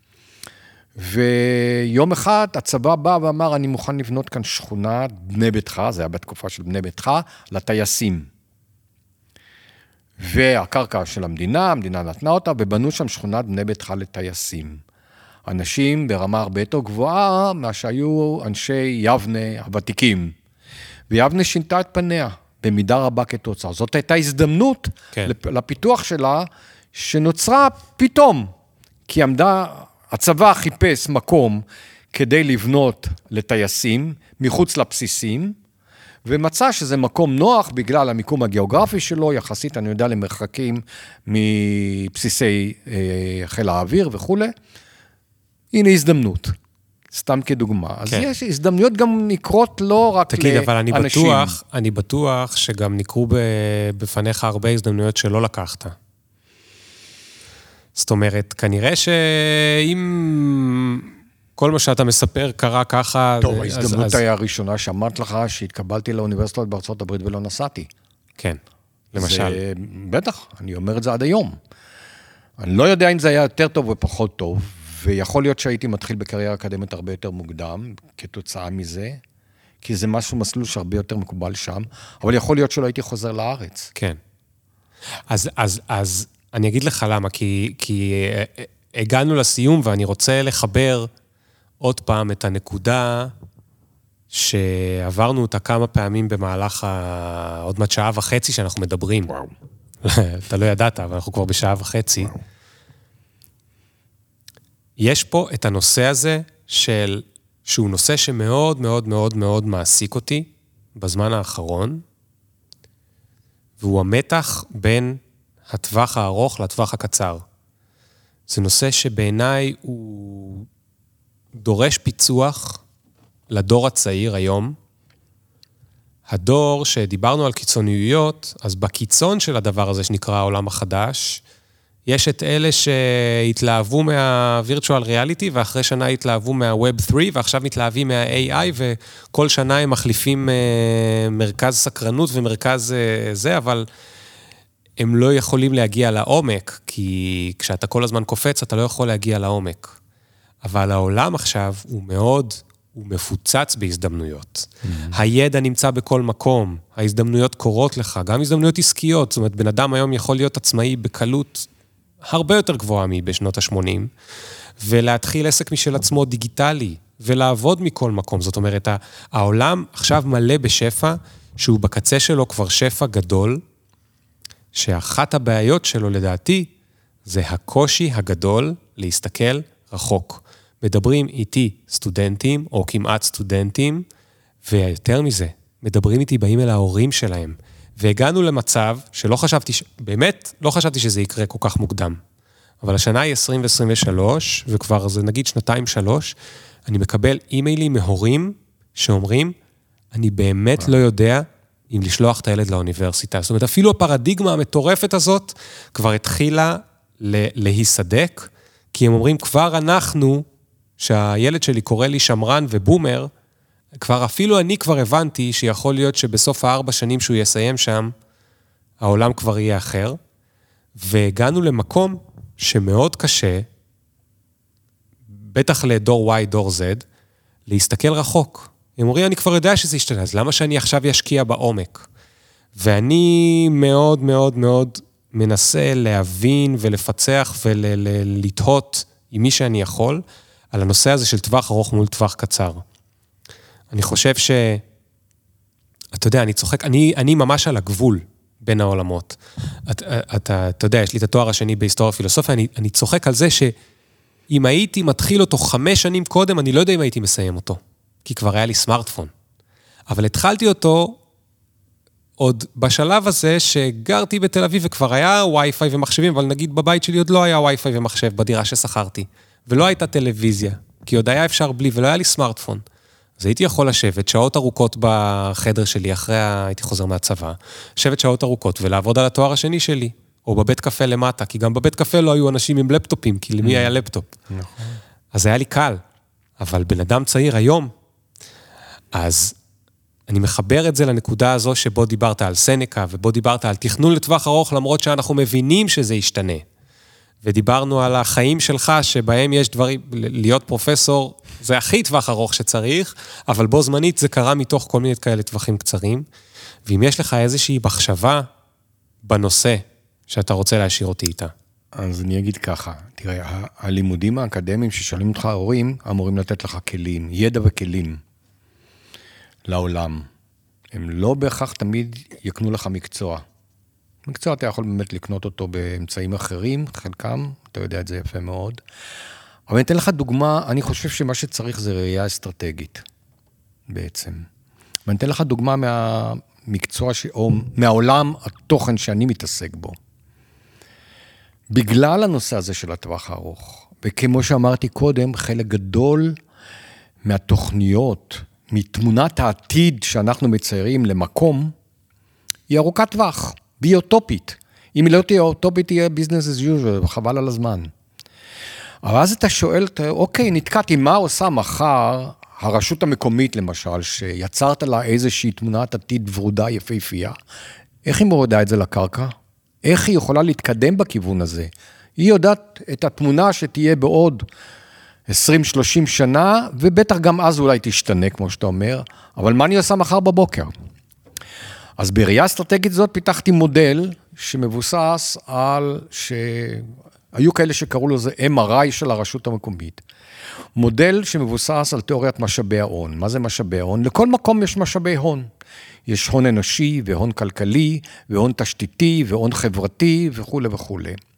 ויום אחד הצבא בא ואמר, אני מוכן לבנות כאן שכונת בני ביתך, זה היה בתקופה של בני ביתך, לטייסים. והקרקע של המדינה, המדינה נתנה אותה, ובנו שם שכונת בני ביתך לטייסים. אנשים ברמה הרבה יותר גבוהה, מה שהיו אנשי יבנה הוותיקים. ויבנה שינתה את פניה, במידה רבה כתוצאה. זאת הייתה הזדמנות כן. לפיתוח שלה, שנוצרה פתאום, כי עמדה, הצבא חיפש מקום כדי לבנות לטייסים, מחוץ לבסיסים, ומצא שזה מקום נוח בגלל המיקום הגיאוגרפי שלו, יחסית, אני יודע, למרחקים מבסיסי אה, חיל האוויר וכו'. הנה הזדמנות, סתם כדוגמה. כן. אז יש הזדמנויות גם נקרות לא רק תגיד, לאנשים. אבל אני בטוח, אני בטוח שגם נקרו בפניך הרבה הזדמנויות שלא לקחת. זאת אומרת, כנראה שאם כל מה שאתה מספר קרה ככה... טוב, ההזדמנות אז, היה הראשונה שאמרת לך שהתקבלתי לאוניברסיטות בארצות הברית ולא נסעתי. כן, למשל. זה, בטח, אני אומר את זה עד היום. אני לא יודע אם זה היה יותר טוב ופחות טוב, ויכול להיות שהייתי מתחיל בקריירה אקדמית הרבה יותר מוקדם, כתוצאה מזה, כי זה משהו מסלול שהרבה יותר מקובל שם, אבל יכול להיות שלא הייתי חוזר לארץ. כן. אז, אז, אז אני אגיד לך למה, כי, כי הגענו לסיום, ואני רוצה לחבר עוד פעם את הנקודה שעברנו אותה כמה פעמים במהלך ה... עוד מעט שעה וחצי שאנחנו מדברים. וואו. אתה לא ידעת, אבל אנחנו כבר בשעה וחצי. וואו. יש פה את הנושא הזה של, שהוא נושא שמאוד מאוד מאוד מאוד מעסיק אותי בזמן האחרון, והוא המתח בין הטווח הארוך לטווח הקצר. זה נושא שבעיניי הוא דורש פיצוח לדור הצעיר היום. הדור שדיברנו על קיצוניויות, אז בקיצון של הדבר הזה שנקרא העולם החדש, יש את אלה שהתלהבו מה-Virtual Reality, ואחרי שנה התלהבו מה-Web שלוש, ועכשיו מתלהבים מה-איי איי, וכל שנה הם מחליפים מרכז סקרנות ומרכז זה, אבל הם לא יכולים להגיע לעומק, כי כשאתה כל הזמן קופץ, אתה לא יכול להגיע לעומק. אבל העולם עכשיו הוא מאוד, הוא מפוצץ בהזדמנויות. Mm-hmm. הידע נמצא בכל מקום, ההזדמנויות קורות לך, גם הזדמנויות עסקיות, זאת אומרת, בן אדם היום יכול להיות עצמאי בקלות הרבה יותר גבוהה מבשנות ה-שמונים, ולהתחיל עסק משל עצמו דיגיטלי, ולעבוד מכל מקום. זאת אומרת, העולם עכשיו מלא בשפע, שהוא בקצה שלו כבר שפע גדול, שאחת הבעיות שלו לדעתי, זה הקושי הגדול להסתכל רחוק. מדברים איתי סטודנטים, או כמעט סטודנטים, ויותר מזה, מדברים איתי, באים אל ההורים שלהם, והגענו למצב שלא חשבתי, באמת לא חשבתי שזה יקרה כל כך מוקדם. אבל השנה היא עשרים עשרים ושלוש, וכבר זה נגיד שנתיים שלוש, אני מקבל אימיילים מהורים שאומרים, אני באמת לא יודע אם לשלוח את הילד לאוניברסיטה. זאת אומרת, אפילו הפרדיגמה המטורפת הזאת כבר התחילה להיסדק, כי הם אומרים, כבר אנחנו, שהילד שלי קורא לי שמרן ובומר, כבר אפילו אני כבר הבנתי שיכול להיות שבסוף הארבע שנים שהוא יסיים שם, העולם כבר יהיה אחר, והגענו למקום שמאוד קשה, בטח לדור Y, דור Z, להסתכל רחוק. הם אומרים, אני כבר יודע שזה ישתנה, אז למה שאני עכשיו ישקיע בעומק? ואני מאוד מאוד מאוד מנסה להבין ולפצח ולתהות עם מי שאני יכול, על הנושא הזה של טווח ארוך מול טווח קצר. אני חושב ש... אתה יודע, אני צוחק, אני, אני ממש על הגבול בין העולמות. אתה, אתה, אתה יודע, יש לי את התואר השני בהיסטוריה ופילוסופיה, אני, אני צוחק על זה שאם הייתי מתחיל אותו חמש שנים קודם, אני לא יודע אם הייתי מסיים אותו, כי כבר היה לי סמארטפון. אבל התחלתי אותו עוד בשלב הזה שגרתי בתל אביב וכבר היה וי-פיי ומחשבים, אבל נגיד בבית שלי עוד לא היה וי-פיי ומחשב בדירה ששכרתי, ולא הייתה טלוויזיה, כי עוד היה אפשר בלי, ולא היה לי סמארטפון. אז הייתי יכול לשבת שעות ארוכות בחדר שלי, אחרי הייתי חוזר מהצבא, לשבת שעות ארוכות ולעבוד על התואר השני שלי, או בבית קפה למטה, כי גם בבית קפה לא היו אנשים עם לפטופים, כי למי היה לפטופ. נכון. אז היה לי קל, אבל בן אדם צעיר היום, אז אני מחבר את זה לנקודה הזו שבו דיברת על סנקה, ובו דיברת על תכנון לטווח ארוך, למרות שאנחנו מבינים שזה ישתנה. ודיברנו על החיים שלך, שבהם יש דברים, להיות פרופסור, זה הכי טווח ארוך שצריך, אבל בו זמנית זה קרה מתוך כל מיני כאלה טווחים קצרים, ואם יש לך איזושהי מחשבה בנושא, שאתה רוצה להשאיר אותי איתה? אז אני אגיד ככה, תראה, ה- הלימודים האקדמיים ששואלים אותך ההורים, אמורים לתת לך כלים, ידע וכלים לעולם. הם לא בהכרח תמיד יקנו לך מקצוע. מקצוע אתה יכול באמת לקנות אותו באמצעים אחרים, חלקם, אתה יודע את זה יפה מאוד. אבל אני אתן לך דוגמה, אני חושב שמה שצריך זה ראייה אסטרטגית, בעצם. ואני אתן לך דוגמה מהמקצוע, ש... או מהעולם התוכן שאני מתעסק בו. בגלל הנושא הזה של הטווח הארוך, וכמו שאמרתי קודם, חלק גדול מהתוכניות, מתמונת העתיד שאנחנו מציירים למקום, היא ארוכת טווח, והיא אוטופית. אם היא לא תהיה אוטופית, תהיה business as usual, חבל על הזמן. אבל אז אתה שואל, אוקיי, נתקעתי, מה עושה מחר הרשות המקומית, למשל, שיצרת לה איזושהי תמונת עתיד ורודה יפהפייה, איך היא מורידה את זה לקרקע? איך היא יכולה להתקדם בכיוון הזה? היא יודעת את התמונה שתהיה בעוד עשרים שלושים שנה, ובטח גם אז אולי תשתנה, כמו שאתה אומר, אבל מה אני עושה מחר בבוקר? אז בראייה אסטרטגית זאת פיתחתי מודל שמבוסס על, שהיו כאלה שקראו לו זה אם אר איי של הרשות המקומית. מודל שמבוסס על תיאוריית משאבי ההון. מה זה משאבי ההון? לכל מקום יש משאבי הון. יש הון אנושי והון כלכלי, והון תשתיתי, והון חברתי וכו' וכו'.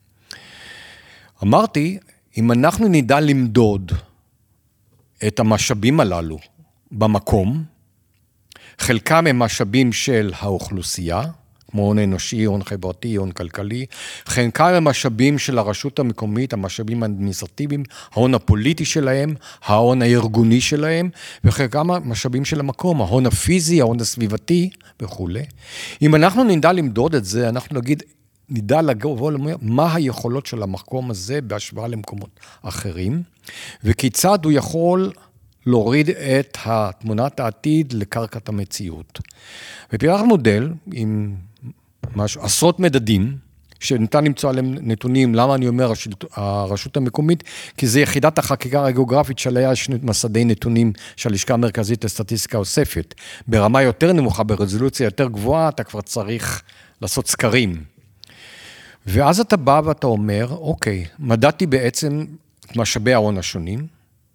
אמרתי, אם אנחנו נדע למדוד את המשאבים הללו במקום, חלקם הם משאבים של האוכלוסייה, כמו הון אנושי, הון חברתי, הון כלכלי, חלקם הם משאבים של הרשות המקומית, המשאבים האדמיניסטרטיביים, ההון הפוליטי שלהם, ההון הארגוני שלהם, וחלקם המשאבים של המקום, ההון הפיזי, ההון הסביבתי וכו'. אם אנחנו נדע למדוד את זה, אנחנו נגיד, נדע לגבור מה היכולות של המקום הזה בהשוואה למקומות אחרים, וכיצד הוא יכול להוריד את תמונת העתיד לקרקעת המציאות. ופיתחנו מודל עם משהו, עשרות מדדים, שניתן למצוא עליהם נתונים, למה אני אומר הרשות המקומית? כי זה יחידת החקיקה הגיאוגרפית שעליה יש מסדי נתונים שהלשכה המרכזית לסטטיסטיקה אוספת. ברמה יותר נמוכה, ברזולוציה יותר גבוהה, אתה כבר צריך לעשות סקרים. ואז אתה בא ואתה אומר, אוקיי, מדעתי בעצם את משאבי ההון השונים,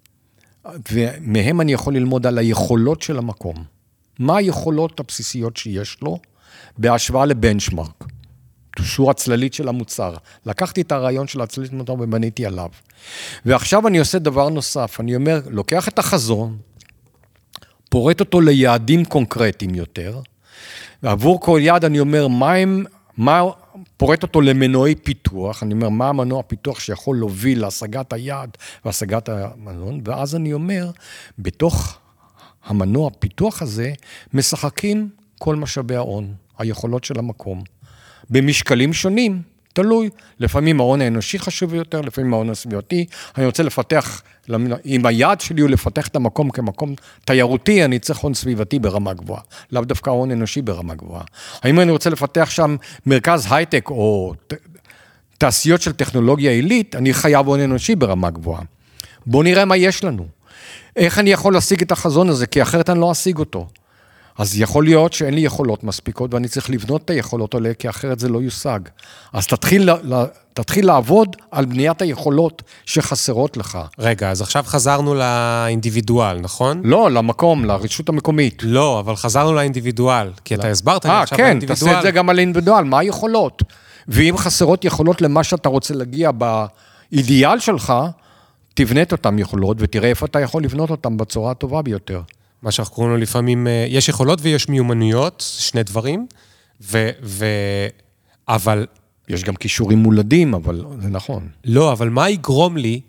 ומהם אני יכול ללמוד על היכולות של המקום. מה היכולות הבסיסיות שיש לו בהשוואה לבנצ'מרק? שהוא הצללית של המוצר. לקחתי את הרעיון של הצללית של המוצר ובניתי עליו. ועכשיו אני עושה דבר נוסף. אני אומר, לוקח את החזון, פורט אותו ליעדים קונקרטיים יותר, ועבור כל יעד אני אומר, מה הם, מה, פורט אותו למנועי פיתוח, אני אומר, מה המנוע פיתוח שיכול להוביל להשגת היעד והשגת המנוע, ואז אני אומר, בתוך המנוע פיתוח הזה, משחקים כל משאבי ההון, היכולות של המקום. במשקלים שונים, תלוי, לפעמים ההון האנושי חשוב יותר, לפעמים ההון הסביבתי, אני רוצה לפתח, אם היעד שלי הוא לפתח את המקום כמקום תיירותי, אני צריך הון סביבתי ברמה גבוהה, לאו דווקא הון אנושי ברמה גבוהה. האם אני רוצה לפתח שם מרכז הייטק או תעשיות של טכנולוגיה עילית, אני חייב הון אנושי ברמה גבוהה. בואו נראה מה יש לנו. איך אני יכול להשיג את החזון הזה, כי אחרת אני לא אשיג אותו. אז יכול להיות שאין לי יכולות מספיקות, ואני צריך לבנות את היכולות האלה, כי אחרת זה לא יושג. אז תתחיל, תתחיל לעבוד על בניית היכולות שחסרות לך. רגע, אז עכשיו חזרנו לאינדיבידואל, נכון? לא, למקום, לרשות המקומית. לא, אבל חזרנו לאינדיבידואל, כי אתה הסברת לי עכשיו לאינדיבידואל. אה, כן, תעשה את זה גם על אינדיבידואל, מה היכולות? ואם חסרות יכולות למה שאתה רוצה להגיע באידיאל שלך, תבנה את אותם יכולות, ותראה איפה אתה יכול לבנות אותם בצורה הטובה ביותר. מה שאנחנו קוראים לו לפעמים, יש יכולות ויש מיומנויות, שני דברים, ו, ו, אבל... יש גם קישורים מולדים, אבל זה נכון. לא, אבל מה יגרום לי,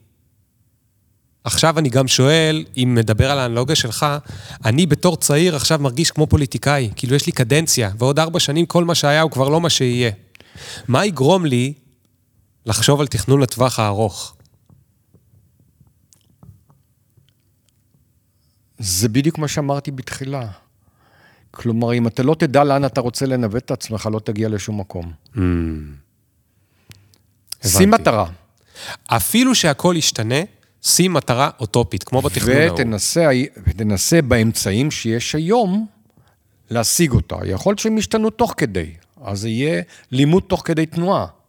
עכשיו אני גם שואל, אם מדבר על האנלוגיה שלך, אני בתור צעיר עכשיו מרגיש כמו פוליטיקאי, כאילו יש לי קדנציה, ועוד ארבע שנים כל מה שהיה הוא כבר לא מה שיהיה. מה יגרום לי לחשוב על תכנון לטווח הארוך? זה בדיוק מה שאמרתי בתחילה. כלומר, אם אתה לא תדע לאן אתה רוצה לנווט את עצמך, לא תגיע לשום מקום. Mm. שים מטרה. אפילו שהכל ישתנה, שים מטרה אוטופית, כמו בתכנון ההוא. ותנסה, ותנסה באמצעים שיש היום, להשיג אותה. יכול להיות שהם ישתנו תוך כדי. אז זה יהיה לימוד תוך כדי תנועה.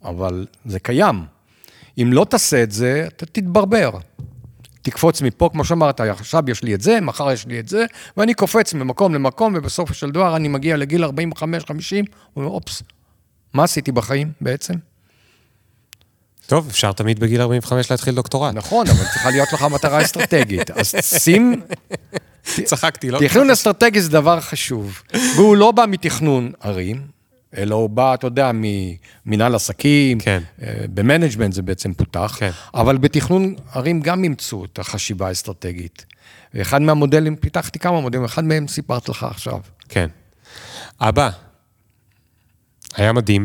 אבל זה קיים. אם לא תעשה את זה, אתה תתברבר. תקפוץ מפה, כמו שאמרת, עכשיו יש לי את זה, מחר יש לי את זה, ואני קופץ ממקום למקום, ובסוף של דבר אני מגיע לגיל ארבעים וחמש חמישים, ואומר, אופס, מה עשיתי בחיים בעצם? טוב, אפשר תמיד בגיל ארבעים וחמש להתחיל דוקטורט. נכון, אבל צריכה להיות לך מטרה אסטרטגית. אז שים... צחקתי, לא? תכנון אסטרטגי זה דבר חשוב, והוא לא בא מתכנון ערים, אלא הוא בא, אתה יודע, ממנהל עסקים, כן. במנג'מנט זה בעצם פותח, כן. אבל בתכנון ערים גם ימצאו את החשיבה האסטרטגית. ואחד מהמודלים, פיתחתי כמה מודלים, אחד מהם סיפרת לך עכשיו. כן. אבא, היה מדהים.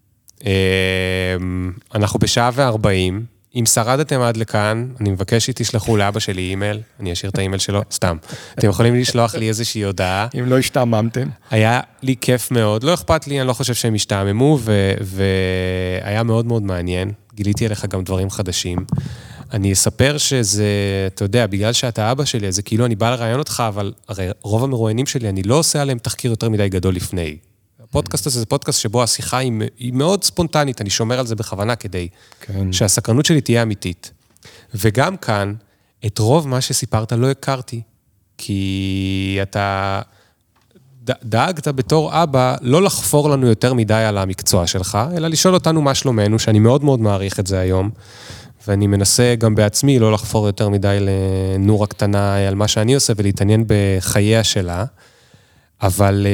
אנחנו בשעה וארבעים, אם שרדתם עד לכאן, אני מבקש שתשלחו לאבא שלי אימייל, אני אשאיר את האימייל שלו, סתם. אתם יכולים לשלוח לי איזושהי הודעה. אם לא השתעממתם. היה לי כיף מאוד, לא אכפת לי, אני לא חושב שהם השתעממו, והיה מאוד מאוד מעניין. גיליתי עליך גם דברים חדשים. אני אספר שזה, אתה יודע, בגלל שאתה אבא שלי, אז זה כאילו אני בא לראיין אותך, אבל הרי רוב המרואיינים שלי, אני לא עושה עליהם תחקיר יותר מדי גדול לפני. הפודקאסט הזה זה פודקאסט שבו השיחה היא, היא מאוד ספונטנית, אני שומר על זה בכוונה כדי כן. שהסקרנות שלי תהיה אמיתית. וגם כאן, את רוב מה שסיפרת לא הכרתי, כי אתה דאגת בתור אבא לא לחפור לנו יותר מדי על המקצוע שלך, אלא לשאול אותנו מה שלומנו, שאני מאוד מאוד מעריך את זה היום, ואני מנסה גם בעצמי לא לחפור יותר מדי לנור הקטנה על מה שאני עושה, ולהתעניין בחייה שלה, אבל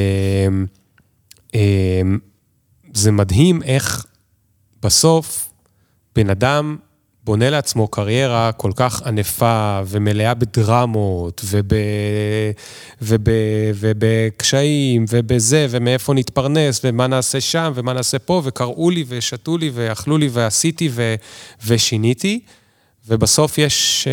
זה מדהים איך בסוף בן אדם בונה לעצמו קריירה כל כך ענפה ומלאה בדרמות וב... וב... ובקשיים ובזה ומאיפה נתפרנס ומה נעשה שם ומה נעשה פה וקראו לי ושתו לי ואכלו לי ועשיתי ו... ושיניתי ובסוף יש...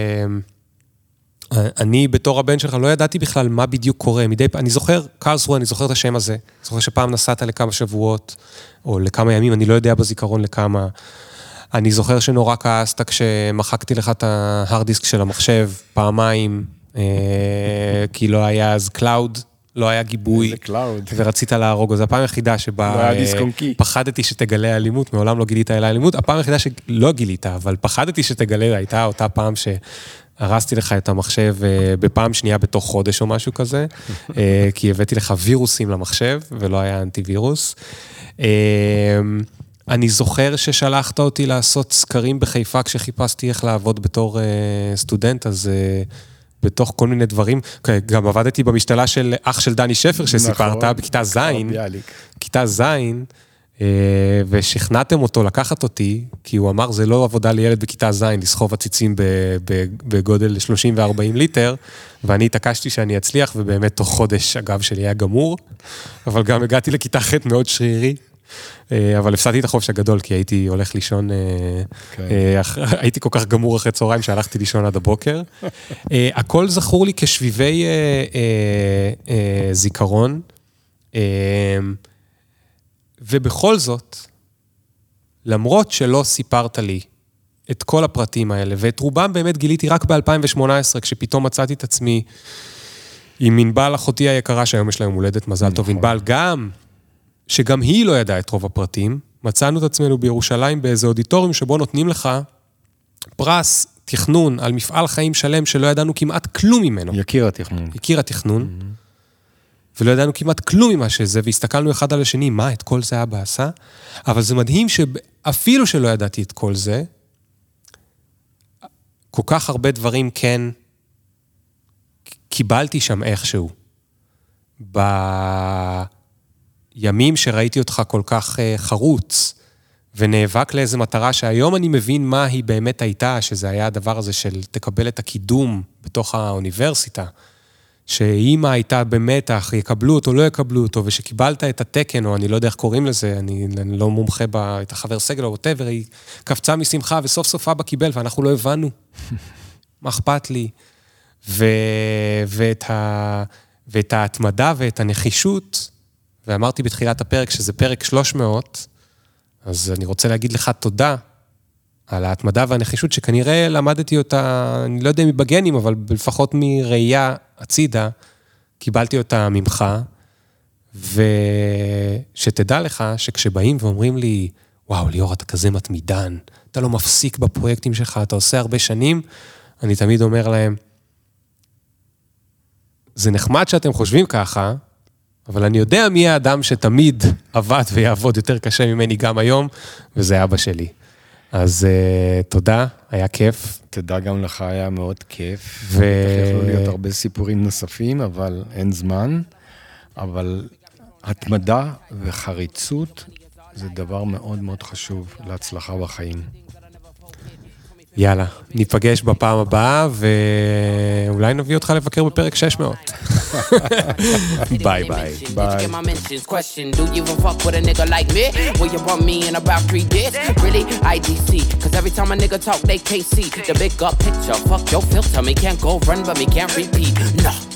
אני בתור הבן שלך לא ידעתי בכלל מה בדיוק קורה. מדי... אני זוכר, קרלסרואי, אני זוכר את השם הזה. אני זוכר שפעם נסעת לכמה שבועות או לכמה ימים, אני לא יודע בזיכרון לכמה... אני זוכר שנורא כעסת כשמחקתי לך את ההארד דיסק של המחשב פעמיים, כי לא היה אז קלאוד, לא היה גיבוי, ורצית להרוג. זו הפעם היחידה שבה פחדתי שתגלה אלימות, מעולם לא גילית אליי אלימות. הפעם היחידה שלא גילית, אבל פחדתי שתגלה, הייתה אותה פעם שהרסתי לך את המחשב בפעם שנייה בתוך חודש או משהו כזה, כי הבאתי לך וירוסים למחשב, ולא היה אנטי-וירוס. אני זוכר ששלחת אותי לעשות סקרים בחיפה כשחיפשתי איך לעבוד בתור uh, סטודנט, אז uh, בתוך כל מיני דברים, גם עבדתי במשתלה של אח של דני שפר שסיפרת, נכון, בכיתה זין, כיתה זין, uh, ושכנעתם אותו לקחת אותי, כי הוא אמר זה לא עבודה לילד בכיתה זין, לסחוב עציצים בגודל שלושים וארבעים ליטר, ואני התעקשתי שאני אצליח, ובאמת תוך חודש הגב שלי היה גמור, אבל גם הגעתי לכיתה ח' מאוד שרירי, אבל הפסדתי את החופש הגדול, כי הייתי הולך לישון, הייתי כל כך גמור אחרי צהריים, שהלכתי לישון עד הבוקר. הכל זכור לי כשביבי זיכרון, ובכל זאת, למרות שלא סיפרת לי את כל הפרטים האלה, ואת רובם באמת גיליתי רק ב-אלפיים ושמונה עשרה, כשפתאום מצאתי את עצמי עם ענבל אחותי היקרה, שהיום יש לה יום הולדת, מזל טוב, ענבל גם, שגם היא לא ידעה את רוב הפרטים, מצאנו את עצמנו בירושלים באיזה אודיטוריום שבו נותנים לך פרס תכנון על מפעל חיים שלם שלא ידענו כמעט כלום ממנו. יקיר התכנון. יקיר התכנון, mm-hmm. ולא ידענו כמעט כלום ממה שזה, והסתכלנו אחד על השני, מה, את כל זה אבא עשה? אבל זה מדהים שאפילו שלא ידעתי את כל זה, כל כך הרבה דברים כן קיבלתי שם איכשהו. ב... ימים שראיתי אותך כל כך חרוץ, ונאבק לאיזו מטרה שהיום אני מבין מה היא באמת הייתה, שזה היה הדבר הזה של תקבל את הקידום בתוך האוניברסיטה, שאמא הייתה במתח, יקבלו אותו, לא יקבלו אותו, ושקיבלת את התקן, או אני לא יודע איך קוראים לזה, אני, אני לא מומחה בה, את החבר סגל או whatever, היא קפצה משמחה, וסוף סוף אבא קיבל, ואנחנו לא הבנו. מה אכפת לי? ו... ואת ה... ואת ההתמדה ואת הנחישות, ואמרתי בתחילת הפרק שזה פרק שלוש מאות, אז אני רוצה להגיד לך תודה על ההתמדה והנחישות, שכנראה למדתי אותה, אני לא יודע מבגנים, אבל לפחות מראייה הצידה, קיבלתי אותה ממך, ושתדע לך שכשבאים ואומרים לי, וואו, ליאור, אתה כזה מתמידן, אתה לא מפסיק בפרויקטים שלך, אתה עושה הרבה שנים, אני תמיד אומר להם, זה נחמד שאתם חושבים ככה, אבל אני יודע מי האדם שתמיד עבד ויעבוד יותר קשה ממני גם היום, וזה אבא שלי. אז uh, תודה, היה כיף. תודה גם לך, היה מאוד כיף. ו... יכולו להיות הרבה סיפורים נוספים, אבל אין זמן. אבל התמדה וחריצות זה דבר מאוד מאוד חשוב להצלחה בחיים. יאללה, ניפגש בפעם הבאה, ואולי נביא אותך לבקר בפרק שש מאות. ביי ביי. ביי. Do you even fuck with a nigga like me? Will you bump me in about three days? Really? I D C. Cause every time a nigga talk, they can't see the big up picture. Fuck your filter, me can't go run, but me can't repeat. No.